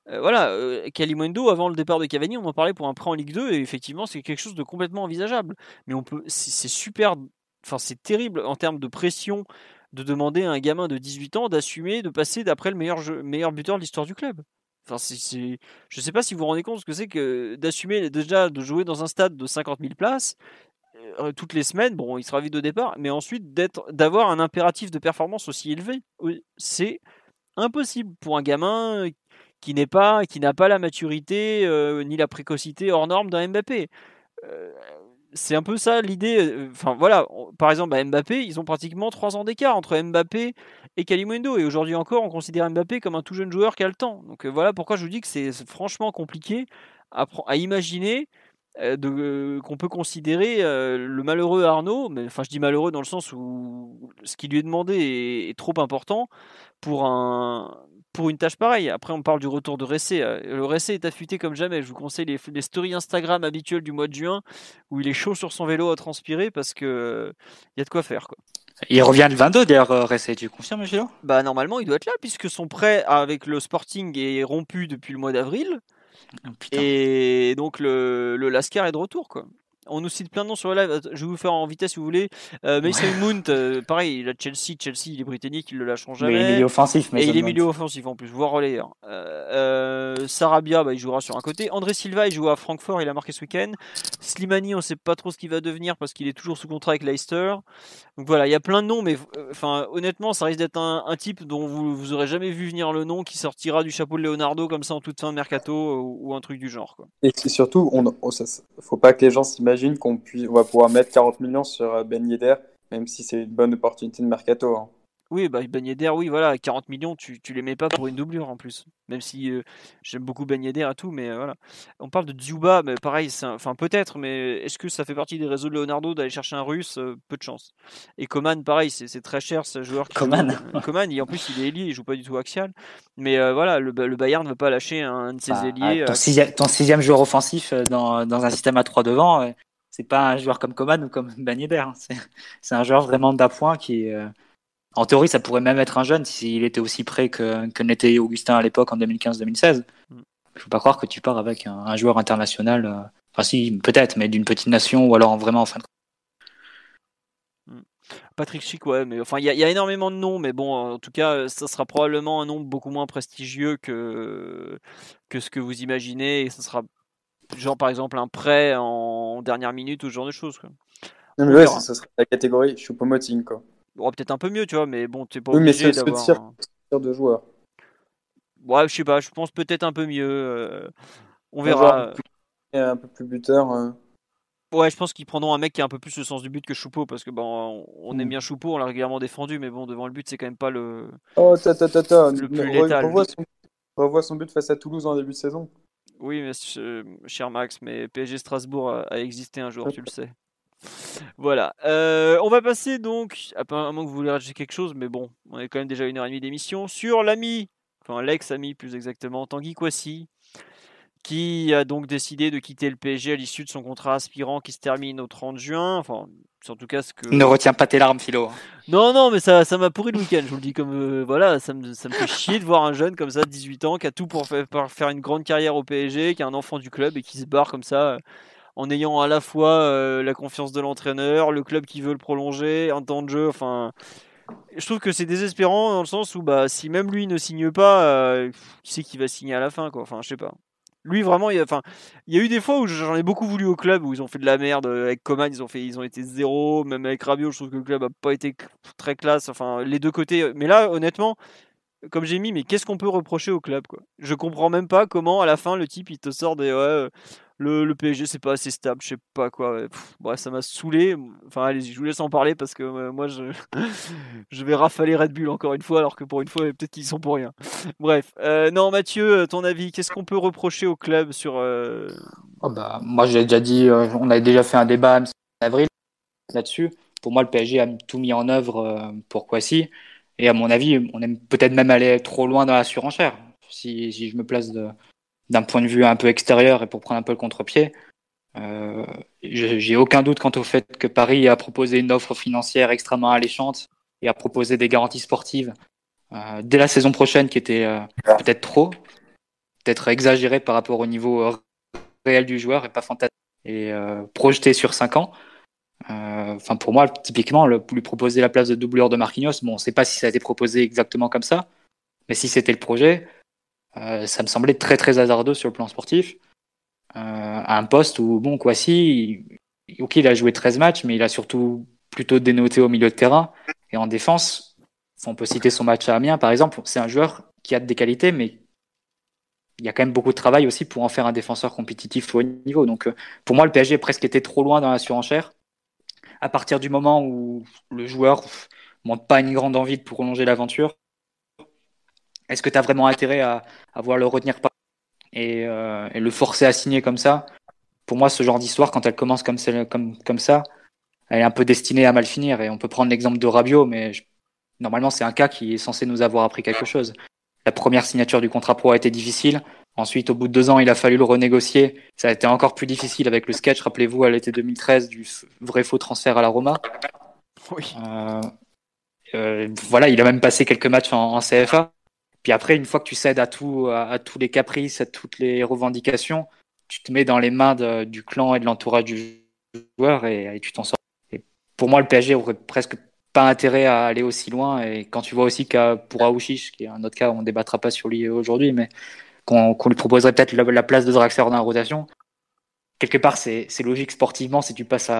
Kalimundo, avant le départ de Cavani, on en parlait pour un prêt en Ligue 2, et effectivement, c'est quelque chose de complètement envisageable. Mais c'est super, enfin, c'est terrible en termes de pression de demander à un gamin de 18 ans d'assumer, de passer d'après le meilleur buteur de l'histoire du club. Enfin, je sais pas si vous vous rendez compte ce que c'est que d'assumer déjà de jouer dans un stade de 50 000 places toutes les semaines. Bon, il sera vite de départ, mais ensuite d'avoir un impératif de performance aussi élevé, c'est impossible pour un gamin qui n'a pas la maturité ni la précocité hors norme d'un Mbappé. C'est un peu ça l'idée. Enfin voilà, par exemple à Mbappé, ils ont pratiquement 3 ans d'écart entre Mbappé et Kalimundo, et aujourd'hui encore, on considère Mbappé comme un tout jeune joueur qui a le temps. Donc voilà pourquoi je vous dis que c'est franchement compliqué à imaginer qu'on peut considérer le malheureux Arnaud, mais enfin je dis malheureux dans le sens où ce qui lui est demandé est trop important pour une tâche pareille. Après, on parle du retour de Ressé. Le Ressé est affûté comme jamais. Je vous conseille les stories Instagram habituelles du mois de juin où il est chaud sur son vélo à transpirer parce que y a de quoi faire, quoi. Il revient le 22 d'ailleurs, Ressé, tu confirmes, Gilles? Bah normalement, il doit être là puisque son prêt avec le Sporting est rompu depuis le mois d'avril. Oh, putain. Et donc le Lascar est de retour, quoi. On nous cite plein de noms sur le live. Je vais vous faire en vitesse si vous voulez. Mason Mount, pareil, il a Chelsea, il est britannique, ils le lâcheront Mais il est jamais. milieu offensif, mais Et il est milieu offensif en plus, voire relayeur. Sarabia, il jouera sur un côté. André Silva, il joue à Francfort, il a marqué ce week-end. Slimani, on sait pas trop ce qu'il va devenir parce qu'il est toujours sous contrat avec Leicester. Donc voilà, il y a plein de noms, mais honnêtement, ça risque d'être un type dont vous aurez jamais vu venir le nom, qui sortira du chapeau de Leonardo comme ça en toute fin de mercato ou un truc du genre, quoi. Et surtout, faut pas que les gens s'imaginent on va pouvoir mettre 40 millions sur Ben Yedder, même si c'est une bonne opportunité de mercato. Hein. Oui, Ben Yedder, oui, voilà, 40 millions, tu les mets pas pour une doublure en plus. Même si j'aime beaucoup Ben Yedder et tout, mais voilà. On parle de Dzyuba, mais pareil, peut-être, mais est-ce que ça fait partie des réseaux de Leonardo d'aller chercher un russe? Peu de chance. Et Coman, pareil, c'est très cher, ce joueur qui Coman. Coman, en plus, il est ailier, il joue pas du tout axial. Mais voilà, le Bayern ne veut pas lâcher un de ses ailiers. Ton sixième joueur offensif dans un système à 3 devant, c'est pas un joueur comme Coman ou comme Ben Yedder. Hein. C'est un joueur vraiment d'appoint qui en théorie, ça pourrait même être un jeune s'il était aussi prêt que n'était Augustin à l'époque en 2015-2016. Je ne peux pas croire que tu pars avec un joueur international. Enfin, si, peut-être, mais d'une petite nation ou alors vraiment en fin de. Patrick Schick, ouais, mais enfin, il y a énormément de noms, mais bon, en tout cas, ça sera probablement un nom beaucoup moins prestigieux que ce que vous imaginez, et ça sera genre par exemple un prêt en dernière minute ou ce genre de choses, quoi. Non, mais ouais, ça serait la catégorie Choupo-Moting, quoi. Bon, peut-être un peu mieux, tu vois, mais bon, t'es pas oui, obligé mais d'avoir. Ce tir de joueur. Ouais, je sais pas, je pense peut-être un peu mieux. On verra. Un peu plus buteur. Ouais, je pense qu'ils prendront un mec qui a un peu plus le sens du but que Choupo, parce que on aime bien Choupo, on l'a régulièrement défendu, mais bon, devant le but, c'est quand même pas le. Oh, le plus létal. Revois son but face à Toulouse en début de saison. Oui, mais cher Max, mais PSG Strasbourg a existé un jour, tu le sais. Voilà. On va passer donc, à moins que vous voulez rajouter quelque chose, mais bon, on est quand même déjà 1h30 d'émission, sur l'ex-ami plus exactement, Tanguy Kouassi, qui a donc décidé de quitter le PSG à l'issue de son contrat aspirant qui se termine au 30 juin. Enfin, c'est en tout cas ce que. Ne retiens pas tes larmes, Philo. Non, mais ça m'a pourri le week-end. Je vous le dis comme voilà, ça me fait chier de voir un jeune comme ça, de 18 ans, qui a tout pour faire une grande carrière au PSG, qui est un enfant du club et qui se barre comme ça. En ayant à la fois la confiance de l'entraîneur, le club qui veut le prolonger, un temps de jeu, enfin, je trouve que c'est désespérant dans le sens où si même lui ne signe pas, qui c'est qui va signer à la fin, quoi. Enfin, je sais pas. Lui vraiment, il y a eu des fois où j'en ai beaucoup voulu au club où ils ont fait de la merde avec Coman, ils ont été zéro, même avec Rabiot, je trouve que le club a pas été très classe. Enfin, les deux côtés. Mais là, honnêtement, comme j'ai mis, mais qu'est-ce qu'on peut reprocher au club, quoi? Je comprends même pas comment à la fin le type il te sort des Le PSG, c'est pas assez stable, je sais pas quoi. Ouais. Bref, ça m'a saoulé. Enfin, allez-y, je vous laisse en parler parce que moi, je vais rafaler Red Bull encore une fois, alors que pour une fois, peut-être qu'ils sont pour rien. Bref. Non, Mathieu, ton avis, qu'est-ce qu'on peut reprocher au club sur. Oh bah, moi, j'ai déjà dit, on avait déjà fait un débat en avril là-dessus. Pour moi, le PSG a tout mis en œuvre pour Kwasi. Et à mon avis, on est peut-être même allé trop loin dans la surenchère. Si je me place d'un point de vue un peu extérieur et pour prendre un peu le contre-pied, j'ai aucun doute quant au fait que Paris a proposé une offre financière extrêmement alléchante et a proposé des garanties sportives dès la saison prochaine qui était peut-être trop, peut-être exagéré par rapport au niveau réel du joueur et pas fantastique et projeté sur 5 ans. Enfin, pour moi, typiquement, lui proposer la place de doublure de Marquinhos, bon, on ne sait pas si ça a été proposé exactement comme ça, mais si c'était le projet, ça me semblait très très hasardeux sur le plan sportif. À un poste où, bon, Kwasi, ok, il a joué 13 matchs, mais il a surtout plutôt dénoté au milieu de terrain. Et en défense, on peut citer son match à Amiens, par exemple, c'est un joueur qui a des qualités, mais il y a quand même beaucoup de travail aussi pour en faire un défenseur compétitif au haut niveau. Donc, pour moi, le PSG a presque été trop loin dans la surenchère. À partir du moment où le joueur montre pas une grande envie de prolonger l'aventure, est-ce que tu as vraiment intérêt à voir le retenir et le forcer à signer comme ça? Pour moi, ce genre d'histoire, quand elle commence comme ça, elle est un peu destinée à mal finir. Et on peut prendre l'exemple de Rabiot, mais normalement, c'est un cas qui est censé nous avoir appris quelque chose. La première signature du contrat pro a été difficile. Ensuite, au bout de 2 ans, il a fallu le renégocier. Ça a été encore plus difficile avec le sketch, rappelez-vous, à l'été 2013, du vrai faux transfert à la Roma. Oui. Voilà, il a même passé quelques matchs en CFA. Puis après, une fois que tu cèdes à tous les caprices, à toutes les revendications, tu te mets dans les mains du clan et de l'entourage du joueur et tu t'en sors. Et pour moi, le PSG aurait presque pas intérêt à aller aussi loin. Et quand tu vois aussi qu'à pour Aouchiche, qui est un autre cas, on débattra pas sur lui aujourd'hui, mais qu'on lui proposerait peut-être la place de Draxler dans la rotation, quelque part, c'est logique sportivement si tu passes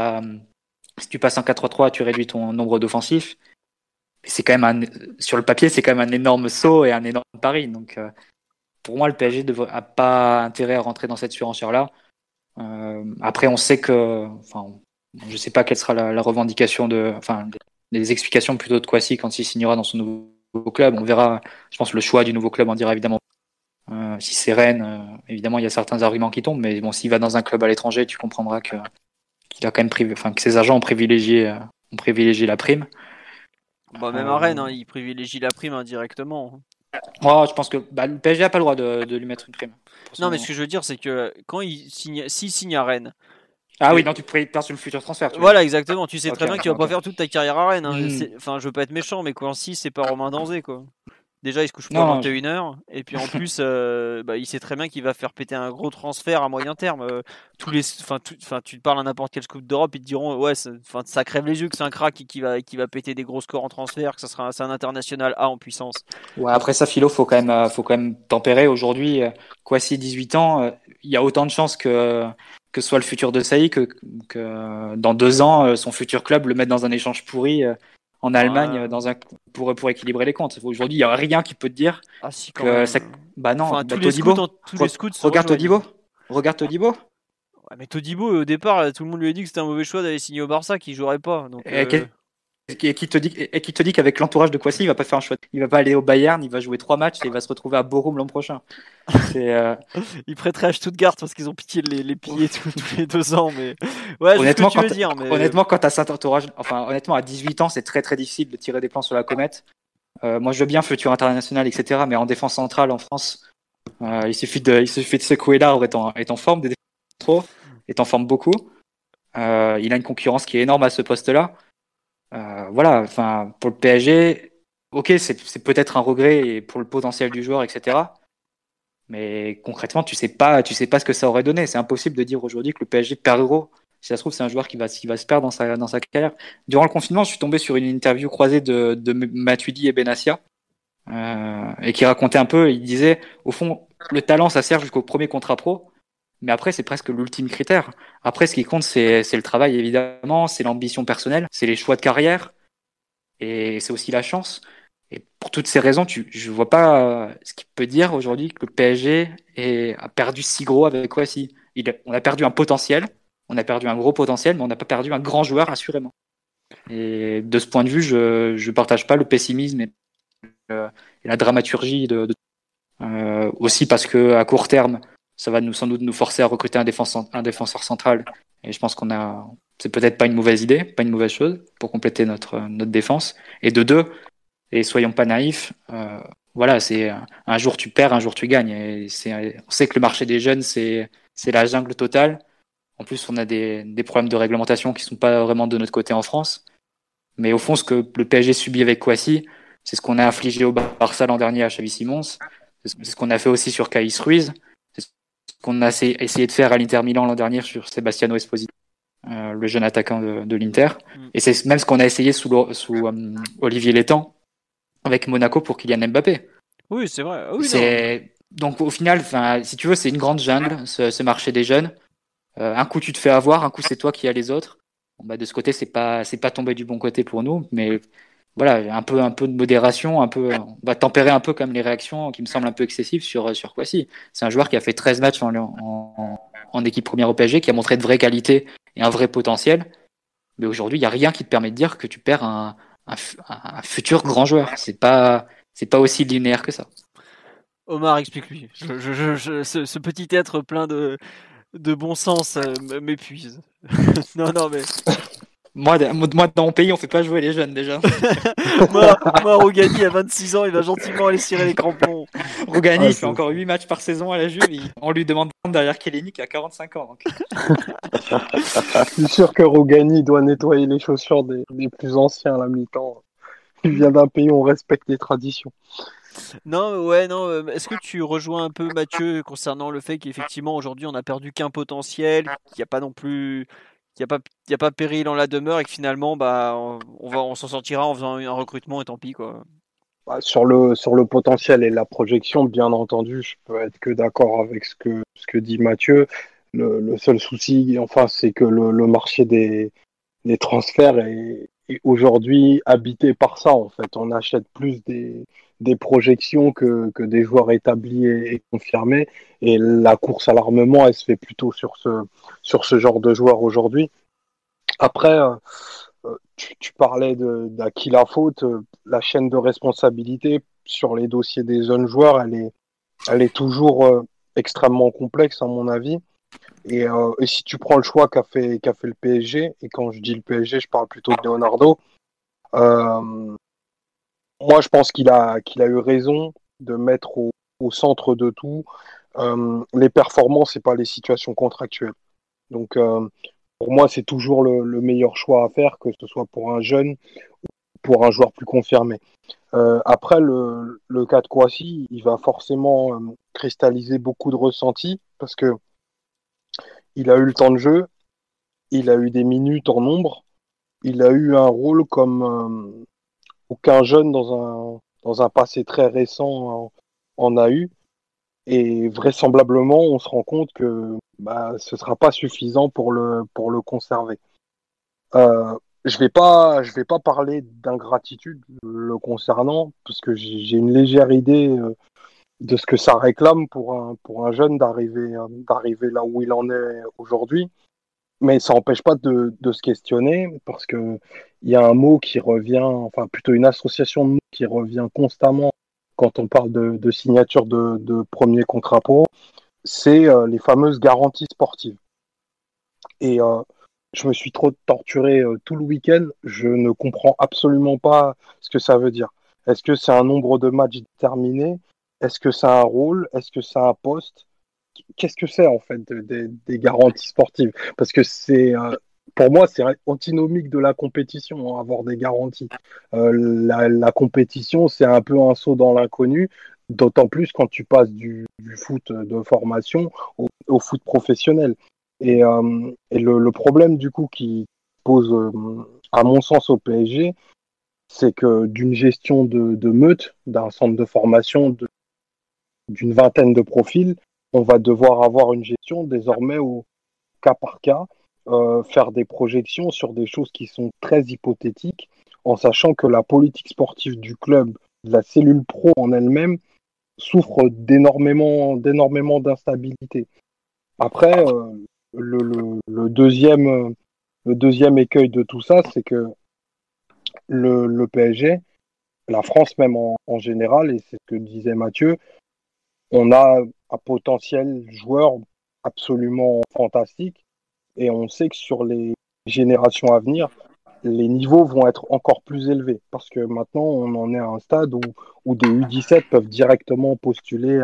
en 4-3-3, tu réduis ton nombre d'offensifs. C'est quand même sur le papier, c'est quand même un énorme saut et un énorme pari. Donc, pour moi, le PSG n'a pas intérêt à rentrer dans cette surenchère-là. Après, on sait que, enfin, je sais pas quelle sera la revendication les explications plutôt de Kwasi quand il signera dans son nouveau club. On verra. Je pense le choix du nouveau club en dira évidemment. Si c'est Rennes, évidemment, il y a certains arguments qui tombent, mais bon, s'il va dans un club à l'étranger, tu comprendras qu'il a quand même que ses agents ont privilégié la prime. Bah, même à Rennes, hein, il privilégie la prime indirectement. Oh, je pense que le PSG n'a pas le droit de lui mettre une prime. Non, mais ce que je veux dire, c'est que quand s'il signe à Rennes. Ah oui, non, tu perds sur le futur transfert. Voilà, exactement. Tu sais très bien que tu vas ok. pas faire toute ta carrière à Rennes. Hein. Mm. Enfin, je veux pas être méchant, mais Coincy, c'est pas Romain Danzé, quoi. Déjà, il se couche pas Non, à 21h. Et puis en plus, il sait très bien qu'il va faire péter un gros transfert à moyen terme. Tu te parles à n'importe quel scoop d'Europe, ils te diront ouais, ça crève les yeux que c'est un crack qui va péter des gros scores en transfert, que c'est un international A en puissance. Ouais, après ça, Philo, faut quand même tempérer. Aujourd'hui, Kwasi, 18 ans, il y a autant de chances que ce soit le futur de Saï que dans 2 ans, son futur club le mette dans un échange pourri en Allemagne pour équilibrer les comptes. Aujourd'hui, il n'y a rien qui peut te dire quand que même. ça. Bah non, tous les scouts regarde Todibo. Regarde Todibo. Ouais, mais Todibo, au départ, tout le monde lui a dit que c'était un mauvais choix d'aller signer au Barça, qu'il jouerait pas. Donc, et qui te dit qu'avec l'entourage de Kwasi, il va pas faire un choix. Il va pas aller au Bayern, il va jouer 3 matchs et il va se retrouver à Bochum l'an prochain. Il prêterait à Stuttgart parce qu'ils ont pitié de les piller tous les 2 ans. Mais ouais, honnêtement, ce que tu veux dire, mais... honnêtement, quand t'as cet entourage, enfin honnêtement, à 18 ans, c'est très très difficile de tirer des plans sur la comète. Moi, je veux bien futur international, etc. Mais en défense centrale en France, il suffit de secouer l'arbre est en forme, est en forme beaucoup. Il a une concurrence qui est énorme à ce poste-là. Voilà, enfin, pour le PSG, ok, c'est peut-être un regret pour le potentiel du joueur, etc. Mais concrètement, tu sais pas ce que ça aurait donné. C'est impossible de dire aujourd'hui que le PSG perd gros. Si ça se trouve, c'est un joueur qui va se perdre dans sa carrière. Durant le confinement, je suis tombé sur une interview croisée de Matuidi et Benassia, et qui racontait un peu, il disait, au fond, le talent, ça sert jusqu'au premier contrat pro. Mais après, c'est presque l'ultime critère. Après, ce qui compte, c'est le travail, évidemment, c'est l'ambition personnelle, c'est les choix de carrière, et c'est aussi la chance. Et pour toutes ces raisons, je vois pas ce qui peut dire aujourd'hui que le PSG a perdu si gros avec Kwasi. on a perdu un potentiel, on a perdu un gros potentiel, mais on n'a pas perdu un grand joueur, assurément. Et de ce point de vue, je ne partage pas le pessimisme et la dramaturgie aussi parce que à court terme, ça va sans doute nous forcer à recruter un défenseur central. Et je pense c'est peut-être pas une mauvaise idée, pas une mauvaise chose pour compléter notre défense. Et de deux, et soyons pas naïfs, voilà, c'est un jour tu perds, un jour tu gagnes. Et on sait que le marché des jeunes, c'est la jungle totale. En plus, on a des problèmes de réglementation qui sont pas vraiment de notre côté en France. Mais au fond, ce que le PSG subit avec Kouassi, c'est ce qu'on a infligé au Barça l'an dernier à Xavi Simons. C'est ce qu'on a fait aussi sur Kais Ruiz. C'est ce qu'on a essayé de faire à l'Inter Milan l'an dernier sur Sebastiano Esposito, le jeune attaquant de l'Inter. Et c'est même ce qu'on a essayé sous Olivier Létang avec Monaco pour Kylian Mbappé. Oui, c'est vrai. Oui, donc au final, si tu veux, c'est une grande jungle, ce marché des jeunes. Un coup tu te fais avoir, un coup c'est toi qui as les autres. De ce côté, c'est pas tombé du bon côté pour nous, mais voilà, un peu de modération, on va tempérer un peu comme les réactions qui me semblent un peu excessives sur Kouassi. C'est un joueur qui a fait 13 matchs en équipe première au PSG, qui a montré de vraies qualités et un vrai potentiel. Mais aujourd'hui, il n'y a rien qui te permet de dire que tu perds un futur grand joueur. C'est pas aussi linéaire que ça. Omar, explique-lui. Ce petit être plein de bon sens m'épuise. non, mais... Moi, dans mon pays, on fait pas jouer les jeunes déjà. moi, Rougani, à 26 ans, il va gentiment aller cirer les crampons. Rougani, il fait encore 8 matchs par saison à la Juve. On lui demande derrière Kellini qui a 45 ans. Donc. Je suis sûr que Rougani doit nettoyer les chaussures des plus anciens à la mi-temps. Il vient d'un pays où on respecte les traditions. Non. Est-ce que tu rejoins un peu Mathieu concernant le fait qu'effectivement aujourd'hui on a perdu qu'un potentiel, qu'il n'y a pas non plus, qu'il y a pas péril en la demeure et que finalement on s'en sortira en faisant un recrutement et tant pis quoi. Sur le potentiel et la projection, bien entendu, je peux être que d'accord avec ce que dit Mathieu. Le seul souci, enfin, c'est que le marché des transferts est aujourd'hui habité par ça, en fait. On achète plus des projections que des joueurs établis et confirmés. Et la course à l'armement, elle se fait plutôt sur ce genre de joueurs aujourd'hui. Après, tu parlais d'à qui la faute. La chaîne de responsabilité sur les dossiers des jeunes joueurs, elle est toujours extrêmement complexe, à mon avis. Et si tu prends le choix qu'a fait le PSG, et quand je dis le PSG, je parle plutôt de Leonardo, moi je pense qu'il a eu raison de mettre au centre de tout les performances et pas les situations contractuelles. Donc pour moi, c'est toujours le meilleur choix à faire, que ce soit pour un jeune ou pour un joueur plus confirmé. Après, le cas de Kouassi, il va forcément cristalliser beaucoup de ressentis parce que il a eu le temps de jeu, il a eu des minutes en nombre, il a eu un rôle comme aucun jeune dans un passé très récent en a eu. Et vraisemblablement, on se rend compte que ce sera pas suffisant pour le conserver. Je vais pas parler d'ingratitude le concernant, parce que j'ai une légère idée de ce que ça réclame pour un jeune d'arriver là où il en est aujourd'hui. Mais ça n'empêche pas de se questionner, parce que il y a un mot qui revient, enfin plutôt une association de mots qui revient constamment quand on parle de signature de premier contrat pro, c'est les fameuses garanties sportives. Et je me suis trop torturé tout le week-end, je ne comprends absolument pas ce que ça veut dire. Est-ce que c'est un nombre de matchs déterminé? Est-ce que c'est un rôle? Est-ce que c'est un poste? Qu'est-ce que c'est en fait des garanties sportives? Parce que pour moi, c'est antinomique de la compétition, avoir des garanties. La compétition, c'est un peu un saut dans l'inconnu, d'autant plus quand tu passes du foot de formation au foot professionnel. Et le problème du coup qui pose, à mon sens, au PSG, c'est que d'une gestion de meute, d'un centre de formation d'une vingtaine de profils, on va devoir avoir une gestion désormais au cas par cas, faire des projections sur des choses qui sont très hypothétiques, en sachant que la politique sportive du club, de la cellule pro en elle-même, souffre d'énormément d'instabilité. Après, le deuxième écueil de tout ça, c'est que le PSG, la France même en général, et c'est ce que disait Mathieu, on a un potentiel joueur absolument fantastique et on sait que sur les générations à venir, les niveaux vont être encore plus élevés parce que maintenant on en est à un stade où des U17 peuvent directement postuler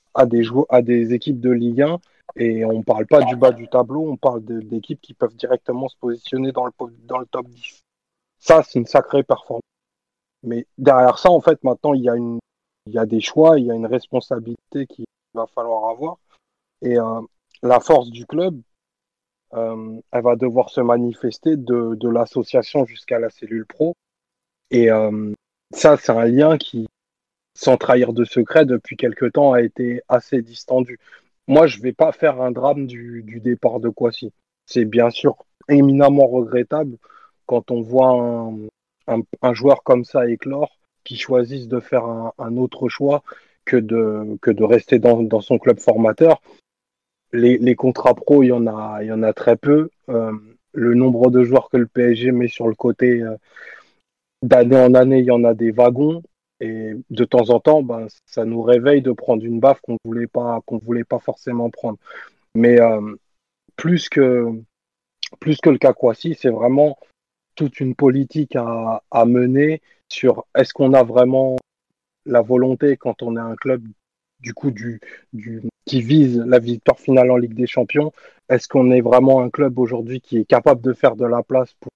à des équipes de Ligue 1 et on ne parle pas du bas du tableau, on parle d'équipes qui peuvent directement se positionner dans le top 10. Ça, c'est une sacrée performance. Mais derrière ça, en fait, maintenant, il y a des choix, il y a une responsabilité qu'il va falloir avoir. Et la force du club, elle va devoir se manifester de l'association jusqu'à la cellule pro. Et ça, c'est un lien qui, sans trahir de secret, depuis quelque temps, a été assez distendu. Moi, je vais pas faire un drame du départ de Kwasi. C'est bien sûr éminemment regrettable quand on voit un joueur comme ça éclore, qui choisisse de faire un autre choix que de rester dans son club formateur. Les contrats pro, il y en a très peu. Le nombre de joueurs que le PSG met sur le côté d'année en année, il y en a des wagons. Et de temps en temps, ben, ça nous réveille de prendre une baffe qu'on voulait pas forcément prendre. Mais plus que, plus que le cas Kwasi, c'est vraiment toute une politique à mener sur est-ce qu'on a vraiment la volonté quand on est un club du coup qui vise la victoire finale en Ligue des Champions. Est-ce qu'on est vraiment un club aujourd'hui qui est capable de faire de la place pour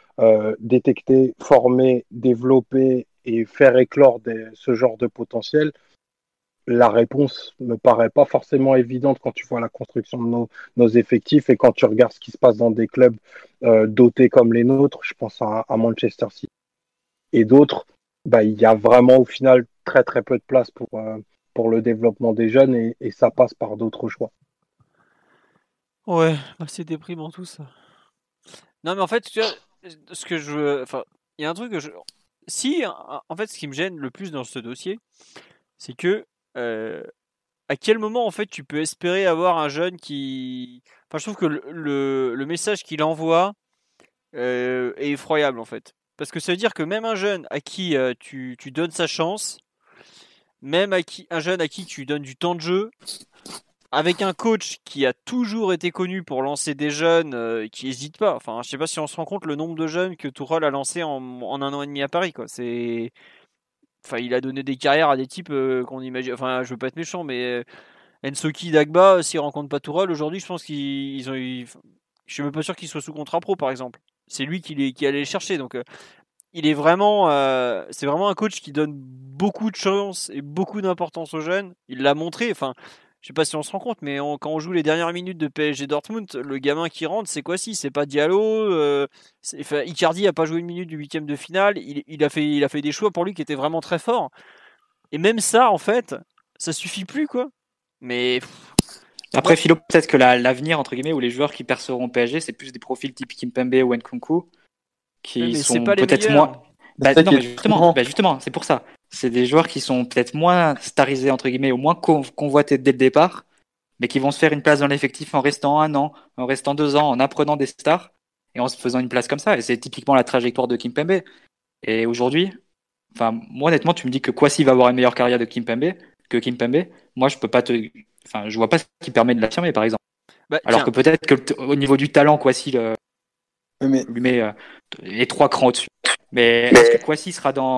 détecter, former, développer et faire éclore ce genre de potentiel? La réponse me paraît pas forcément évidente quand tu vois la construction de nos effectifs et quand tu regardes ce qui se passe dans des clubs dotés comme les nôtres. Je pense à Manchester City et d'autres. Bah, il y a vraiment au final très très peu de place pour le développement des jeunes et ça passe par d'autres choix. Ouais, bah, c'est déprimant tout ça. Non, mais en fait, tu vois, ce que je. Enfin, il y a un truc que je. Si, en fait, ce qui me gêne le plus dans ce dossier, c'est que. À quel moment, en fait, tu peux espérer avoir un jeune qui. Enfin, je trouve que le message qu'il envoie est effroyable, en fait. Parce que ça veut dire que même un jeune à qui tu donnes sa chance, même un jeune à qui tu donnes du temps de jeu, avec un coach qui a toujours été connu pour lancer des jeunes qui n'hésitent pas. Enfin, je sais pas si on se rend compte le nombre de jeunes que Tourelle a lancé en un an et demi à Paris, quoi. Enfin, il a donné des carrières à des types qu'on imagine. Enfin, je veux pas être méchant, mais Ensoki, Dagba, s'ils rencontrent pas Tourelle aujourd'hui, je pense je suis même pas sûr qu'ils soient sous contrat pro, par exemple. C'est lui qui allait les chercher, donc il est vraiment, c'est vraiment un coach qui donne beaucoup de chance et beaucoup d'importance aux jeunes. Il l'a montré. Enfin, je sais pas si on se rend compte, mais quand on joue les dernières minutes de PSG Dortmund, le gamin qui rentre, c'est quoi si? C'est pas Diallo. Enfin, Icardi a pas joué une minute du huitième de finale. Il a fait des choix pour lui qui étaient vraiment très forts. Et même ça, en fait, ça suffit plus, quoi. Mais Après, Philo, peut-être que l'avenir, entre guillemets, ou les joueurs qui perceront au PSG, c'est plus des profils type Kimpembe ou Nkunku, qui mais c'est sont pas les peut-être meilleurs. moins. Bah, non, mais justement, c'est pour ça. C'est des joueurs qui sont peut-être moins starisés, entre guillemets, ou moins convoités dès le départ, mais qui vont se faire une place dans l'effectif en restant un an, en restant 2 ans, en apprenant des stars et en se faisant une place comme ça. Et c'est typiquement la trajectoire de Kimpembe. Et aujourd'hui, enfin, moi, honnêtement, tu me dis que Kwasi va avoir une meilleure carrière que Kimpembe. Moi, je peux pas enfin, je vois pas ce qui permet de l'affirmer, par exemple. Bah, Alors tiens, que peut-être que au niveau du talent, Kwasi Mais lui met les 3 crans au-dessus. Mais est-ce que Kwasi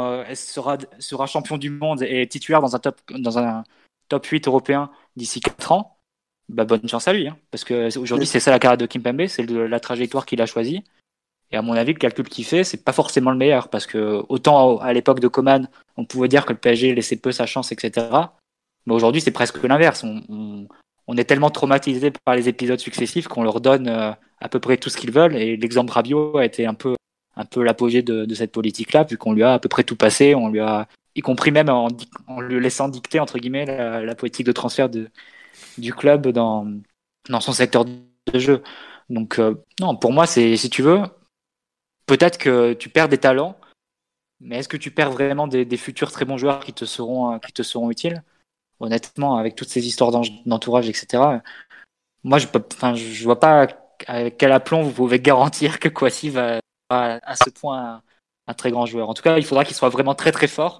sera champion du monde et titulaire dans un top 8 européen d'ici 4 ans? Bah, bonne chance à lui. Hein. Parce que aujourd'hui, c'est ça la carrière de Kimpembe, c'est la trajectoire qu'il a choisie. Et à mon avis, le calcul qu'il fait, c'est pas forcément le meilleur. Parce que autant à l'époque de Coman, on pouvait dire que le PSG laissait peu sa chance, etc. Mais aujourd'hui, c'est presque l'inverse. On est tellement traumatisé par les épisodes successifs qu'on leur donne à peu près tout ce qu'ils veulent. Et l'exemple Rabiot a été un peu l'apogée de cette politique-là, vu qu'on lui a à peu près tout passé. On lui a, y compris même en lui laissant dicter, entre guillemets, la politique de transfert du club dans son secteur de jeu. Donc, non, pour moi, c'est, si tu veux, peut-être que tu perds des talents, mais est-ce que tu perds vraiment des futurs très bons joueurs qui te seront utiles? Honnêtement, avec toutes ces histoires d'entourage, etc., moi, je vois pas à quel aplomb vous pouvez garantir que Kwasi va à ce point un très grand joueur. En tout cas, il faudra qu'il soit vraiment très très fort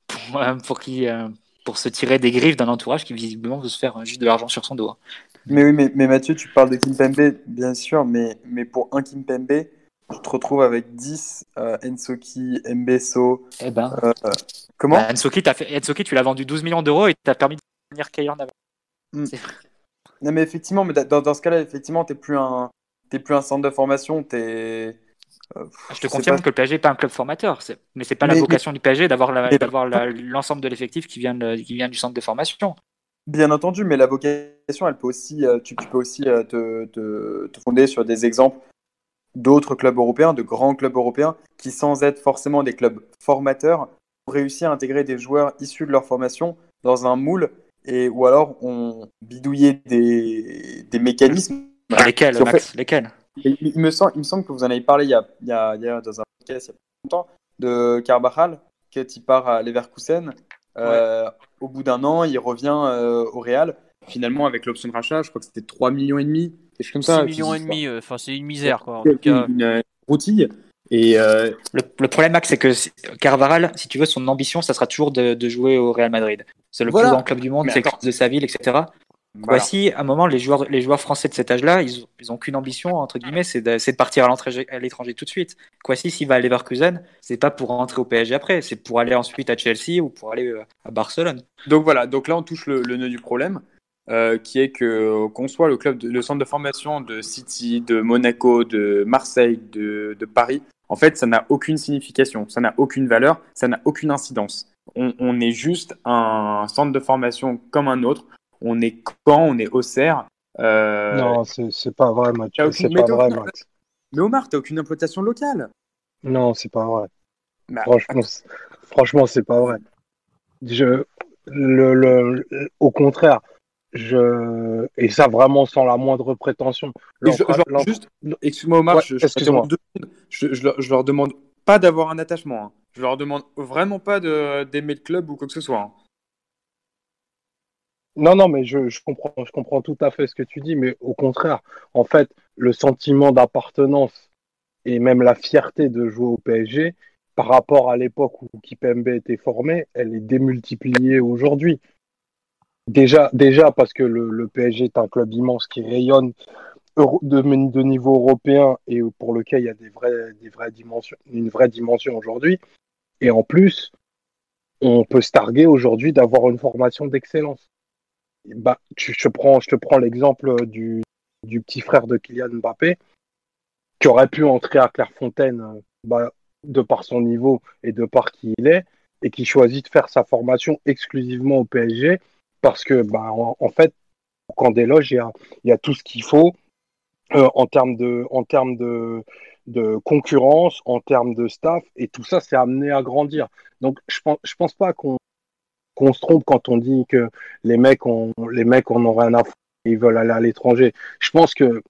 pour se tirer des griffes d'un entourage qui visiblement veut se faire juste de l'argent sur son dos. Mais oui, mais Mathieu, tu parles de Kimpembe, bien sûr, mais pour un Kimpembe, tu te retrouves avec 10 Ensoki, Mbesso. Eh ben, comment Ensoki, tu l'as vendu 12 millions d'euros et t'as permis de venir Kayan avant. Non, mais effectivement, mais dans ce cas-là, effectivement, t'es plus un centre de formation, je te confirme que le PSG n'est pas un club formateur, mais c'est pas la vocation du PSG d'avoir l'ensemble de l'effectif qui vient du centre de formation. Bien entendu, mais la vocation, elle peut aussi, tu peux aussi te fonder sur des exemples d'autres clubs européens, de grands clubs européens, qui sans être forcément des clubs formateurs, ont réussi à intégrer des joueurs issus de leur formation dans un moule, ou alors ont bidouillé des mécanismes. Lesquels, Max ? Lesquels ? Il me semble que vous en avez parlé il y a dans un podcast il y a pas longtemps, de Carvajal, qui part à Leverkusen. Au bout d'un an, il revient au Real. Finalement, avec l'option de rachat, je crois que c'était 3,5 millions. Quelque chose comme ça. 6,5 millions, c'est une misère, quoi. En tout cas. Une routille. Et le problème, Max, c'est que Carvajal, si tu veux, son ambition, ça sera toujours de jouer au Real Madrid. C'est le plus grand club du monde, c'est le club de sa ville, etc. Voici, à un moment, les joueurs français de cet âge-là, ils ont qu'une ambition, entre guillemets, c'est de partir à l'étranger tout de suite. Kwasi, s'il va à Leverkusen, c'est pas pour rentrer au PSG après, c'est pour aller ensuite à Chelsea ou pour aller à Barcelone. Donc voilà, donc là on touche le nœud du problème, qui est qu'on soit le centre de formation de City, de Monaco, de Marseille, de Paris, en fait ça n'a aucune signification, ça n'a aucune valeur, ça n'a aucune incidence. On est juste un centre de formation comme un autre. On est Caen, on est Auxerre. Non, c'est pas vrai, Mathieu. C'est pas vrai, Max. Mais Omar, t'as aucune implantation locale. Non, c'est pas vrai. Bah, franchement, c'est pas vrai. Au contraire, et ça vraiment sans la moindre prétention. Excuse-moi, Omar, ouais, excuse-moi. Je leur demande pas d'avoir un attachement. Hein. Je leur demande vraiment pas d'aimer le club ou quoi que ce soit. Hein. Non, mais je comprends tout à fait ce que tu dis, mais au contraire, en fait, le sentiment d'appartenance et même la fierté de jouer au PSG, par rapport à l'époque où Kimpembe était formé, elle est démultipliée aujourd'hui. Déjà parce que le PSG est un club immense qui rayonne de niveau européen et pour lequel il y a une vraie dimension aujourd'hui. Et en plus, on peut se targuer aujourd'hui d'avoir une formation d'excellence. Bah, je te prends l'exemple du petit frère de Kylian Mbappé, qui aurait pu entrer à Clairefontaine de par son niveau et de par qui il est, et qui choisit de faire sa formation exclusivement au PSG, parce que en fait, au camp des loges, il y a tout ce qu'il faut en termes de concurrence, en termes de staff, et tout ça, c'est amené à grandir. Donc, je pense pas qu'on se trompe quand on dit que les mecs en ont rien à foutre, ils veulent aller à l'étranger. Je pense que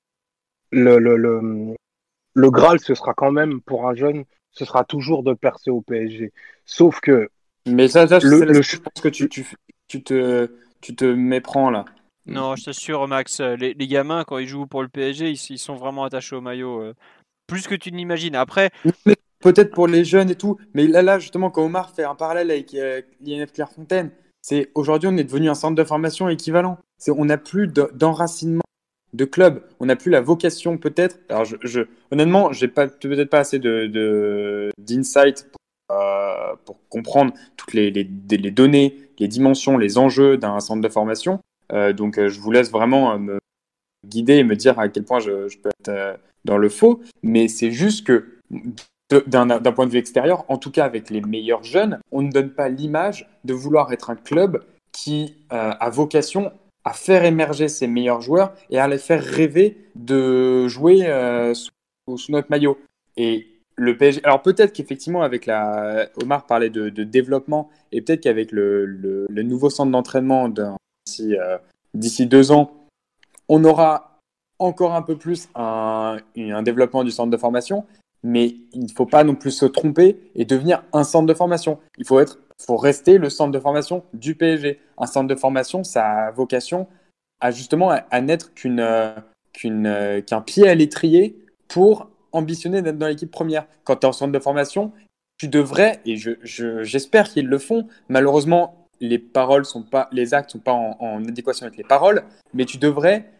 le Graal, ce sera quand même, pour un jeune, ce sera toujours de percer au PSG. Sauf que... Mais je pense que tu te méprends là. Non, je t'assure, Max, les gamins, quand ils jouent pour le PSG, ils sont vraiment attachés au maillot. Plus que tu n'imagines. Après... Peut-être pour les jeunes et tout, mais là justement, quand Omar fait un parallèle avec l'INF Clairefontaine, c'est aujourd'hui on est devenu un centre de formation équivalent. On n'a plus d'enracinement de club, on n'a plus la vocation peut-être. Alors honnêtement, j'ai peut-être pas assez d'insight pour comprendre toutes les données, les dimensions, les enjeux d'un centre de formation. Donc je vous laisse vraiment me guider et me dire à quel point je peux être dans le faux, mais c'est juste que d'un point de vue extérieur, en tout cas avec les meilleurs jeunes, on ne donne pas l'image de vouloir être un club qui a vocation à faire émerger ses meilleurs joueurs et à les faire rêver de jouer sous notre maillot. Et le PSG, alors peut-être qu'effectivement avec Omar parlait de développement et peut-être qu'avec le nouveau centre d'entraînement d'ici 2 ans, on aura encore un peu plus un développement du centre de formation. Mais il ne faut pas non plus se tromper et devenir un centre de formation. Il faut rester le centre de formation du PSG. Un centre de formation, ça a vocation justement à n'être qu'un pied à l'étrier pour ambitionner d'être dans l'équipe première. Quand tu es en centre de formation, tu devrais, et j'espère qu'ils le font, malheureusement, les actes sont pas en adéquation avec les paroles, mais tu devrais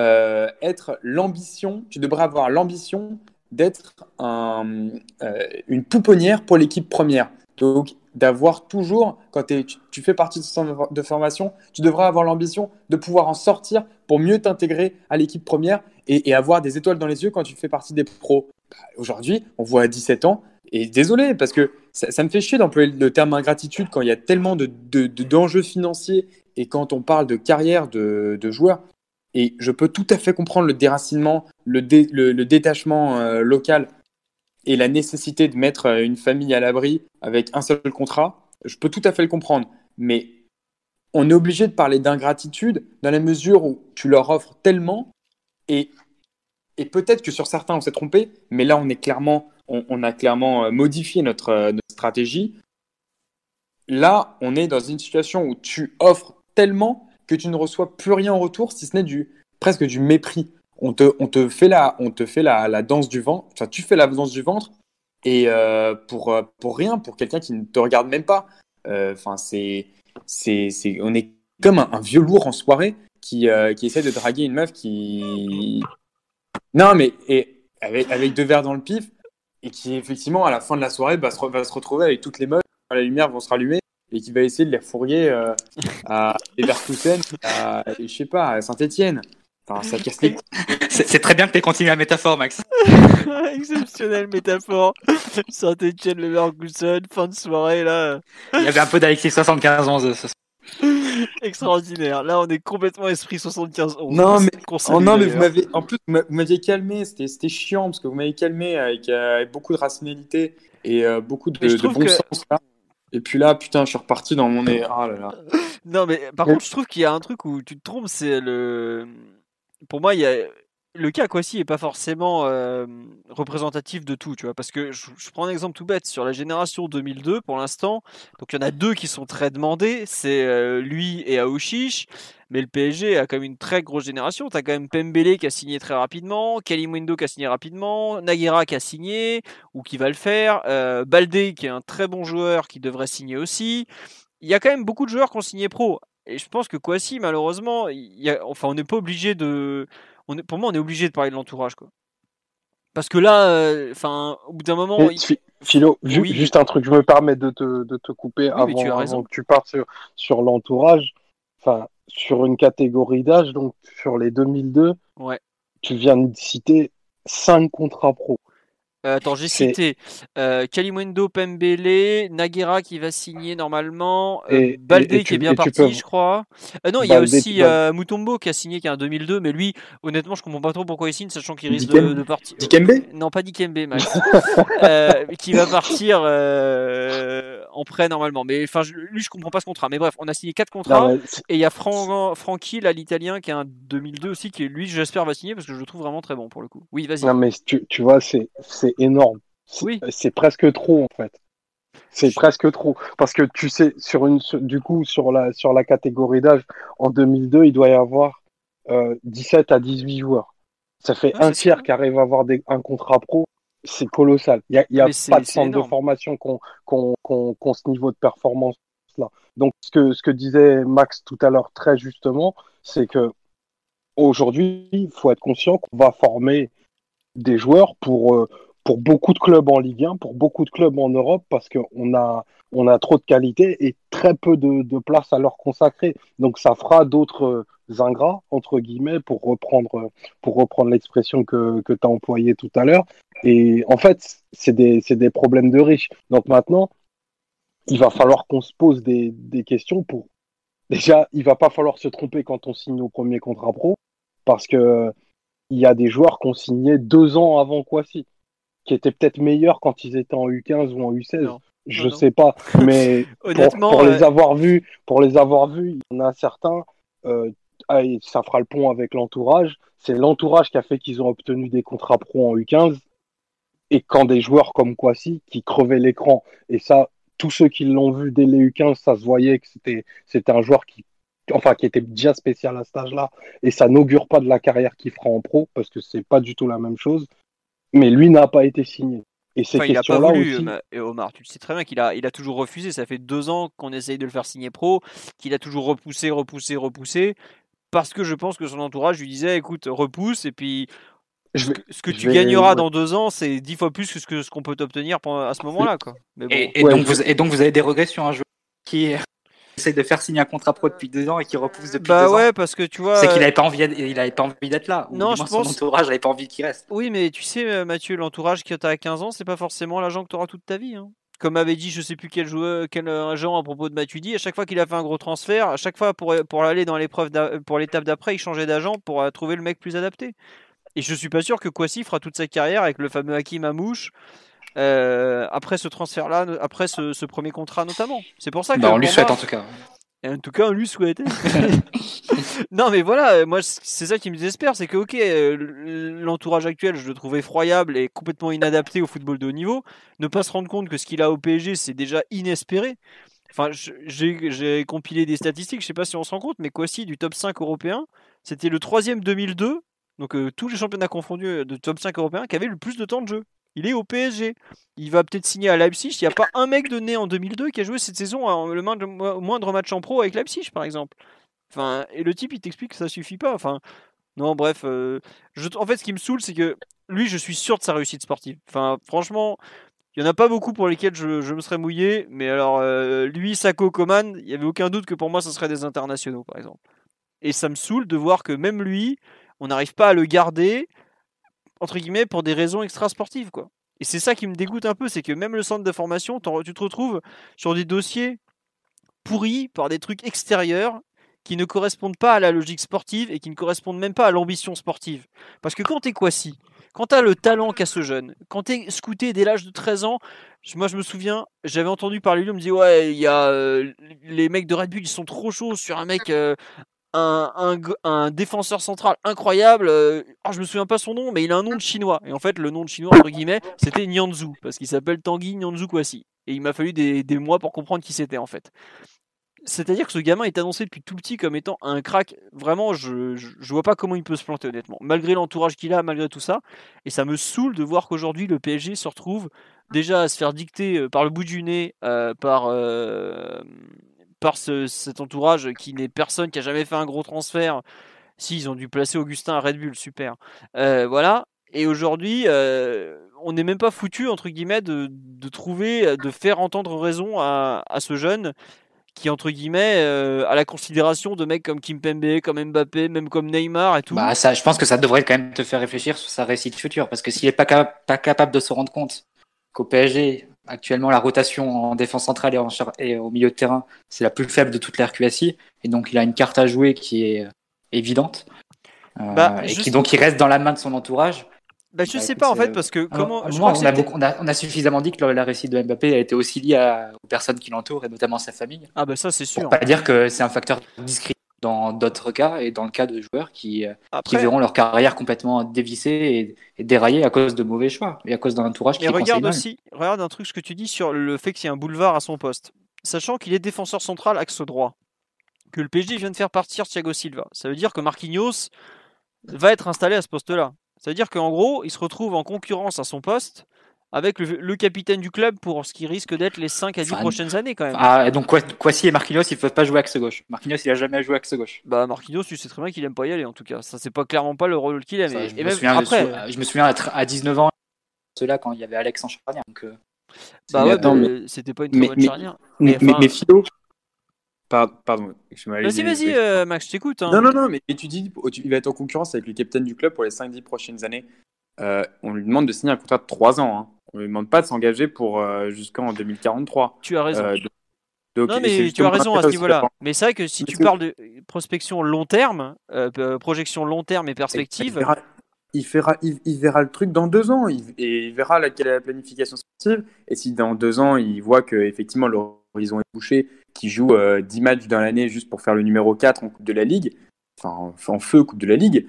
tu devrais avoir l'ambition d'être une pouponnière pour l'équipe première. Donc, d'avoir toujours, quand tu fais partie de ce centre de formation, tu devrais avoir l'ambition de pouvoir en sortir pour mieux t'intégrer à l'équipe première et avoir des étoiles dans les yeux quand tu fais partie des pros. Aujourd'hui, on voit à 17 ans, et désolé, parce que ça me fait chier d'employer le terme ingratitude quand il y a tellement d'enjeux financiers et quand on parle de carrière de joueurs. Et je peux tout à fait comprendre le déracinement, le détachement local et la nécessité de mettre une famille à l'abri avec un seul contrat. Je peux tout à fait le comprendre. Mais on est obligé de parler d'ingratitude dans la mesure où tu leur offres tellement et peut-être que sur certains on s'est trompé, mais là on a clairement modifié notre stratégie. Là, on est dans une situation où tu offres tellement que tu ne reçois plus rien en retour, si ce n'est presque du mépris. On te fait la danse du ventre, enfin, tu fais la danse du ventre, et pour rien, pour quelqu'un qui ne te regarde même pas. Enfin, on est comme un vieux lourd en soirée qui essaie de draguer une meuf qui. Non, mais avec 2 verres dans le pif, et qui effectivement, à la fin de la soirée, va se retrouver avec toutes les meufs, quand la lumière vont se rallumer, et qui va essayer de les refourguer à Leverkusen, je sais pas, à Saint-Etienne. Enfin, ça casse les couilles. C'est très bien que tu aies continué la métaphore, Max. Exceptionnelle métaphore. Saint-Etienne, Leverkusen, fin de soirée là. Il y avait un peu d'Alexis 75-11 ce soir. Extraordinaire. Là, on est complètement esprit 75-11. Non, mais, mais vous m'aviez calmé. C'était chiant parce que vous m'avez calmé avec beaucoup de rationalité et beaucoup de bon sens là. Et puis là, putain, je suis reparti dans mon nez. Ah là là. Non, mais par contre, je trouve qu'il y a un truc où tu te trompes, c'est pour moi, il y a le cas Kwasi est pas forcément représentatif de tout, tu vois, parce que je prends un exemple tout bête sur la génération 2002 pour l'instant. Donc il y en a 2 qui sont très demandés, c'est lui et Aouchiche. Mais le PSG a quand même une très grosse génération. T'as quand même Pembele qui a signé très rapidement, Kalimundo qui a signé rapidement, Naguera qui a signé ou qui va le faire, Baldé qui est un très bon joueur qui devrait signer aussi. Il y a quand même beaucoup de joueurs qui ont signé pro. Et je pense que Kwasi, malheureusement, on n'est pas obligé de. Pour moi, on est obligé de parler de l'entourage, quoi. Parce que là, au bout d'un moment. Philo, juste un truc, je me permets de te couper avant que tu partes sur l'entourage. Enfin, sur une catégorie d'âge, donc sur les 2002, ouais. Tu viens de citer 5 contrats pro. Attends, j'ai cité Kalimundo, Pembele, Naguera qui va signer normalement, Baldé qui est bien parti, je crois. Non, il y a aussi Mutombo qui a signé, qui est un 2002, mais lui, honnêtement, je comprends pas trop pourquoi il signe, sachant qu'il risque de partir. Dikembe Non, pas Dikembe, Max. Qui va partir en prêt normalement. Mais enfin, lui, je comprends pas ce contrat. Mais bref, on a signé 4 contrats. Et il y a Franchi, là, l'Italien, qui est un 2002 aussi, qui lui, j'espère, va signer parce que je le trouve vraiment très bon pour le coup. Oui, vas-y. Non, mais tu vois, c'est énorme. C'est presque trop, en fait. C'est presque trop. Parce que tu sais, sur la catégorie d'âge, en 2002, il doit y avoir 17 à 18 joueurs. Ça fait un tiers qui arrive à avoir un contrat pro. C'est colossal. Il y a pas de centre de formation qu'on ce niveau de performance-là. Donc, ce que disait Max tout à l'heure très justement, c'est que aujourd'hui, il faut être conscient qu'on va former des joueurs pour beaucoup de clubs en Ligue 1, pour beaucoup de clubs en Europe, parce qu'on a trop de qualité et très peu de place à leur consacrer. Donc ça fera d'autres ingrats, entre guillemets, pour reprendre l'expression que tu as employée tout à l'heure. Et en fait, c'est des problèmes de riches. Donc maintenant, il va falloir qu'on se pose des questions pour... Déjà, il va pas falloir se tromper quand on signe au premier contrat pro, parce que il y a des joueurs qui ont signé 2 ans avant Kwasi, qui étaient peut-être meilleurs quand ils étaient en U15 ou en U16. Je sais pas, mais pour les avoir vus, il y en a certains, ça fera le pont avec l'entourage. C'est l'entourage qui a fait qu'ils ont obtenu des contrats pro en U15. Et quand des joueurs comme Kwasi qui crevaient l'écran, et ça, tous ceux qui l'ont vu dès les U15, ça se voyait que c'était un joueur qui enfin qui était déjà spécial à cet âge-là, et ça n'augure pas de la carrière qu'il fera en pro, parce que c'est pas du tout la même chose. Mais lui n'a pas été signé. Et ces Enfin, il a pas questions-là voulu, aussi, et Omar. Tu le sais très bien il a toujours refusé. Ça fait 2 ans qu'on essaye de le faire signer pro, qu'il a toujours repoussé. Parce que je pense que son entourage lui disait, écoute, repousse, et puis je vais, ce que je tu vais, gagneras ouais. dans 2 ans, c'est 10 fois plus que ce qu'on peut t'obtenir à ce moment-là, quoi. Mais bon. Et Ouais, donc, et donc, vous avez des regrets sur un joueur qui essaie de faire signer un contrat pro depuis 2 ans et qui repousse depuis Bah 2 ans? ouais, parce que tu vois. C'est qu'il n'avait pas envie, il avait pas envie d'être là, ou Non, du je moins son pense. entourage n'avait pas envie qu'il reste. Oui, mais tu sais, Mathieu, l'entourage que tu as à 15 ans, c'est pas forcément l'agent que tu auras toute ta vie, hein. Comme avait dit, je sais plus quel joueur, quel agent à propos de Matuidi, à chaque fois qu'il a fait un gros transfert, à chaque fois pour aller dans pour l'étape d'après, il changeait d'agent pour trouver le mec plus adapté. Et je suis pas sûr que Kwasi fera toute sa carrière avec le fameux Hakim Amouche après ce transfert-là, après ce premier contrat notamment. C'est pour ça que Bah, on lui pour souhaite moi, en tout cas. et en tout cas, on lui souhaite. Non, mais voilà, moi, c'est ça qui me désespère, c'est que, ok, l'entourage actuel, je le trouve effroyable et complètement inadapté au football de haut niveau. Ne pas se rendre compte que ce qu'il a au PSG, c'est déjà inespéré. Enfin, j'ai compilé des statistiques, je sais pas si on se rend compte, mais Kwasi, du top 5 européen, c'était le troisième 2002, donc tous les championnats confondus de top 5 européen, qui avait le plus de temps de jeu. Il est au PSG. Il va peut-être signer à Leipzig. Il n'y a pas un mec de né en 2002 qui a joué cette saison le moindre match en pro avec Leipzig, par exemple. Enfin, et le type, il t'explique que ça suffit pas. Enfin, non, bref. En fait, ce qui me saoule, c'est que lui, je suis sûr de sa réussite sportive. Enfin, franchement, il y en a pas beaucoup pour lesquels je me serais mouillé. Mais alors, lui, Sako, Coman, il y avait aucun doute que pour moi, ce serait des internationaux, par exemple. Et ça me saoule de voir que même lui, on n'arrive pas à le garder, entre guillemets, pour des raisons extra-sportives, quoi. Et c'est ça qui me dégoûte un peu, c'est que même le centre de formation, tu te retrouves sur des dossiers pourris par des trucs extérieurs qui ne correspondent pas à la logique sportive et qui ne correspondent même pas à l'ambition sportive. Parce que quand t'es Kwasi, quand t'as le talent qu'a ce jeune, quand t'es scouté dès l'âge de 13 ans, moi je me souviens, j'avais entendu parler de lui, on me dit ouais, il y a les mecs de Red Bull, ils sont trop chauds sur un mec, un défenseur central incroyable. Je me souviens pas son nom, mais il a un nom de chinois. Et en fait, le nom de chinois, entre guillemets, c'était Nianzou, parce qu'il s'appelle Tanguy Nianzou Kwasi. Et il m'a fallu des mois pour comprendre qui c'était en fait. C'est-à-dire que ce gamin est annoncé depuis tout petit comme étant un crack. Vraiment, je vois pas comment il peut se planter honnêtement. Malgré l'entourage qu'il a, malgré tout ça. Et ça me saoule de voir qu'aujourd'hui le PSG se retrouve déjà à se faire dicter par le bout du nez par cet entourage qui n'est personne, qui a jamais fait un gros transfert. Si, ils ont dû placer Augustin à Red Bull, super. Voilà. Et aujourd'hui, on n'est même pas foutu, entre guillemets, de trouver, de faire entendre raison à ce jeune qui, entre guillemets, a la considération de mecs comme Kimpembe, comme Mbappé, même comme Neymar et tout. Bah, ça, je pense que ça devrait quand même te faire réfléchir sur sa réussite future. Parce que s'il n'est pas capable de se rendre compte qu'au PSG, actuellement, la rotation en défense centrale et au milieu de terrain, c'est la plus faible de toute la RQSI. Et donc, il a une carte à jouer qui est évidente. Et qui donc il reste dans la main de son entourage. Je sais pas en fait, parce que on a suffisamment dit que la réussite de Mbappé a été aussi liée aux personnes qui l'entourent et notamment sa famille. Ah bah ça c'est sûr. Pour pas dire que c'est un facteur discret dans d'autres cas et dans le cas de joueurs qui verront leur carrière complètement dévissée et déraillée à cause de mauvais choix et à cause d'un entourage qui regarde un truc ce que tu dis sur le fait qu'il y a un boulevard à son poste. Sachant qu'il est défenseur central axe droit, que le PSG vient de faire partir Thiago Silva. Ça veut dire que Marquinhos va être installé à ce poste-là. Ça veut dire qu'en gros, il se retrouve en concurrence à son poste avec le capitaine du club pour ce qui risque d'être les 5 à 10 prochaines années quand même. Et donc Kwasi et Marquinhos, ils ne peuvent pas jouer axe gauche. Marquinhos, il a jamais joué axe gauche. Bah Marquinhos, tu sais très bien qu'il aime pas y aller en tout cas. Ça c'est pas clairement pas le rôle qu'il aime. Je me souviens à 19 ans, cela quand il y avait Alex en charnière. Donc, c'était pas une très bonne charnière. Mais Philo. Pardon, vas-y, Max, je t'écoute. Hein. Non, mais tu dis il va être en concurrence avec le capitaine du club pour les 5-10 prochaines années. On lui demande de signer un contrat de 3 ans. Hein. On lui demande pas de s'engager pour jusqu'en 2043. Tu as raison. Non, mais tu as raison à ce niveau-là. Mais c'est vrai que si tu parles de prospection long terme, projection long terme et perspective... Il verra le truc dans 2 ans. Il verra quelle est la planification sportive. Et si dans 2 ans, il voit qu'effectivement l'horizon est bouché, qu'il joue 10 matchs dans l'année juste pour faire le numéro 4 en Coupe de la Ligue, en feu Coupe de la Ligue,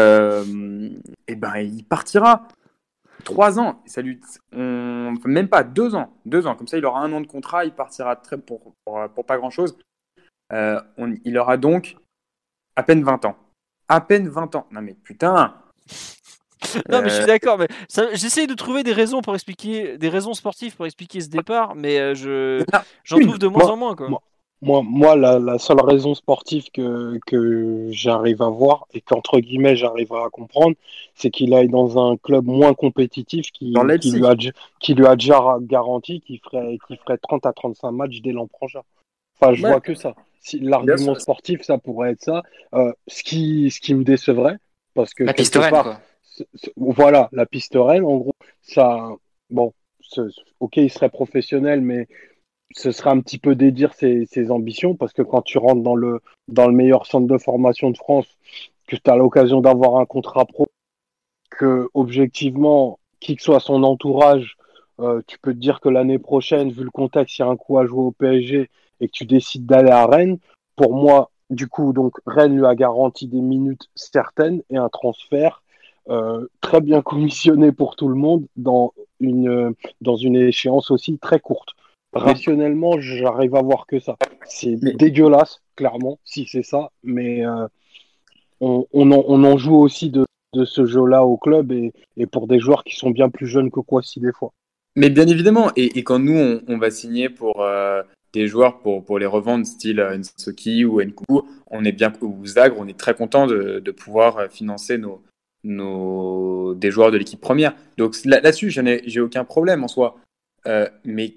il partira. 3 ans, même pas 2 ans. 2 ans, comme ça il aura 1 an de contrat, il partira pour pas grand chose. Il aura donc à peine 20 ans. À peine 20 ans. Non mais putain. Non, mais je suis d'accord. Mais j'essaie de trouver des raisons sportives pour expliquer ce départ, mais j'en trouve de moins en moins, quoi. Moi, la seule raison sportive que j'arrive à voir et qu'entre guillemets j'arrive à comprendre, c'est qu'il aille dans un club moins compétitif Dans Leipzig. qui lui a déjà garanti qu'il ferait 30 à 35 matchs dès l'an prochain. Enfin, je vois que ça. Si l'argument sportif, ça pourrait être ça. Ce qui me décevrait, parce que La piste quelque Rennes, part, quoi. voilà, la piste Rennes, en gros, ça, bon, ok, il serait professionnel, mais ce serait un petit peu dédire ses ambitions, parce que quand tu rentres dans le meilleur centre de formation de France, que tu as l'occasion d'avoir un contrat pro, que objectivement, qui que soit son entourage, tu peux te dire que l'année prochaine, vu le contexte, il y a un coup à jouer au PSG et que tu décides d'aller à Rennes, pour moi, du coup, donc Rennes lui a garanti des minutes certaines et un transfert très bien commissionné pour tout le monde dans une échéance aussi très courte. Rationnellement, j'arrive à voir que ça. C'est dégueulasse, clairement, si c'est ça, mais on en joue aussi de ce jeu-là au club et pour des joueurs qui sont bien plus jeunes que Kwasi des fois. Mais bien évidemment, et quand nous, on va signer pour des joueurs pour les revendre, style Nsoki ou Nkunku, ou Zagre, on est très content de pouvoir financer des joueurs de l'équipe première. Donc là-dessus, j'ai aucun problème en soi. Mais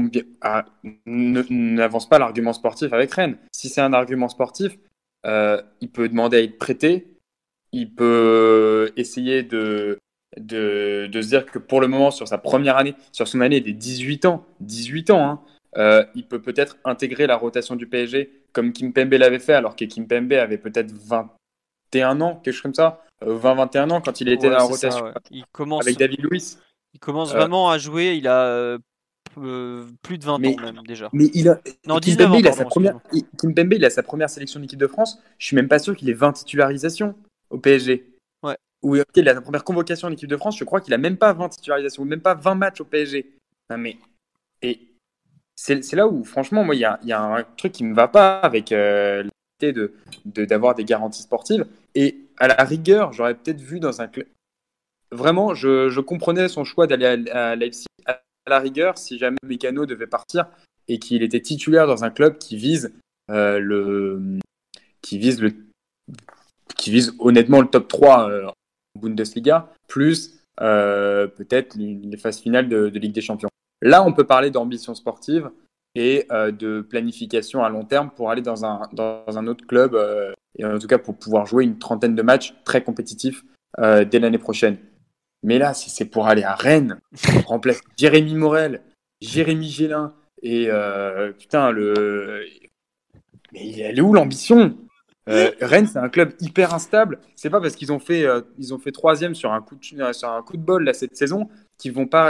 n'avance pas l'argument sportif avec Rennes. Si c'est un argument sportif, il peut demander à être prêté, il peut essayer de se dire que pour le moment, sur sa première année, sur son année des 18 ans, il peut peut-être intégrer la rotation du PSG comme Kimpembe l'avait fait, alors que Kimpembe avait peut-être 21 ans, quelque chose comme ça, 20-21 ans quand il était dans la rotation avec David Luiz. Il commence vraiment à jouer, il a plus de 20 ans même déjà. Mais non, 19 ans, Kimpembe, il a sa première sélection d'équipe de France. Je suis même pas sûr qu'il ait 20 titularisations au PSG. Ouais. Ou il a sa première convocation en équipe de France. Je crois qu'il a même pas 20 titularisations, ou même pas 20 matchs au PSG. Non, mais et c'est là où, franchement, moi, il y a un truc qui me va pas avec l'idée d'avoir des garanties sportives. Et à la rigueur, j'aurais peut-être vu dans un club. Vraiment, je comprenais son choix d'aller à Leipzig. À la rigueur, si jamais Mécano devait partir et qu'il était titulaire dans un club qui vise honnêtement le top 3 en Bundesliga, plus peut-être les phases finales de Ligue des Champions. Là, on peut parler d'ambition sportive et de planification à long terme pour aller dans un autre club et en tout cas pour pouvoir jouer une trentaine de matchs très compétitifs dès l'année prochaine. Mais là, si c'est pour aller à Rennes, on remplace Jérémy Morel, Jérémy Gélin et mais elle est où l'ambition? Rennes, c'est un club hyper instable. C'est pas parce qu'ils ont fait troisième sur un coup de bol là, cette saison qu'ils vont pas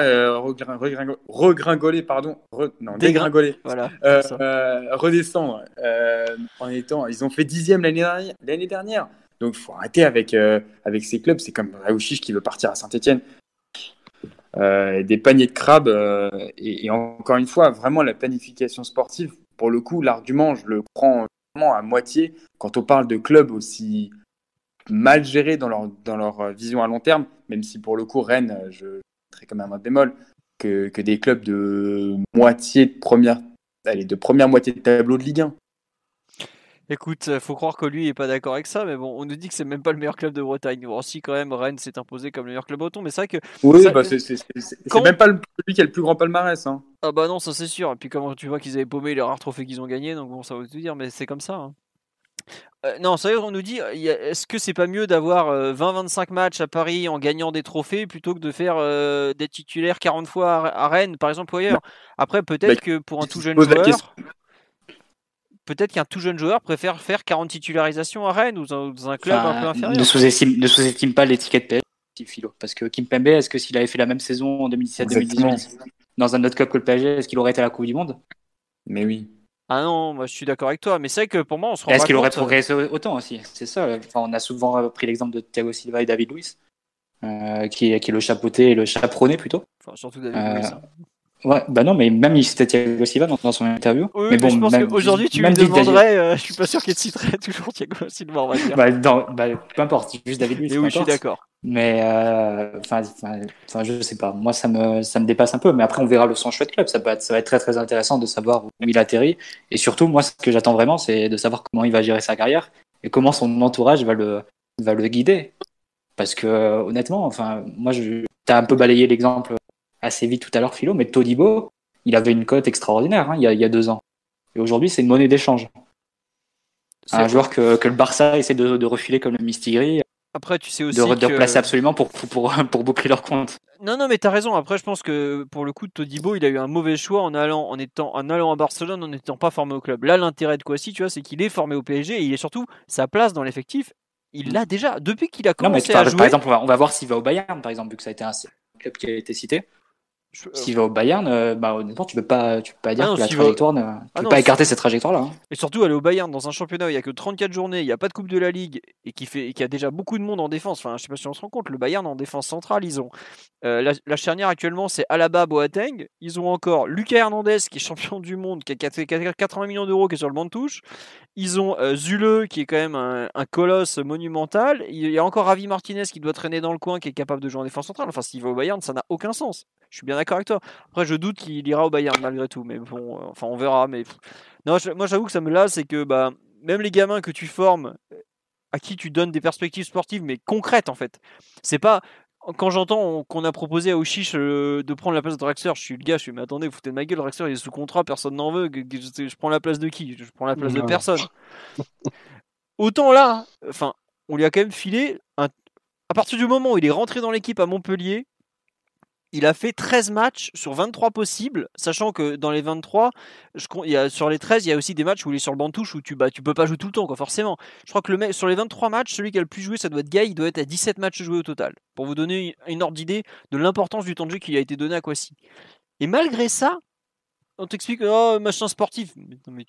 dégringoler. Voilà. Redescendre ils ont fait 10e l'année dernière. Donc, il faut arrêter avec ces clubs. C'est comme Aouchiche qui veut partir à Saint-Etienne. Des paniers de crabes. Et encore une fois, vraiment, la planification sportive, pour le coup, l'argument, je le prends vraiment à moitié. Quand on parle de clubs aussi mal gérés dans leur vision à long terme, même si pour le coup, Rennes, je mettrais quand même un bémol, que des clubs de première moitié de tableau de Ligue 1. Écoute, faut croire que lui est pas d'accord avec ça, mais bon, on nous dit que c'est même pas le meilleur club de Bretagne. Bon, si quand même Rennes s'est imposé comme le meilleur club breton, mais c'est vrai que c'est même pas celui qui a le plus grand palmarès. Hein. Ah bah non, ça c'est sûr. Et puis comment tu vois qu'ils avaient paumé les rares trophées qu'ils ont gagnés, donc bon, ça veut tout dire, mais c'est comme ça. Hein. Non, c'est vrai qu'on nous dit, est-ce que c'est pas mieux d'avoir 20-25 matchs à Paris en gagnant des trophées plutôt que de faire des titulaires 40 fois à Rennes, par exemple, ou ailleurs. Après, peut-être que pour un tout jeune joueur. Peut-être qu'un tout jeune joueur préfère faire 40 titularisations à Rennes ou dans un club un peu inférieur. Ne sous-estime pas l'étiquette PSG, Philo. Parce que Kimpembe, est-ce que s'il avait fait la même saison en 2017-2018 dans un autre club que le PSG, est-ce qu'il aurait été à la Coupe du Monde? Mais oui. Ah non, moi je suis d'accord avec toi. Mais c'est vrai que pour moi, on se rend pas compte. Est-ce qu'il aurait progressé autant aussi? C'est ça. Enfin, on a souvent pris l'exemple de Thiago Silva et David Luiz, qui le chapeautait et le chaperonné plutôt. Enfin, surtout David Luiz. Ouais, bah non, mais même c'était Thiago Silva dans son interview. Oui, mais bon, je pense même, qu'aujourd'hui tu lui même dit David- demanderais, je suis pas sûr qu'il te citerait toujours Thiago Silva, on va dire. peu importe, juste David Luiz, Et peu oui, je suis importe. d'accord. Mais je sais pas. Moi, ça me dépasse un peu. Mais après, on verra son choix de club. Ça va être très très intéressant de savoir où il atterrit. Et surtout, moi, ce que j'attends vraiment, c'est de savoir comment il va gérer sa carrière et comment son entourage va le guider. Parce que honnêtement, moi, t'as un peu balayé l'exemple assez vite tout à l'heure, Philo, mais Todibo, il avait une cote extraordinaire il y a 2 ans. Et aujourd'hui, c'est une monnaie d'échange. Un joueur que le Barça essaie de refiler comme le Mistigri, Après, tu sais aussi de que... replacer absolument pour boucler leur compte. Non, mais t'as raison. Après, je pense que pour le coup, Todibo, il a eu un mauvais choix en allant à Barcelone en n'étant pas formé au club. Là, l'intérêt de Kouassi, tu vois, c'est qu'il est formé au PSG et il est surtout sa place dans l'effectif. Il l'a déjà depuis qu'il a commencé à jouer. Par exemple, on va voir s'il va au Bayern, par exemple, vu que ça a été un club qui a été cité. S'il va au Bayern, honnêtement, tu peux pas dire que la trajectoire, tu peux pas écarter cette trajectoire-là. Hein. Et surtout, aller au Bayern dans un championnat où il y a que 34 journées, il n'y a pas de Coupe de la Ligue et qui a déjà beaucoup de monde en défense. Enfin, je sais pas si on se rend compte, le Bayern en défense centrale, ils ont la charnière actuellement, c'est Alaba, Boateng. Ils ont encore Lucas Hernandez qui est champion du monde, qui a fait 80 millions d'euros, qui est sur le banc de touche. Ils ont Zule qui est quand même un colosse monumental. Il y a encore Ravi Martinez qui doit traîner dans le coin, qui est capable de jouer en défense centrale. Enfin, s'il va au Bayern, ça n'a aucun sens. Je suis bien d'accord avec toi. Après, je doute qu'il ira au Bayern malgré tout. Mais bon, enfin, on verra. Mais non, moi, j'avoue que ça me lasse, c'est que même les gamins que tu formes, à qui tu donnes des perspectives sportives, mais concrètes en fait. C'est pas quand j'entends qu'on a proposé à Ochiche de prendre la place de Draxler, je suis le gars, je suis mais attendez, vous foutez de ma gueule, Draxler il est sous contrat, personne n'en veut, je prends la place de qui? Je prends la place de personne. Autant là, enfin, on lui a quand même filé à partir du moment où il est rentré dans l'équipe à Montpellier, il a fait 13 matchs sur 23 possibles, sachant que dans les 23, sur les 13, il y a aussi des matchs où il est sur le banc de touche où tu peux pas jouer tout le temps, quoi, forcément. Je crois que sur les 23 matchs, celui qui a le plus joué, ça doit être Guy, il doit être à 17 matchs joués au total. Pour vous donner une ordre d'idée de l'importance du temps de jeu qui a été donné à Kouassi. Et malgré ça, on t'explique, oh, machin sportif. Non, mais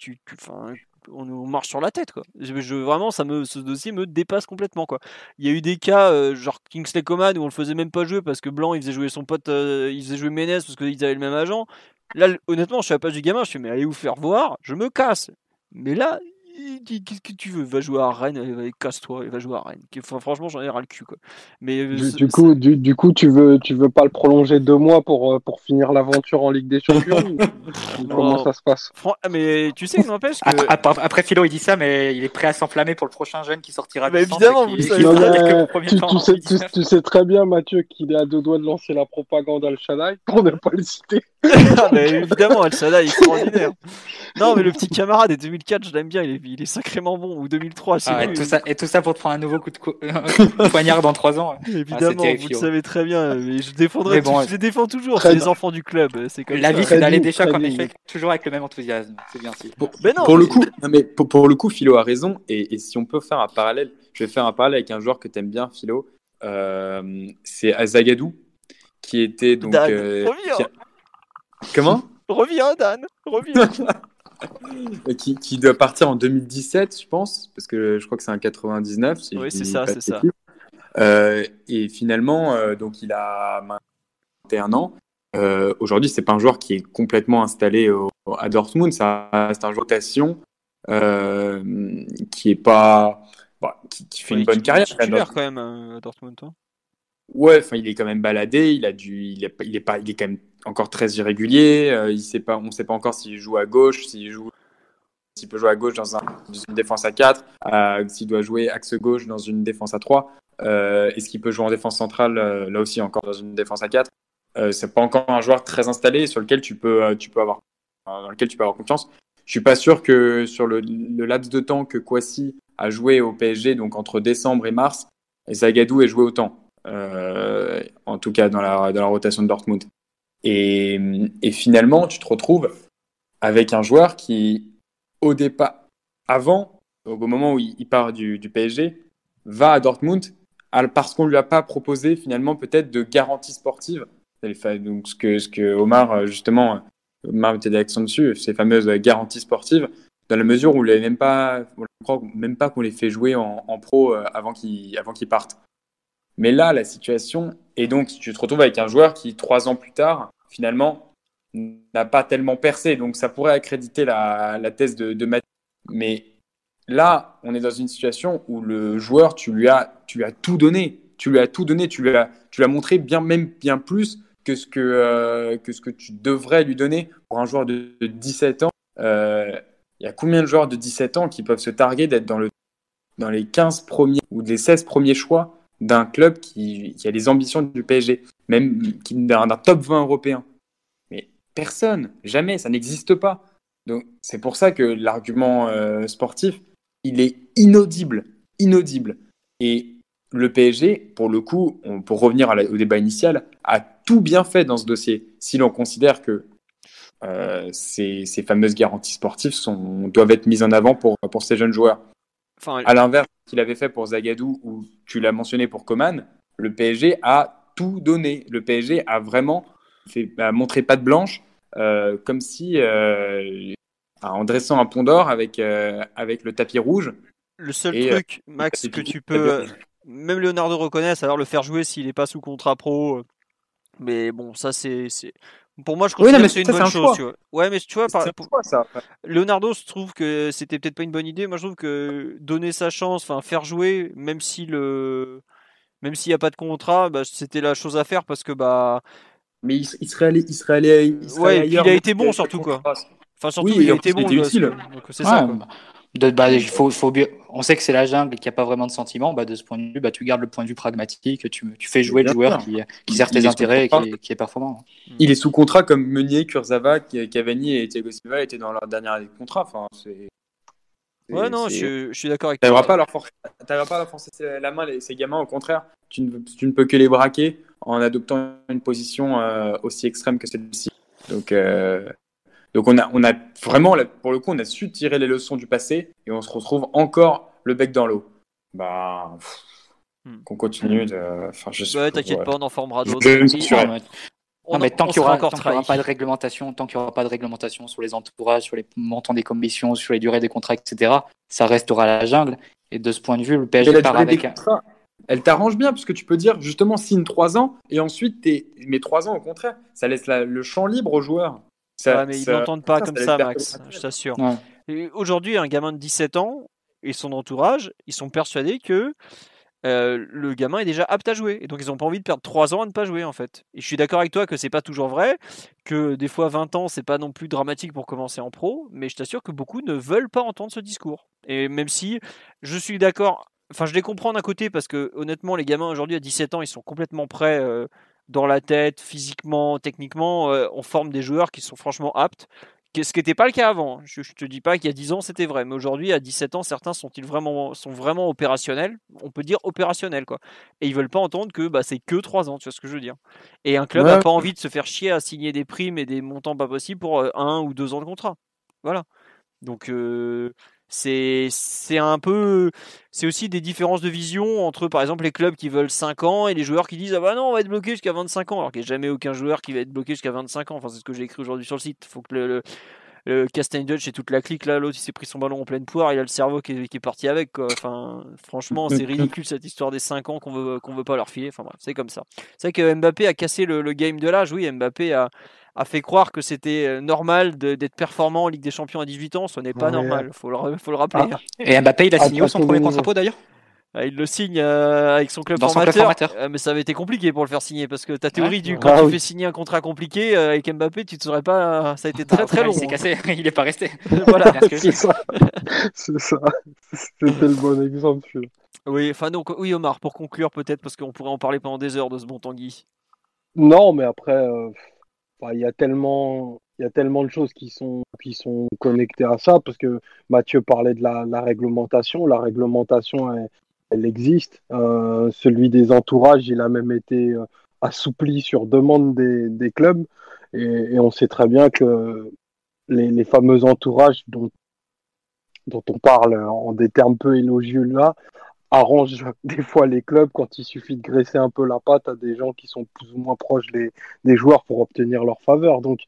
on marche sur la tête, quoi. Vraiment, ce dossier me dépasse complètement, quoi. Il y a eu des cas, genre Kingsley Coman, où on le faisait même pas jouer parce que Blanc, il faisait jouer son pote, il faisait jouer Ménez parce qu'ils avaient le même agent. Là, honnêtement, je suis à la page du gamin, je fais, mais allez vous faire voir, je me casse. Mais là, il dit, qu'est-ce que tu veux? Va jouer à Rennes, casse-toi, et va jouer à Rennes. Enfin, franchement, j'en ai ras le cul, quoi. Mais du coup, tu veux pas le prolonger 2 mois pour finir l'aventure en Ligue des Champions ou comment ça se passe? Mais tu sais, il n'empêche que... Après, Philo, il dit ça, mais il est prêt à s'enflammer pour le prochain jeune qui sortira du centre. Évidemment, vous savez tu sais très bien, Mathieu, qu'il est à 2 doigts de lancer la propagande Al-Shaddai pour ne pas le citer. Mais évidemment, Al-Shaddai est extraordinaire. Non, mais le petit camarade de 2004, je l'aime bien, il est sacrément bon. Ou 2003, c'est et tout ça pour te prendre un nouveau coup de poignard dans 3 ans. Évidemment, vous le savez très bien. Mais je les défends toujours. C'est les enfants du club. C'est comme la vie, c'est d'aller des chocs en effet, toujours avec le même enthousiasme. C'est bien si. Pour le coup, Philo a raison. Et si on peut faire un parallèle, je vais faire un parallèle avec un joueur que t'aimes bien, Philo. C'est Zagadou, qui était donc. Dan, reviens. Comment? Reviens, Dan. Reviens. qui doit partir en 2017, je pense, parce que je crois que c'est un 99. Si oui, c'est ça. Et finalement, donc il a 21 ans. Aujourd'hui, c'est pas un joueur qui est complètement installé à Dortmund. Ça reste un joueur de rotation qui est pas, qui fait une bonne carrière. Il est quand même à Dortmund. Hein. Ouais, enfin, il est quand même baladé. Il est quand même encore très irrégulier. On sait pas encore s'il joue à gauche, s'il peut jouer à gauche dans une défense à 4, s'il doit jouer axe gauche dans une défense à 3. Est-ce qu'il peut jouer en défense centrale, là aussi encore dans une défense à 4? C'est pas encore un joueur très installé sur lequel dans lequel tu peux avoir confiance. Je suis pas sûr que sur le laps de temps que Kouassi a joué au PSG, donc entre décembre et mars, Zagadou ait joué autant. En tout cas dans la rotation de Dortmund. Et finalement, tu te retrouves avec un joueur qui, au départ, au moment où il part du PSG, va à Dortmund parce qu'on lui a pas proposé finalement peut-être de garantie sportive. Donc ce que Omar, justement, mettait l'accent dessus, ces fameuses garanties sportives, dans la mesure où je crois même pas qu'on les fait jouer en pro avant qu'ils partent. Mais là, la situation, et donc tu te retrouves avec un joueur qui, 3 ans plus tard, finalement, n'a pas tellement percé. Donc, ça pourrait accréditer la thèse de Mathieu. Mais là, on est dans une situation où le joueur, tu lui as tout donné. Tu lui as tout donné. Tu l'as montré même bien plus que ce que tu devrais lui donner pour un joueur de 17 ans. Il y a combien de joueurs de 17 ans qui peuvent se targuer d'être dans les 15 premiers ou les 16 premiers choix d'un club qui a les ambitions du PSG, même d'un top 20 européen? Mais personne, jamais, ça n'existe pas. Donc c'est pour ça que l'argument sportif, il est inaudible. Et le PSG, pour le coup, pour revenir au débat initial, a tout bien fait dans ce dossier. Si l'on considère que ces fameuses garanties sportives doivent être mises en avant pour ces jeunes joueurs. Enfin, à l'inverse de ce qu'il avait fait pour Zagadou, ou tu l'as mentionné pour Coman, le PSG a tout donné. Le PSG a vraiment montré patte blanche, comme si, en dressant un pont d'or avec le tapis rouge. Le seul truc, Max, que tu peux... même Leonardo reconnaît, c'est alors le faire jouer s'il n'est pas sous contrat pro. Mais bon, ça c'est... Pour moi, je considère que c'est une bonne chose. Tu vois. Ouais, mais tu vois, Leonardo se trouve que c'était peut-être pas une bonne idée. Moi, je trouve que donner sa chance, faire jouer, même s'il n'y a pas de contrat, c'était la chose à faire parce que Mais il serait allé ouais, ailleurs. Il a été bon surtout quoi. Enfin surtout, oui, il a été bon. Il était utile. Donc c'est ça. Quoi. On sait que c'est la jungle et qu'il n'y a pas vraiment de sentiments. De ce point de vue, tu gardes le point de vue pragmatique. Tu fais jouer le joueur qui sert tes intérêts et qui est performant. Il est sous contrat comme Meunier, Kurzawa, Cavani et Thiago Silva étaient dans leur dernière année de contrat. Je suis d'accord avec toi. Tu n'arriveras pas à leur forcer la main, ces gamins. Au contraire, tu ne peux que les braquer en adoptant une position aussi extrême que celle-ci. Donc on a vraiment, pour le coup, on a su tirer les leçons du passé et on se retrouve encore le bec dans l'eau. Qu'on continue de... t'inquiète pas, on en formera d'autres. Mais tant qu'il n'y aura pas de réglementation sur les entourages, sur les montants des commissions, sur les durées des contrats, etc., ça restera la jungle. Et de ce point de vue, le PSG part avec... Elle t'arrange bien, puisque tu peux dire, justement, signe 3 ans, et ensuite, mais 3 ans, au contraire, ça laisse le champ libre aux joueurs. Mais ils n'entendent pas comme ça, Max, je t'assure. Ouais. Aujourd'hui, un gamin de 17 ans et son entourage, ils sont persuadés que le gamin est déjà apte à jouer. Et donc, ils n'ont pas envie de perdre 3 ans à ne pas jouer, en fait. Et je suis d'accord avec toi que c'est pas toujours vrai, que des fois, 20 ans, c'est pas non plus dramatique pour commencer en pro, mais je t'assure que beaucoup ne veulent pas entendre ce discours. Et même si je suis d'accord, je les comprends d'un côté, parce que honnêtement, les gamins aujourd'hui à 17 ans, ils sont complètement prêts dans la tête, physiquement, techniquement. On forme des joueurs qui sont franchement aptes. Ce qui n'était pas le cas avant. Je ne te dis pas qu'il y a 10 ans c'était vrai, mais aujourd'hui à 17 ans certains sont vraiment opérationnels. On peut dire opérationnels quoi. Et ils veulent pas entendre que c'est que 3 ans, tu vois ce que je veux dire. Et un club n'a pas envie de se faire chier à signer des primes et des montants pas possibles pour 1 ou 2 ans de contrat. Voilà. Donc c'est aussi des différences de vision entre par exemple les clubs qui veulent 5 ans et les joueurs qui disent non on va être bloqué jusqu'à 25 ans alors qu'il n'y a jamais aucun joueur qui va être bloqué jusqu'à 25 ans. C'est ce que j'ai écrit aujourd'hui sur le site. Faut que le Castain Dutch et toute la clique là, l'autre il s'est pris son ballon en pleine poire, il a le cerveau qui est parti avec quoi. Franchement c'est ridicule cette histoire des 5 ans qu'on veut pas leur filer. Bref, c'est comme ça. C'est vrai que Mbappé a cassé le game de l'âge. Oui, Mbappé a fait croire que c'était normal d'être performant en Ligue des Champions à 18 ans. Ce n'est pas normal, faut le rappeler. Et Mbappé, il a signé où son premier contrat pro d'ailleurs? Il le signe avec son club formateur. Mais ça avait été compliqué pour le faire signer parce que ta théorie quand tu fais signer un contrat compliqué avec Mbappé, tu ne saurais pas. Ça a été très très long. Il s'est cassé, il n'est pas resté. Voilà. C'est ça. C'était le bon exemple. Oui, oui Omar, pour conclure peut-être parce qu'on pourrait en parler pendant des heures de ce bon Tanguy. Non, mais après. Il y a tellement de choses qui sont connectées à ça, parce que Mathieu parlait de la réglementation. La réglementation, elle existe. Celui des entourages, il a même été assoupli sur demande des clubs. Et on sait très bien que les fameux entourages dont on parle en des termes peu élogieux là, arrange des fois les clubs quand il suffit de graisser un peu la patte à des gens qui sont plus ou moins proches des joueurs pour obtenir leur faveur. Donc,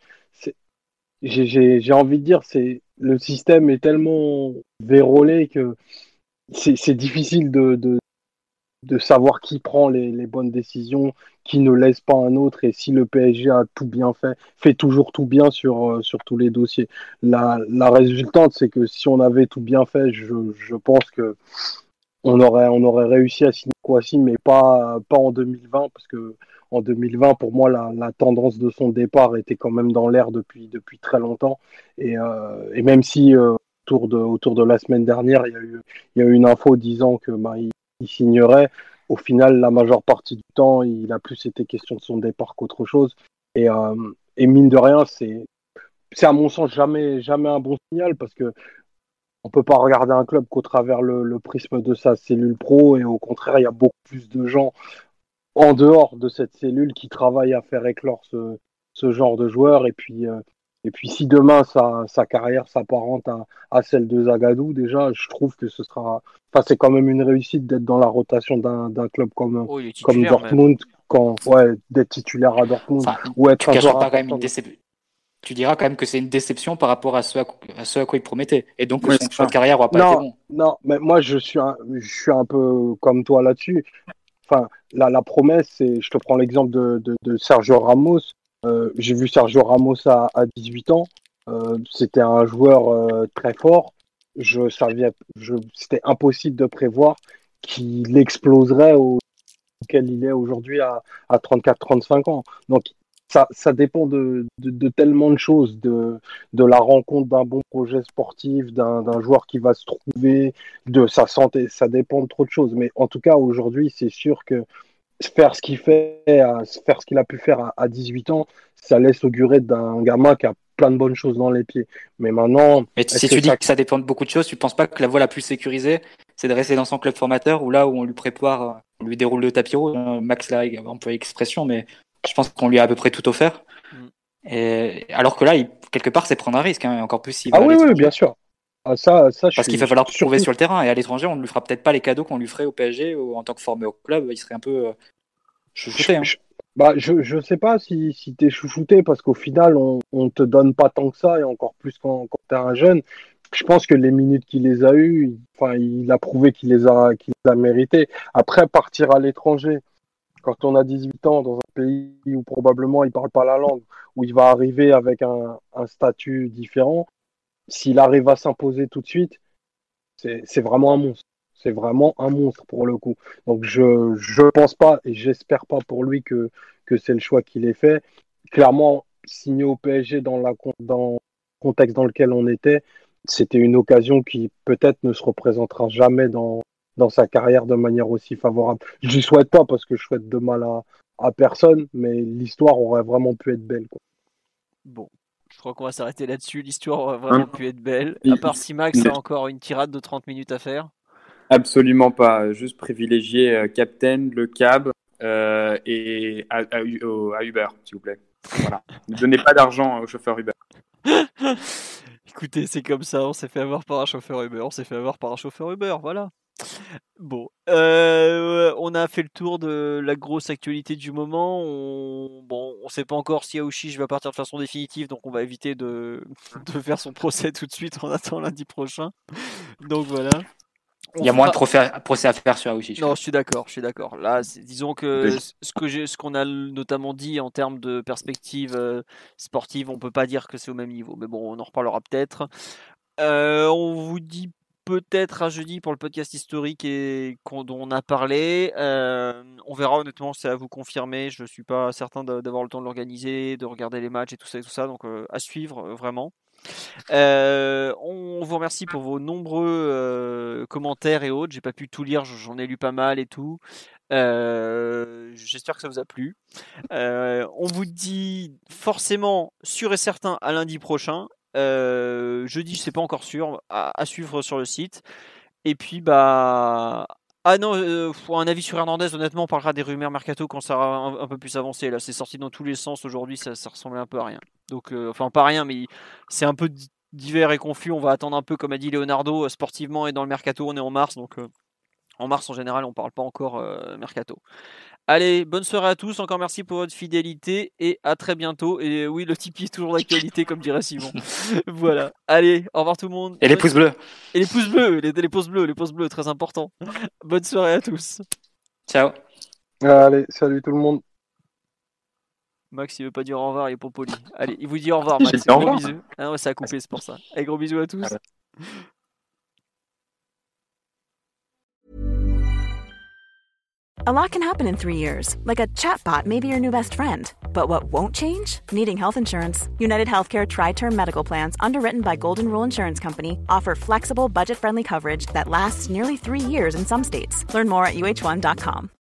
j'ai envie de dire, le système est tellement vérolé que c'est difficile de savoir qui prend les bonnes décisions, qui ne laisse pas un autre, et si le PSG a tout bien fait toujours tout bien sur tous les dossiers. La résultante, c'est que si on avait tout bien fait, je pense que on aurait réussi à signer Kouassi, mais pas en 2020, parce que en 2020, pour moi, la tendance de son départ était quand même dans l'air depuis très longtemps. Et même si autour de la semaine dernière, il y a eu une info disant que il signerait, au final, la majeure partie du temps, il a plus été question de son départ qu'autre chose. Et mine de rien, c'est à mon sens jamais un bon signal, parce que on peut pas regarder un club qu'au travers le prisme de sa cellule pro, et au contraire, il y a beaucoup plus de gens en dehors de cette cellule qui travaillent à faire éclore ce genre de joueur. Et puis si demain sa carrière s'apparente à celle de Zagadou, déjà, je trouve que c'est quand même une réussite d'être dans la rotation d'un club Oh, il est comme titulaire même. Dortmund, d'être titulaire à Dortmund, Enfin, ou être tu un cacheras joueur pas quand même important. tu diras quand même que c'est une déception par rapport à ce à quoi il promettait. Et donc que Ouais, son c'est choix ça. de carrière n'aura pas été Non, bon. non, mais moi je suis un peu comme toi là-dessus. Enfin, la promesse, je te prends l'exemple de Sergio Ramos. J'ai vu Sergio Ramos à 18 ans. C'était un joueur très fort. C'était impossible de prévoir qu'il exploserait auquel il est aujourd'hui à 34-35 ans. Donc, ça dépend de tellement de choses, de la rencontre d'un bon projet sportif, d'un joueur qui va se trouver, de sa santé. Ça dépend de trop de choses. Mais en tout cas, aujourd'hui, c'est sûr que faire ce faire ce qu'il a pu faire à 18 ans, ça laisse augurer d'un gamin qui a plein de bonnes choses dans les pieds. Mais maintenant, Mais est-ce si que tu dis ça... que ça dépend de beaucoup de choses, tu penses pas que la voie la plus sécurisée, c'est de rester dans son club formateur ou là où on lui prépare, on lui déroule le tapis rouge, hein, Max Larry a employé l'expression, mais je pense qu'on lui a à peu près tout offert. Mm. Et alors que là, quelque part, c'est prendre un risque, hein, et encore plus s'il Ah va à oui, oui, bien l'étranger. sûr. Ah, ça, je Parce qu'il suis va falloir prouver surtout. sur le terrain, et à l'étranger, on ne lui fera peut-être pas les cadeaux qu'on lui ferait au PSG ou en tant que formé au club, il serait un peu Je, chouchouté. Hein. je, je sais pas si t'es chouchouté, parce qu'au final, on te donne pas tant que ça, et encore plus quand t'es un jeune. Je pense que les minutes qu'il les a eues, enfin, il a prouvé qu'il les a méritées. Après, partir à l'étranger, quand on a 18 ans, dans un pays où probablement il parle pas la langue, où il va arriver avec un statut différent, s'il arrive à s'imposer tout de suite, c'est vraiment un monstre. C'est vraiment un monstre pour le coup. Donc je pense pas, et j'espère pas pour lui que c'est le choix qu'il ait fait. Clairement, signer au PSG dans le contexte dans lequel on était, c'était une occasion qui peut-être ne se représentera jamais dans sa carrière de manière aussi favorable. Je lui souhaite pas, parce que je souhaite de mal à personne, mais l'histoire aurait vraiment pu être belle, quoi. Bon, je crois qu'on va s'arrêter là-dessus. L'histoire aurait Hein. vraiment pu être belle. À part si Max a encore une tirade de 30 minutes à faire. Absolument pas. Juste privilégier Captain, le cab et à Uber, s'il vous plaît. Voilà. Ne donnez pas d'argent au chauffeur Uber. Écoutez, c'est comme ça, on s'est fait avoir par un chauffeur Uber, voilà. Bon, on a fait le tour de la grosse actualité du moment. On sait pas encore si Aouchiche va partir de façon définitive, donc on va éviter de faire son procès tout de suite. On attend lundi prochain. Donc voilà. Il y a moins de procès à faire sur Aouchiche. Non, je suis d'accord. Là, disons que ce qu'on a notamment dit en termes de perspective sportive, on peut pas dire que c'est au même niveau. Mais bon, on en reparlera peut-être. On vous dit peut-être à jeudi pour le podcast historique dont on a parlé. On verra, honnêtement, c'est à vous confirmer. Je ne suis pas certain d'avoir le temps de l'organiser, de regarder les matchs et tout ça. Donc à suivre, vraiment. On vous remercie pour vos nombreux commentaires et autres. J'ai pas pu tout lire, j'en ai lu pas mal et tout. J'espère que ça vous a plu. On vous dit forcément sûr et certain à lundi prochain. Jeudi, c'est pas encore sûr, à suivre sur le site. Et puis un avis sur Hernandez. Honnêtement, on parlera des rumeurs mercato quand ça sera un peu plus avancé. Là, c'est sorti dans tous les sens aujourd'hui, ça ressemblait un peu à rien. Donc, enfin pas rien, mais c'est un peu divers et confus. On va attendre un peu, comme a dit Leonardo, sportivement et dans le mercato. On est en mars, donc en mars en général, on parle pas encore mercato. Allez, bonne soirée à tous. Encore merci pour votre fidélité et à très bientôt. Et oui, le Tipeee est toujours d'actualité, comme dirait Simon. Voilà. Allez, au revoir tout le monde. Et les pouces bleus. Et les pouces bleus, les pouces bleus, très important. Bonne soirée à tous. Ciao. Allez, salut tout le monde. Max, il veut pas dire au revoir, il est pas poli. Allez, il vous dit au revoir, Si, Max. j'ai dit au Gros revoir. bisous. Ah non, ça a coupé, c'est pour ça. Allez, gros bisous à tous. Ah ouais. A lot can happen in 3 years, like a chatbot may be your new best friend. But what won't change? Needing health insurance. United Healthcare Tri-Term Medical Plans, underwritten by Golden Rule Insurance Company, offer flexible, budget-friendly coverage that lasts nearly 3 years in some states. Learn more at uh1.com.